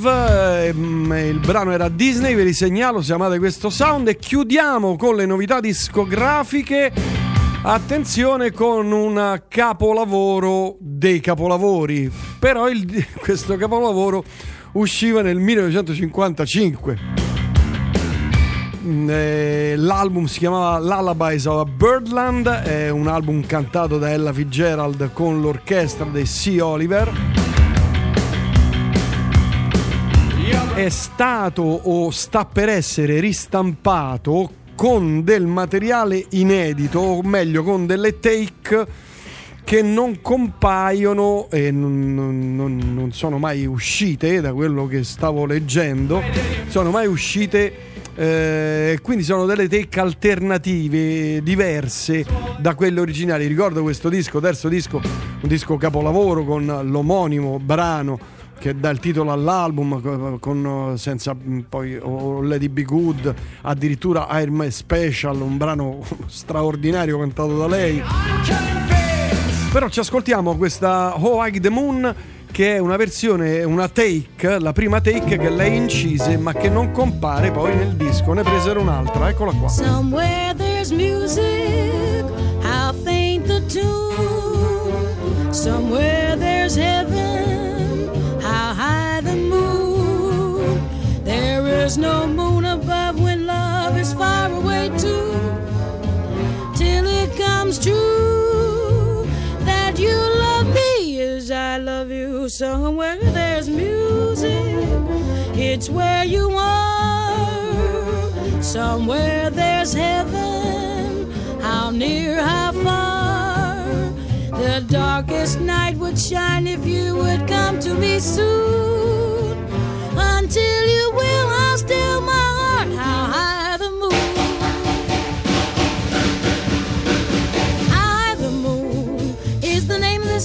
Wave, il brano era Disney, ve li segnalo se amate questo sound. E chiudiamo con le novità discografiche. Attenzione, con un capolavoro dei capolavori, però questo capolavoro usciva nel 1955. L'album si chiamava Lullabies of Birdland, è un album cantato da Ella Fitzgerald con l'orchestra dei Sea Oliver. È stato o sta per essere ristampato con del materiale inedito, o meglio con delle take che non compaiono e non sono mai uscite, da quello che stavo leggendo, sono mai uscite, quindi sono delle take alternative, diverse da quelle originali. Ricordo questo disco, terzo disco, un disco capolavoro con l'omonimo brano che dà il titolo all'album, con senza poi Lady Be Good, addirittura I'm Special, un brano straordinario cantato da lei. Però ci ascoltiamo questa Oh Hike the Moon, che è una versione, una take, la prima take che lei incise ma che non compare poi nel disco. Ne presero un'altra, eccola qua. Somewhere there's music, how faint the tune. Somewhere there's heaven, how high the moon. There is no moon above when love is far away too. Till it comes true that you love me as I love you. Somewhere there's music, it's where you are. Somewhere there's heaven, how near, how far. The darkest night would shine if you would come to me soon. Until you will, I'll still my heart, how high the moon. High the moon is the name of the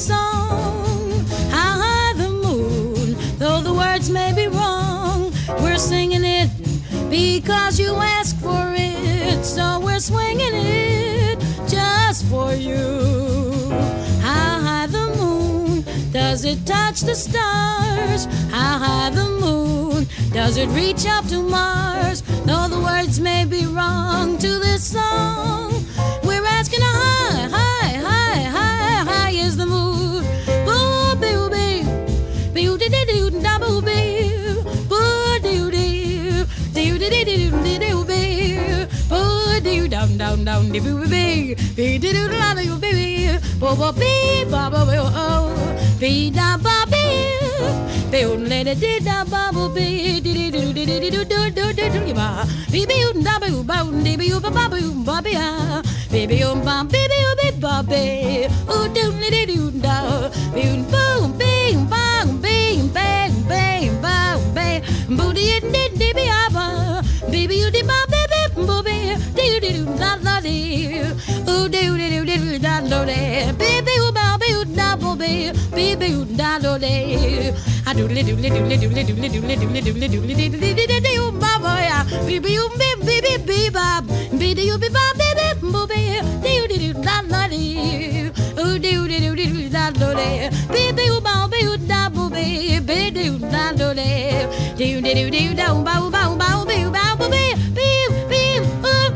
song. How high the moon, though the words may be wrong, we're singing it because you asked for it, so we're swinging it just for you. How high the moon, does it touch the stars? How high the moon, does it reach up to Mars? Though the words may be wrong to this song, we're asking how high, high, high, high, high is the moon. Boo, boo, boo, boo, dee, dee, doo, da, boo, boo, boo, doo, doo, doo, dee, dee, doo, dee, doo, boo, boo, doo, down, down, down, dee, boo, boo, bee, dee, doo, da, doo, boo, boo, boo, bee, ba, ba, boo, oh, bee, da, ba, bee, bee, let it, dee, da, ba, boo, bee, dee, dee, doo, dee, dee, doo, doo, doo, doo, doo, ba, bee, bee, da, boo, ba, dee, bee, ba, ba, boo, ba, bee, ah, bee, bee, ba, bee, bee, ba, bee, oh, doo, dee, doo, da, bee, boom, bing, bang, bing, bang, bang, bang, bang, boo, dee, dee, dee, bee, ah, ba, bee, bee, dee, ba, bee, bee, boo, bee, dee, dee, doo, da, da, dee, oh, doo, dee, doo, dee, da, da, dee, bee, bee, ba, bee, da, boo, bee, bee, bee, da, da, dee, I do, do, do, do, do, do, do, do, do, do, do, do, do, do, ba, ba, ya, bee, bee, bee, bee, bee, ba, bee, dee, bee, ba, bee, bee, boo, bee, dee, dee, doo, da, da, dee, oh, doo, dee, doo, dee, da, da, dee, bee, bee, ba, bee, da, boo, bee, bee, doo, da, da, dee, doo, dee, doo, doo, da, ba, ba, ba, bee, ba, boo, bee, bee, bee, oh,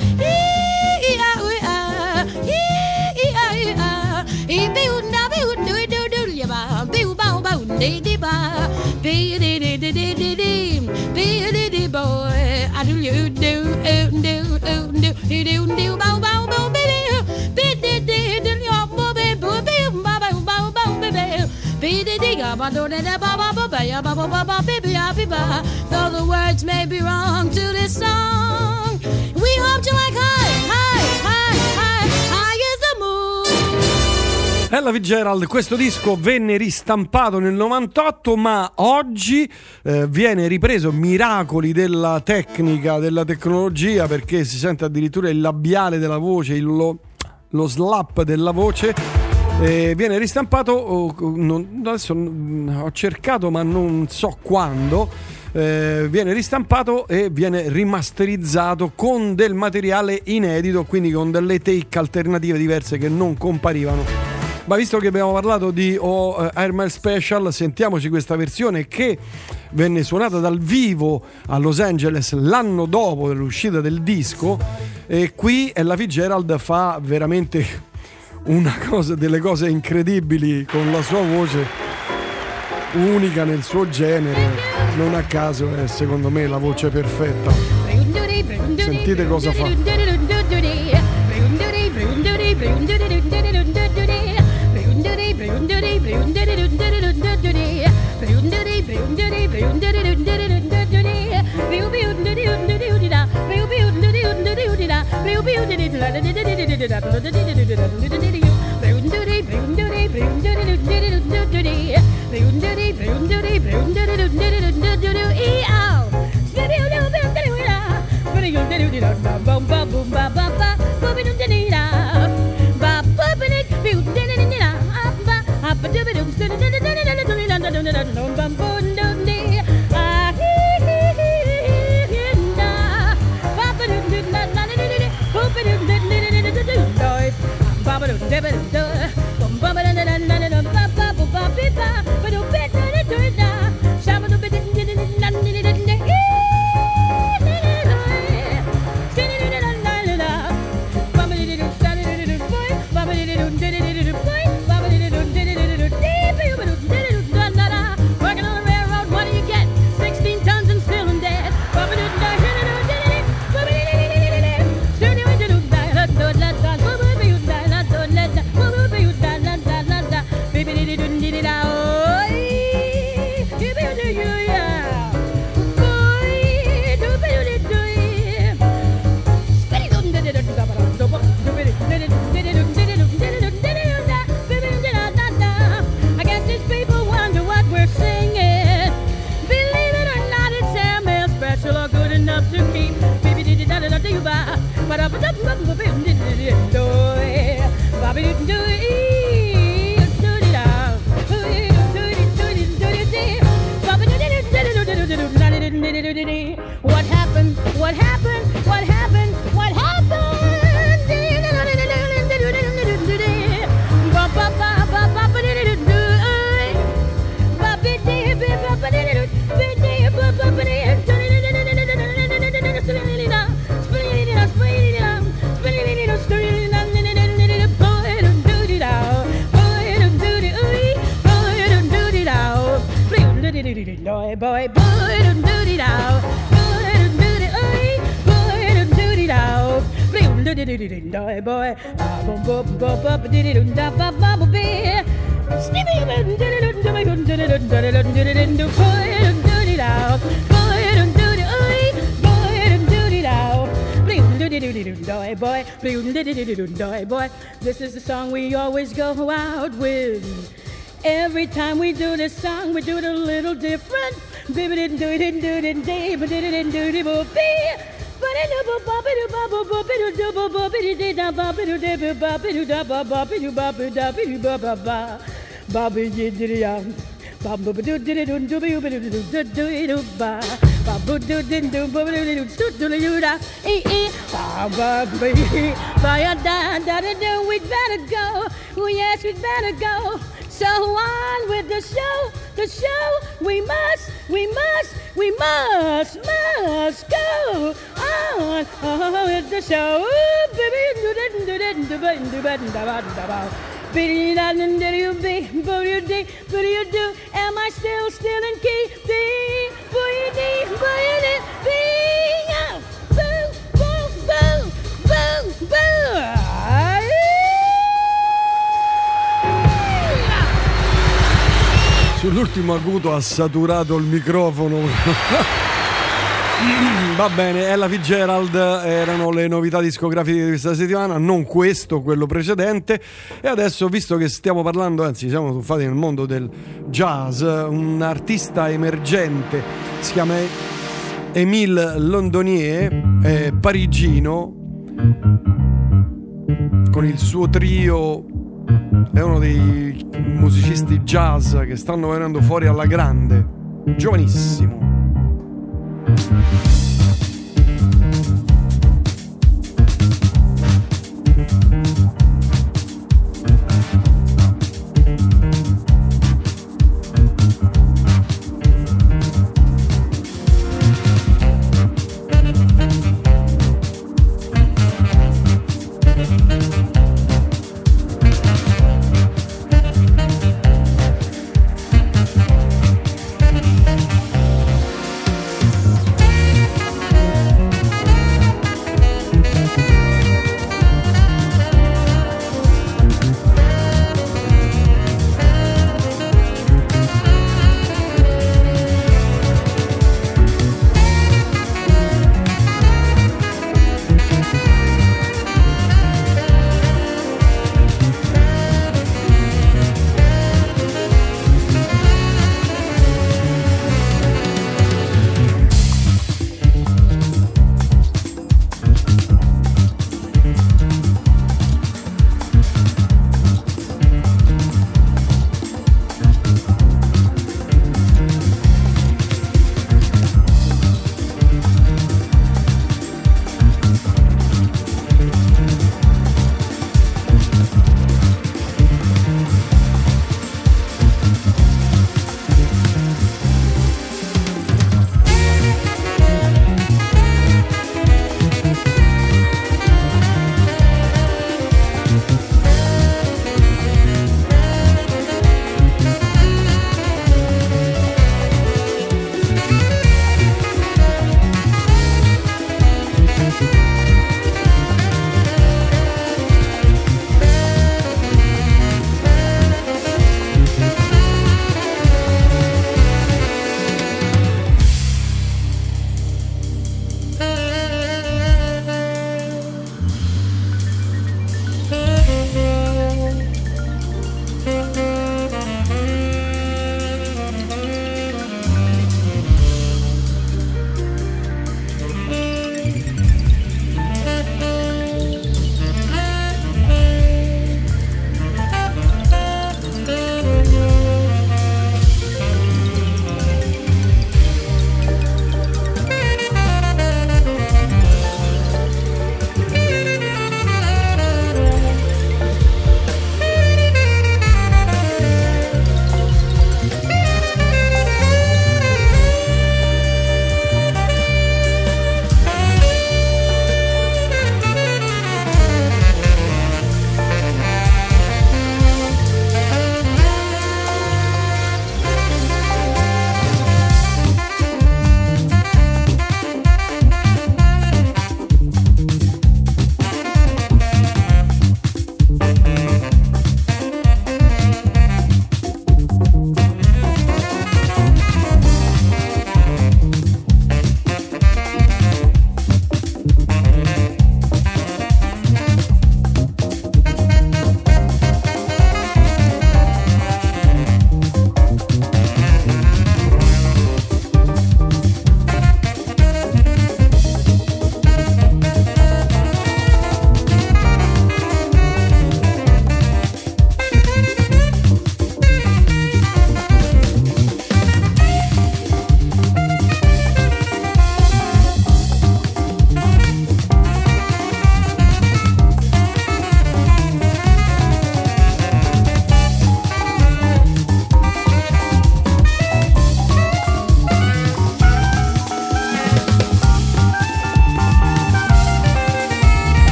ee, ah, oo, ah, ee, ah, ee, ah, ee, bee, da, bee, doo, doo, doo, ya, ba, bee, ba, ba, dee, dee, ba, bee, dee, dee, dee, dee, dee, dee, bee, dee, dee, boy, I do, you, do, do, do, do, do, do, ba, ba, ba, bee, bee, dee, dee, dee, ya, boo, bee, boo, bee, ba, ba, ba, ba, bee, bee, dee, dee, ga, ba, do, dee, dee, ba, ba, ba, ba, ya, ba, ba, ba, ba, bee, bee, ya, bee, ba, though the words may be wrong to this song, we hope you like high, high, high, high, high is the moon. Ella Fitzgerald, questo disco venne ristampato nel 98, ma oggi viene ripreso, miracoli della tecnica, della tecnologia, perché si sente addirittura il labiale della voce, lo slap della voce. Viene ristampato, adesso ho cercato ma non so quando, viene ristampato e viene rimasterizzato con del materiale inedito, quindi con delle take alternative diverse che non comparivano. Ma visto che abbiamo parlato di Airmail Special, sentiamoci questa versione che venne suonata dal vivo a Los Angeles l'anno dopo dell'uscita del disco, e qui Ella Fitzgerald fa veramente delle cose incredibili con la sua voce, unica nel suo genere. Non a caso è secondo me la voce perfetta. Sentite cosa fa. Baba What happened? What happened? What happened? What happened? Boy, boy, do-do-do-do, boy, do-do-do-do, do-do-do-do, boy, boy. This is the song we always go out with. Every time we do this song, we do it a little different. We'd better go. Oh yes, we'd better go. So on with the show, we must go on with the show. Am I still in key? Sull'ultimo acuto ha saturato il microfono. Va bene, Ella Fitzgerald erano le novità discografiche di questa settimana, non questo, quello precedente. E adesso, visto che stiamo parlando, anzi siamo tuffati nel mondo del jazz, un artista emergente si chiama Émile Londonier, è parigino, con il suo trio. È uno dei musicisti jazz che stanno venendo fuori alla grande, giovanissimo.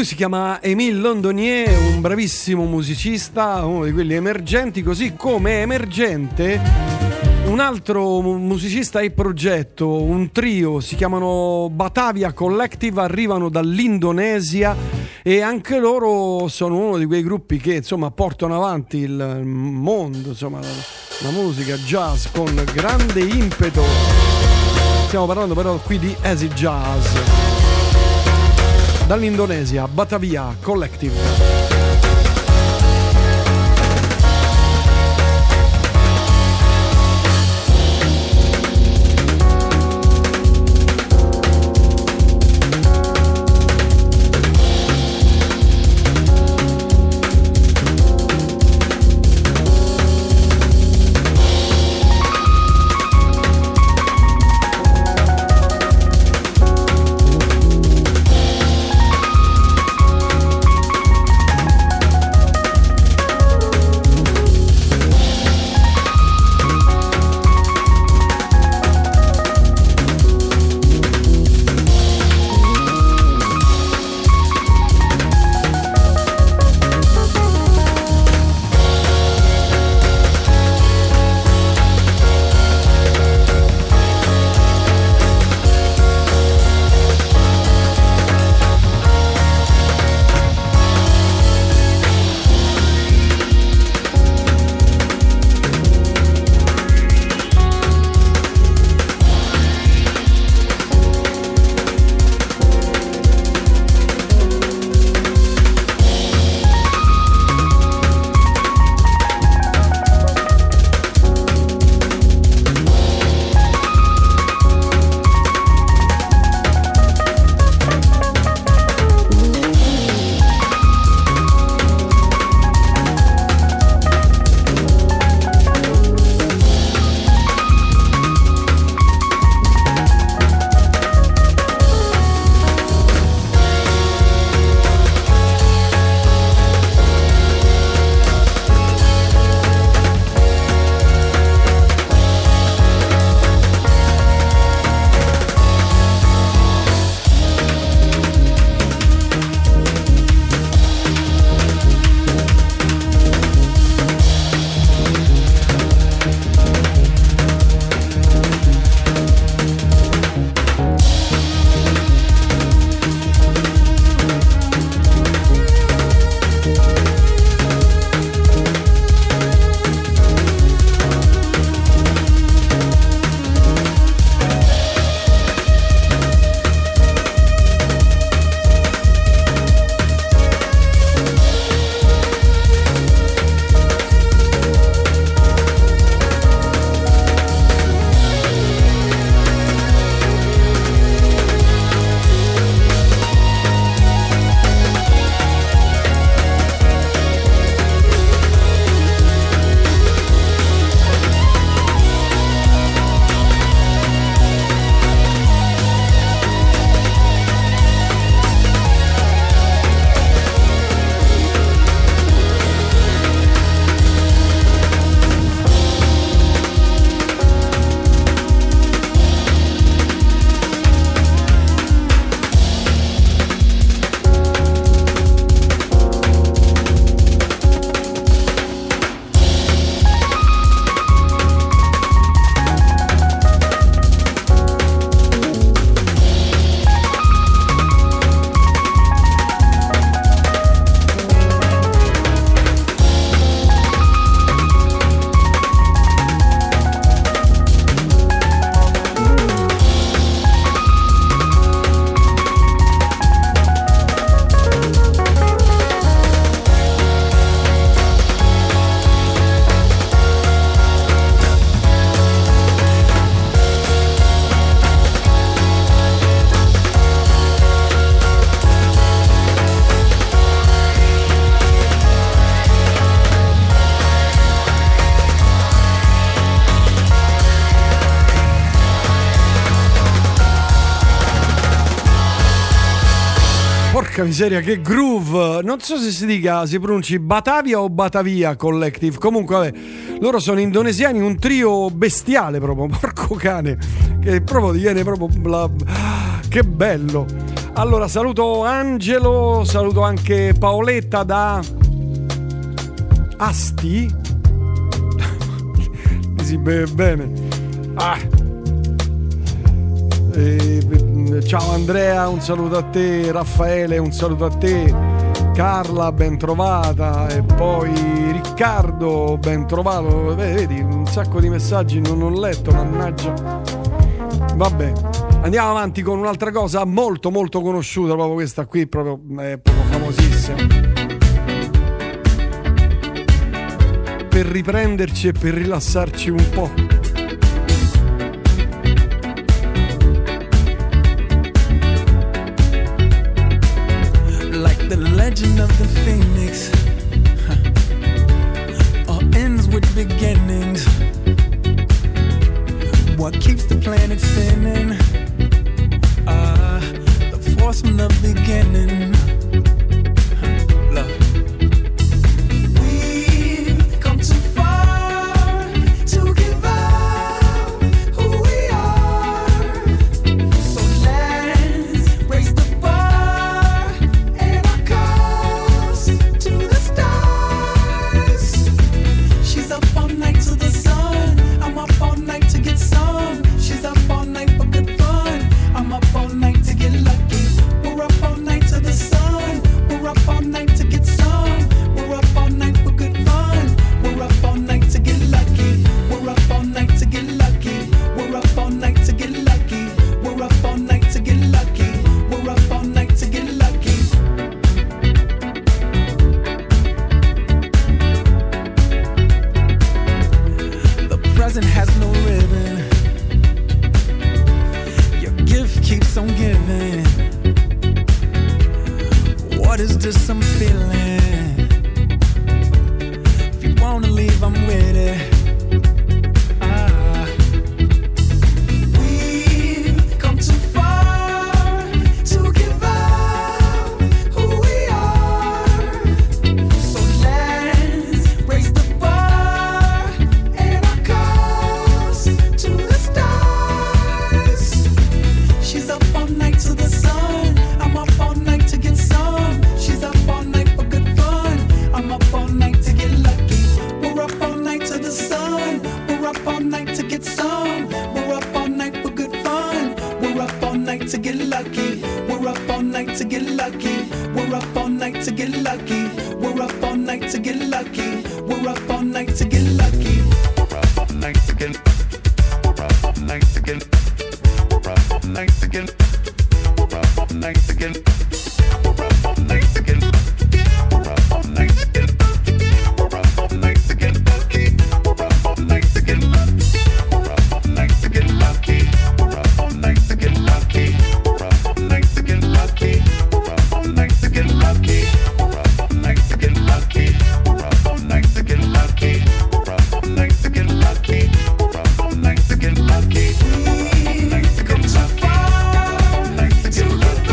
Lui si chiama Émile Londonier, un bravissimo musicista, uno di quelli emergenti, così come è emergente un altro musicista e progetto, un trio, si chiamano Batavia Collective, arrivano dall'Indonesia e anche loro sono uno di quei gruppi che insomma portano avanti il mondo, insomma la musica jazz con grande impeto. Stiamo parlando però qui di acid jazz. Dall'Indonesia, Batavia Collective. Porca miseria, che groove! Non so se si pronunci Batavia o Batavia Collective. Comunque, vabbè, loro sono indonesiani, un trio bestiale proprio, porco cane, che proprio ti viene proprio che bello. Allora, saluto Angelo, saluto anche Paoletta da Asti. Si beve bene. Ciao Andrea, un saluto a te. Raffaele, un saluto a te. Carla, ben trovata. E poi Riccardo, ben trovato. Vedi, un sacco di messaggi non ho letto, mannaggia. Vabbè, andiamo avanti con un'altra cosa molto molto conosciuta, proprio questa qui, proprio famosissima. Per riprenderci e per rilassarci un po'. Like the legend of the phoenix, all ends with beginnings. What keeps the planet spinning? The force from the beginning. Love. We've come too far to give up who we are. So let's raise the bar and our cups to the stars. She's up all night to the sun. I'm up all night to get some. She's up all night for good fun. I'm up all night to get lucky. We're up all night to the sun. We're up all night to get some. We're up all night for good fun. We're up all night to get lucky. We're up all night to get lucky. We're up all night to get lucky. We're up all night to get lucky. We're up all night to get lucky. The present has no ribbon. Your gift keeps on giving. What is this I'm feeling? If you wanna leave, I'm with it. We've come too far to give up who we are. So let's raise the bar and our cups to the stars. She's up all night to the sun. I'm up all night to get some. She's up all night for good fun. I'm up all night to get lucky. We're up all night to the sun. We're up all night to get some. We're up all night for good fun. We're up all night to get lucky. We're up all night to get lucky. We're up all night to get lucky. We're up all night to get lucky. We're up all night to get lucky. We're up all night to get. We're up all night to get. We're up all night to get. We're up all night to get. We're up all night to get. We're up all night to get. We're up all night to get lucky. We're up all night to get lucky. We're up all night to get lucky. We're up all night to get lucky. We're up all night to get lucky. We're up all night to get lucky. We're up all night to get lucky. We're up all night to get lucky. We're up all night to get lucky. We're up all night to get lucky. Come too far to give up.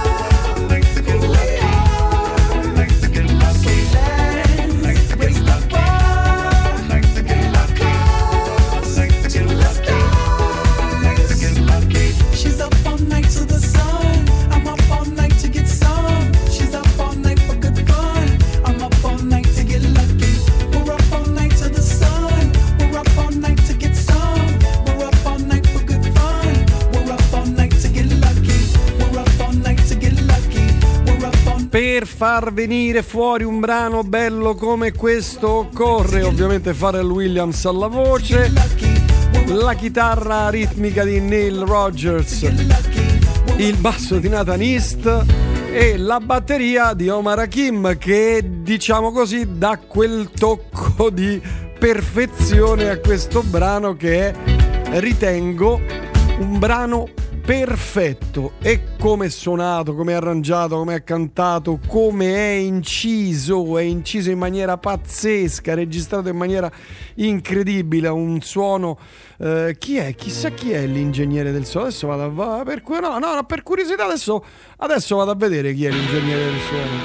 Per far venire fuori un brano bello come questo occorre ovviamente Pharrell Williams alla voce, la chitarra ritmica di Neil Rogers, il basso di Nathan East e la batteria di Omar Hakim, che diciamo così dà quel tocco di perfezione a questo brano che è, ritengo, un brano perfetto. E come è suonato, come è arrangiato, come è cantato, come è inciso in maniera pazzesca, registrato in maniera incredibile, un suono chi è? Chissà chi è l'ingegnere del suono. Adesso vado per curiosità adesso vado a vedere chi è l'ingegnere del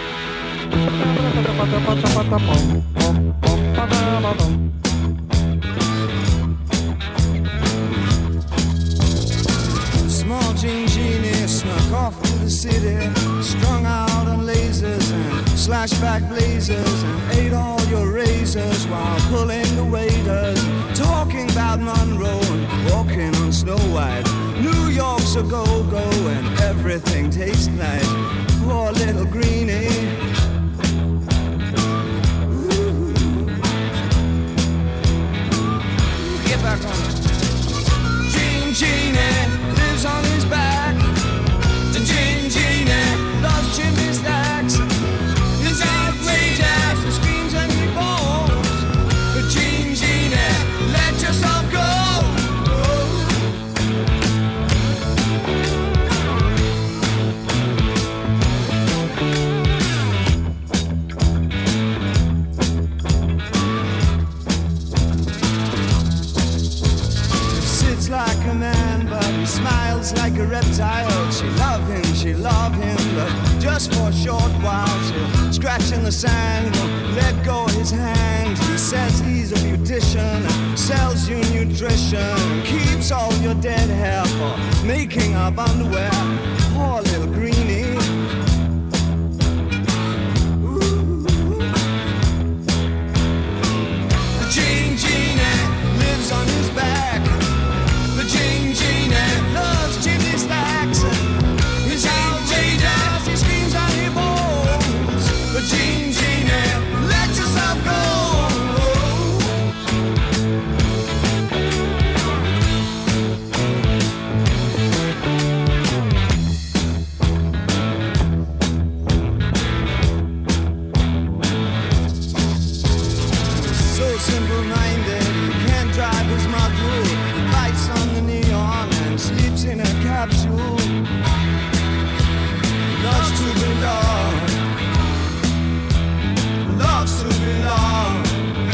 suono. Small jean genie snuck off to the city, strung out on lasers and slashback blazers, and ate all your razors while pulling the waiters, talking about Monroe and walking on Snow White. New York's a go-go and everything tastes nice. Poor little greenie. Get back on it. Genie lives on his back. Genie loves chimney stacks. He's outrageous, he screams and he balls. But Genie, let yourself go. Like a man, but he smiles like a reptile. She love him, but just for a short while. She'll scratch in the sand, won't let go of his hand. He says he's a beautician, sells you nutrition, keeps all your dead hair for making up underwear. Poor little greenie. Genie lives on his back. Genie loves chimney stacks. He's outrageous, he screams and he bawls. But Genie, let yourself go. So simple-minded, he can't drive his Magoo. Bites on the neon and sleeps in a capsule. Loves to belong. Loves to belong.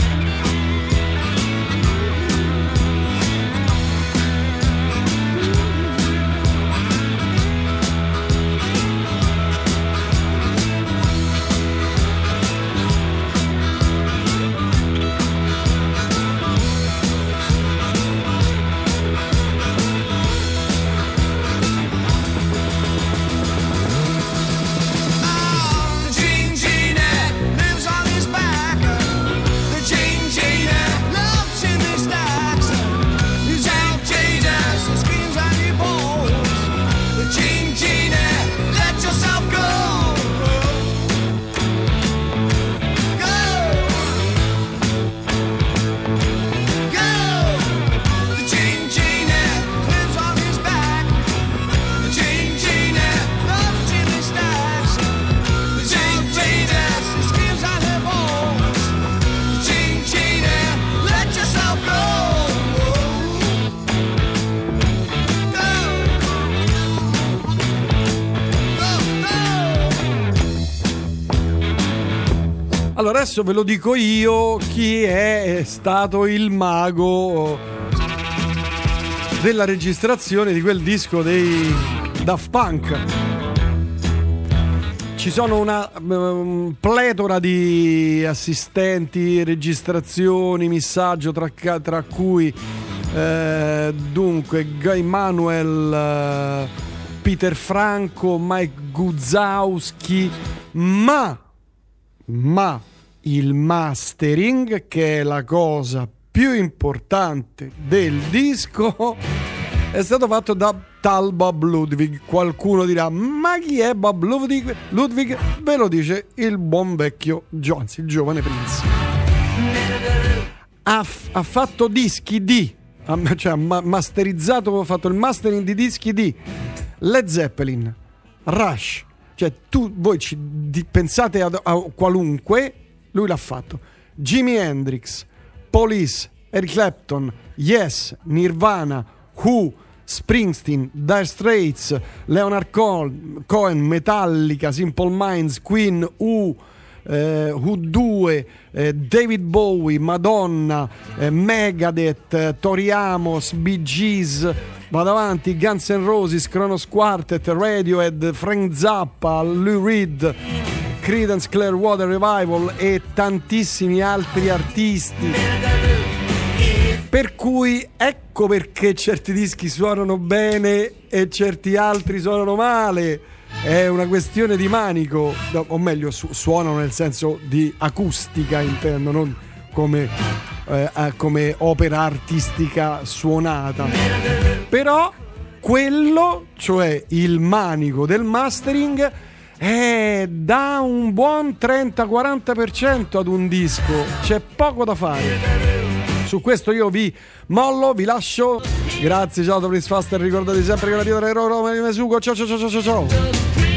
Allora adesso ve lo dico io chi è stato il mago della registrazione di quel disco dei Daft Punk. Ci sono una pletora di assistenti, registrazioni, missaggio tra cui dunque Guy Manuel, Peter Franco, Mike Guzauski, ma il mastering, che è la cosa più importante del disco, è stato fatto da tal Bob Ludwig. Qualcuno dirà: ma chi è Bob Ludwig? Ludwig ve lo dice il buon vecchio Jones, il giovane Prince. Ha fatto dischi di, cioè masterizzato, ha fatto il mastering di dischi di Led Zeppelin, Rush, cioè voi pensate a qualunque, lui l'ha fatto. Jimi Hendrix, Police, Eric Clapton, Yes, Nirvana, Who, Springsteen, Dire Straits, Leonard Cohen, Metallica, Simple Minds, Queen, Who 2, David Bowie, Madonna, Megadeth, Tori Amos, Bee Gees, vado avanti, Guns N' Roses, Kronos Quartet, Radiohead, Frank Zappa, Lou Reed, Creedence Clearwater Revival e tantissimi altri artisti. Per cui ecco perché certi dischi suonano bene e certi altri suonano male, è una questione di manico, o meglio suonano nel senso di acustica intendo, non come opera artistica suonata. Però quello, cioè il manico del mastering, dà un buon 30-40% ad un disco, c'è poco da fare. Su questo io vi mollo, vi lascio. Grazie, ciao da Prince Faster, ricordate sempre che la pietra è Roma di Mesugo. Ciao ciao ciao ciao ciao.